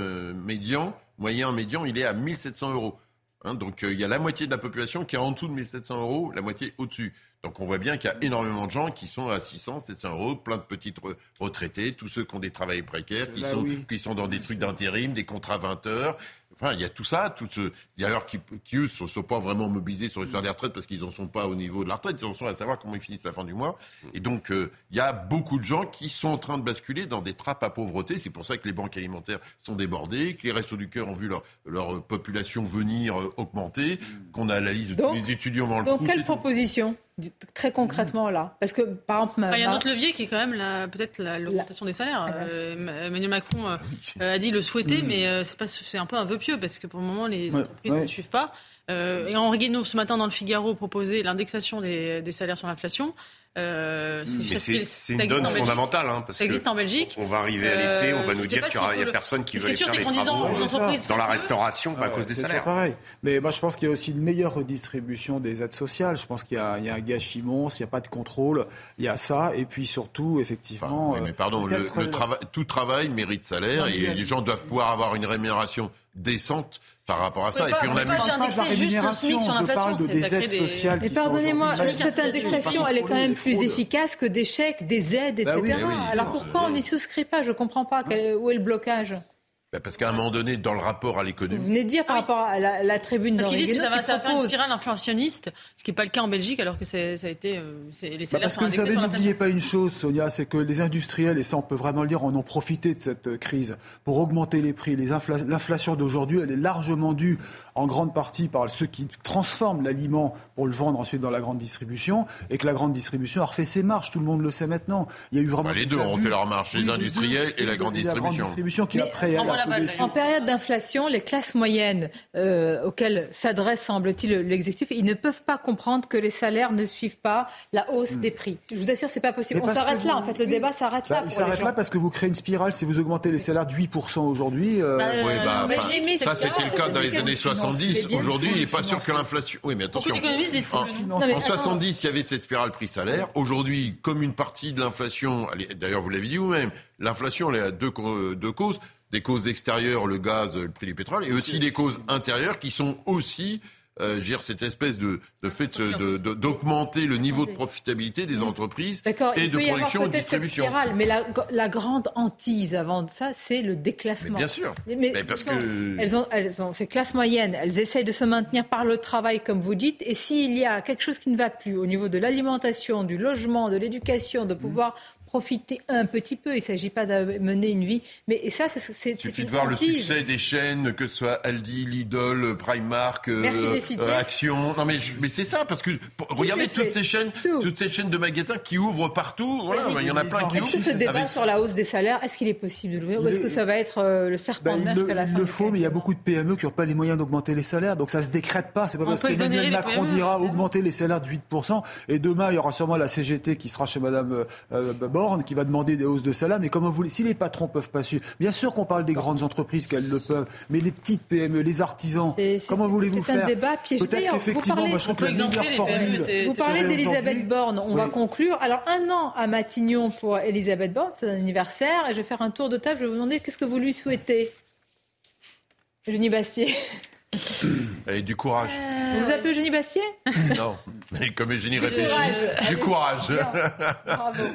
moyen, il est à 1 700 €. Donc il y a la moitié de la population qui est en dessous de 1 700 €, la moitié au-dessus. Donc on voit bien qu'il y a énormément de gens qui sont à 600, 700 €, plein de petites retraités, tous ceux qui ont des travails précaires, qui sont dans des trucs d'intérim, des contrats 20 heures. Enfin, il y a tout ça, d'ailleurs qui eux, ne sont pas vraiment mobilisés sur l'histoire des retraites parce qu'ils n'en sont pas au niveau de la retraite, ils en sont à savoir comment ils finissent la fin du mois. Et donc, il y a beaucoup de gens qui sont en train de basculer dans des trappes à pauvreté. C'est pour ça que les banques alimentaires sont débordées, que les Restos du Cœur ont vu leur population venir augmenter, qu'on a la liste de tous les étudiants dans le Donc, quelle proposition très concrètement là? Parce que, par exemple... Il y a un autre levier qui est quand même peut-être l'augmentation des salaires. Emmanuel Macron a dit le souhaiter, mais c'est un peu un vœu pieux parce que pour le moment, les entreprises ne suivent pas. Et Henri Guénaud, ce matin dans le Figaro, proposait l'indexation des salaires sur l'inflation. C'est une donne fondamentale, parce que ça existe en Belgique. On va arriver à l'été, on va nous dire qu'il n'y a personne qui veut aller faire les travaux dans la restauration à cause des salaires. Pareil. Mais moi, je pense qu'il y a aussi une meilleure redistribution des aides sociales. Je pense qu'il y a un gâchis monstre, il n'y a pas de contrôle, il y a ça. Et puis surtout, effectivement... mais pardon, tout travail mérite salaire et les gens doivent pouvoir avoir une rémunération décente par rapport à ça. Et puis on a mis je parle des aides sociales. Mais pardonnez-moi, cette indexation, elle est quand même plus efficace que des chèques, des aides, etc. Alors pourquoi on n'y souscrit pas? Je ne comprends pas. Où est le blocage? Parce qu'à un moment donné, dans le rapport à l'économie... Vous venez de dire par rapport à la tribune d'Henri Guénaud... Parce qu'ils disent que ça va faire une spirale inflationniste, ce qui n'est pas le cas en Belgique, alors que ça a été... les salaires parce que vous savez, n'oubliez pas une chose, Sonia, c'est que les industriels, et ça on peut vraiment le dire, en ont profité de cette crise pour augmenter les prix. L'inflation d'aujourd'hui, elle est largement due en grande partie par ceux qui transforment l'aliment pour le vendre ensuite dans la grande distribution, et que la grande distribution a refait ses marches, tout le monde le sait maintenant. Il y a eu vraiment les deux ont fait leur marche, les industriels et la grande distribution. Qui après... En période d'inflation, les classes moyennes auxquelles s'adresse, semble-t-il, l'exécutif, ils ne peuvent pas comprendre que les salaires ne suivent pas la hausse des prix. Je vous assure, c'est pas possible. On s'arrête là, en fait. Le débat s'arrête là. Il s'arrête là parce que vous créez une spirale. Si vous augmentez les salaires de 8% aujourd'hui... ça, c'était le cas dans les années 70. Aujourd'hui, il n'est pas sûr que l'inflation... Oui, mais attention. En 70, il y avait cette spirale prix-salaire. Aujourd'hui, comme une partie de l'inflation... D'ailleurs, vous l'avez dit vous-même, l'inflation, elle a deux causes. Des causes extérieures, le gaz, le prix du pétrole, et aussi des causes intérieures qui sont aussi, cette espèce de fait d'augmenter le niveau de profitabilité des entreprises et de production et de distribution. Spirale, mais la grande hantise avant ça, c'est le déclassement. Mais bien sûr. Elles ont ces classes moyennes, elles essayent de se maintenir par le travail, comme vous dites, et s'il y a quelque chose qui ne va plus au niveau de l'alimentation, du logement, de l'éducation, de pouvoir profiter un petit peu. Il ne s'agit pas de mener une vie. Mais ça, c'est il suffit de voir le succès des chaînes, que ce soit Aldi, Lidl, Primark, Action. Non, mais c'est ça, parce que regardez toutes ces chaînes de magasins qui ouvrent partout. Voilà, il y en a plein qui ouvrent. Est-ce que ce débat sur la hausse des salaires, est-ce qu'il est possible de l'ouvrir ou est-ce que ça va être le serpent de mer jusqu'à la fin? Il le faut, mais il y a beaucoup de PME qui n'ont pas les moyens d'augmenter les salaires. Donc ça ne se décrète pas. C'est pas parce qu'Emmanuel Macron dira augmenter les salaires de 8%. Et demain, il y aura sûrement la CGT qui sera chez Madame Borne, qui va demander des hausses de salaire, mais comme vous voulez, si les patrons peuvent pas suivre, bien sûr qu'on parle des grandes entreprises qu'elles le peuvent, mais les petites PME, les artisans, comment voulez-vous faire? C'est un débat piégé. Peut-être qu'effectivement, moi je trouve que la meilleure formule... Vous parlez d'Elisabeth Borne, on va conclure. Alors 1 an à Matignon pour Elisabeth Borne, c'est un anniversaire, et je vais faire un tour de table, je vais vous demander qu'est-ce que vous lui souhaitez. Eugénie Bastier. Et du courage. Vous appelez Eugénie Bastier? Non, mais comme Eugénie réfléchit, du courage. Bravo.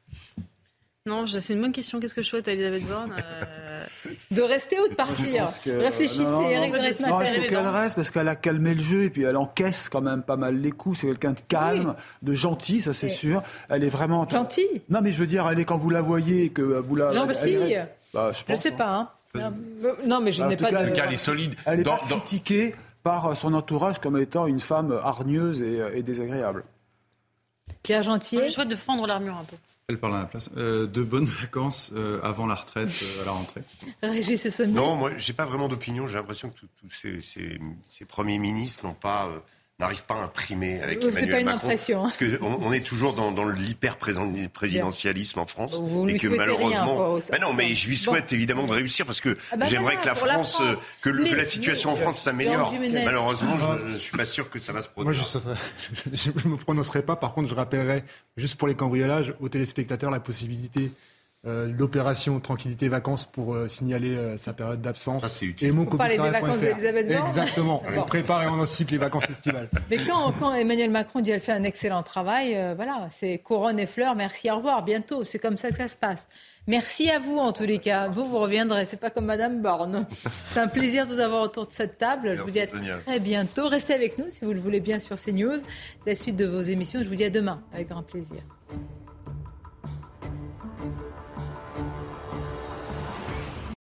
Non, c'est une bonne question. Qu'est-ce que je souhaite à Elisabeth Borne De rester ou de partir? Réfléchissez, Eric de Ritmater. Non, il faut qu'elle reste parce qu'elle a calmé le jeu et puis elle encaisse quand même pas mal les coups. C'est quelqu'un de calme, de gentil, ça c'est sûr. Elle est vraiment... Gentille? Non, mais je veux dire, elle est quand vous la voyez, que vous la... Gentille? Je sais pas. Non, mais je n'ai pas de... Elle est solide. Elle est pas critiquée par son entourage comme étant une femme hargneuse et désagréable. Pierre Gentil. Je souhaite de fendre l'armure un peu. Elle parle à la place. De bonnes vacances avant la retraite, à la rentrée. Régis Sommier. Non, moi, j'ai pas vraiment d'opinion. J'ai l'impression que tous ces premiers ministres n'ont pas n'arrive pas à imprimer avec C'est Emmanuel pas une Macron. impression. Parce qu'on est toujours dans l'hyper-présidentialisme en France. Vous lui et que souhaitez malheureusement. rien, non, mais je lui souhaite évidemment de réussir parce que j'aimerais que la France, que la situation en France s'améliore. Malheureusement, je ne suis pas sûr que ça va se produire. Moi, je ne me prononcerai pas. Par contre, je rappellerai, juste pour les cambriolages, aux téléspectateurs la possibilité l'opération Tranquillité Vacances pour signaler sa période d'absence. Ça, c'est utile. Et mon pour parler des vacances d'Elisabeth Borne. Exactement. On prépare et on anticipe les vacances estivales. Mais quand Emmanuel Macron dit qu'elle fait un excellent travail, voilà, c'est couronne et fleurs, merci, au revoir, bientôt. C'est comme ça que ça se passe. Merci à vous en tous les cas. Vous reviendrez. C'est pas comme Madame Borne. C'est un plaisir de vous avoir autour de cette table. Je vous dis à très bientôt. Restez avec nous si vous le voulez bien sur CNews. La suite de vos émissions, je vous dis à demain avec grand plaisir.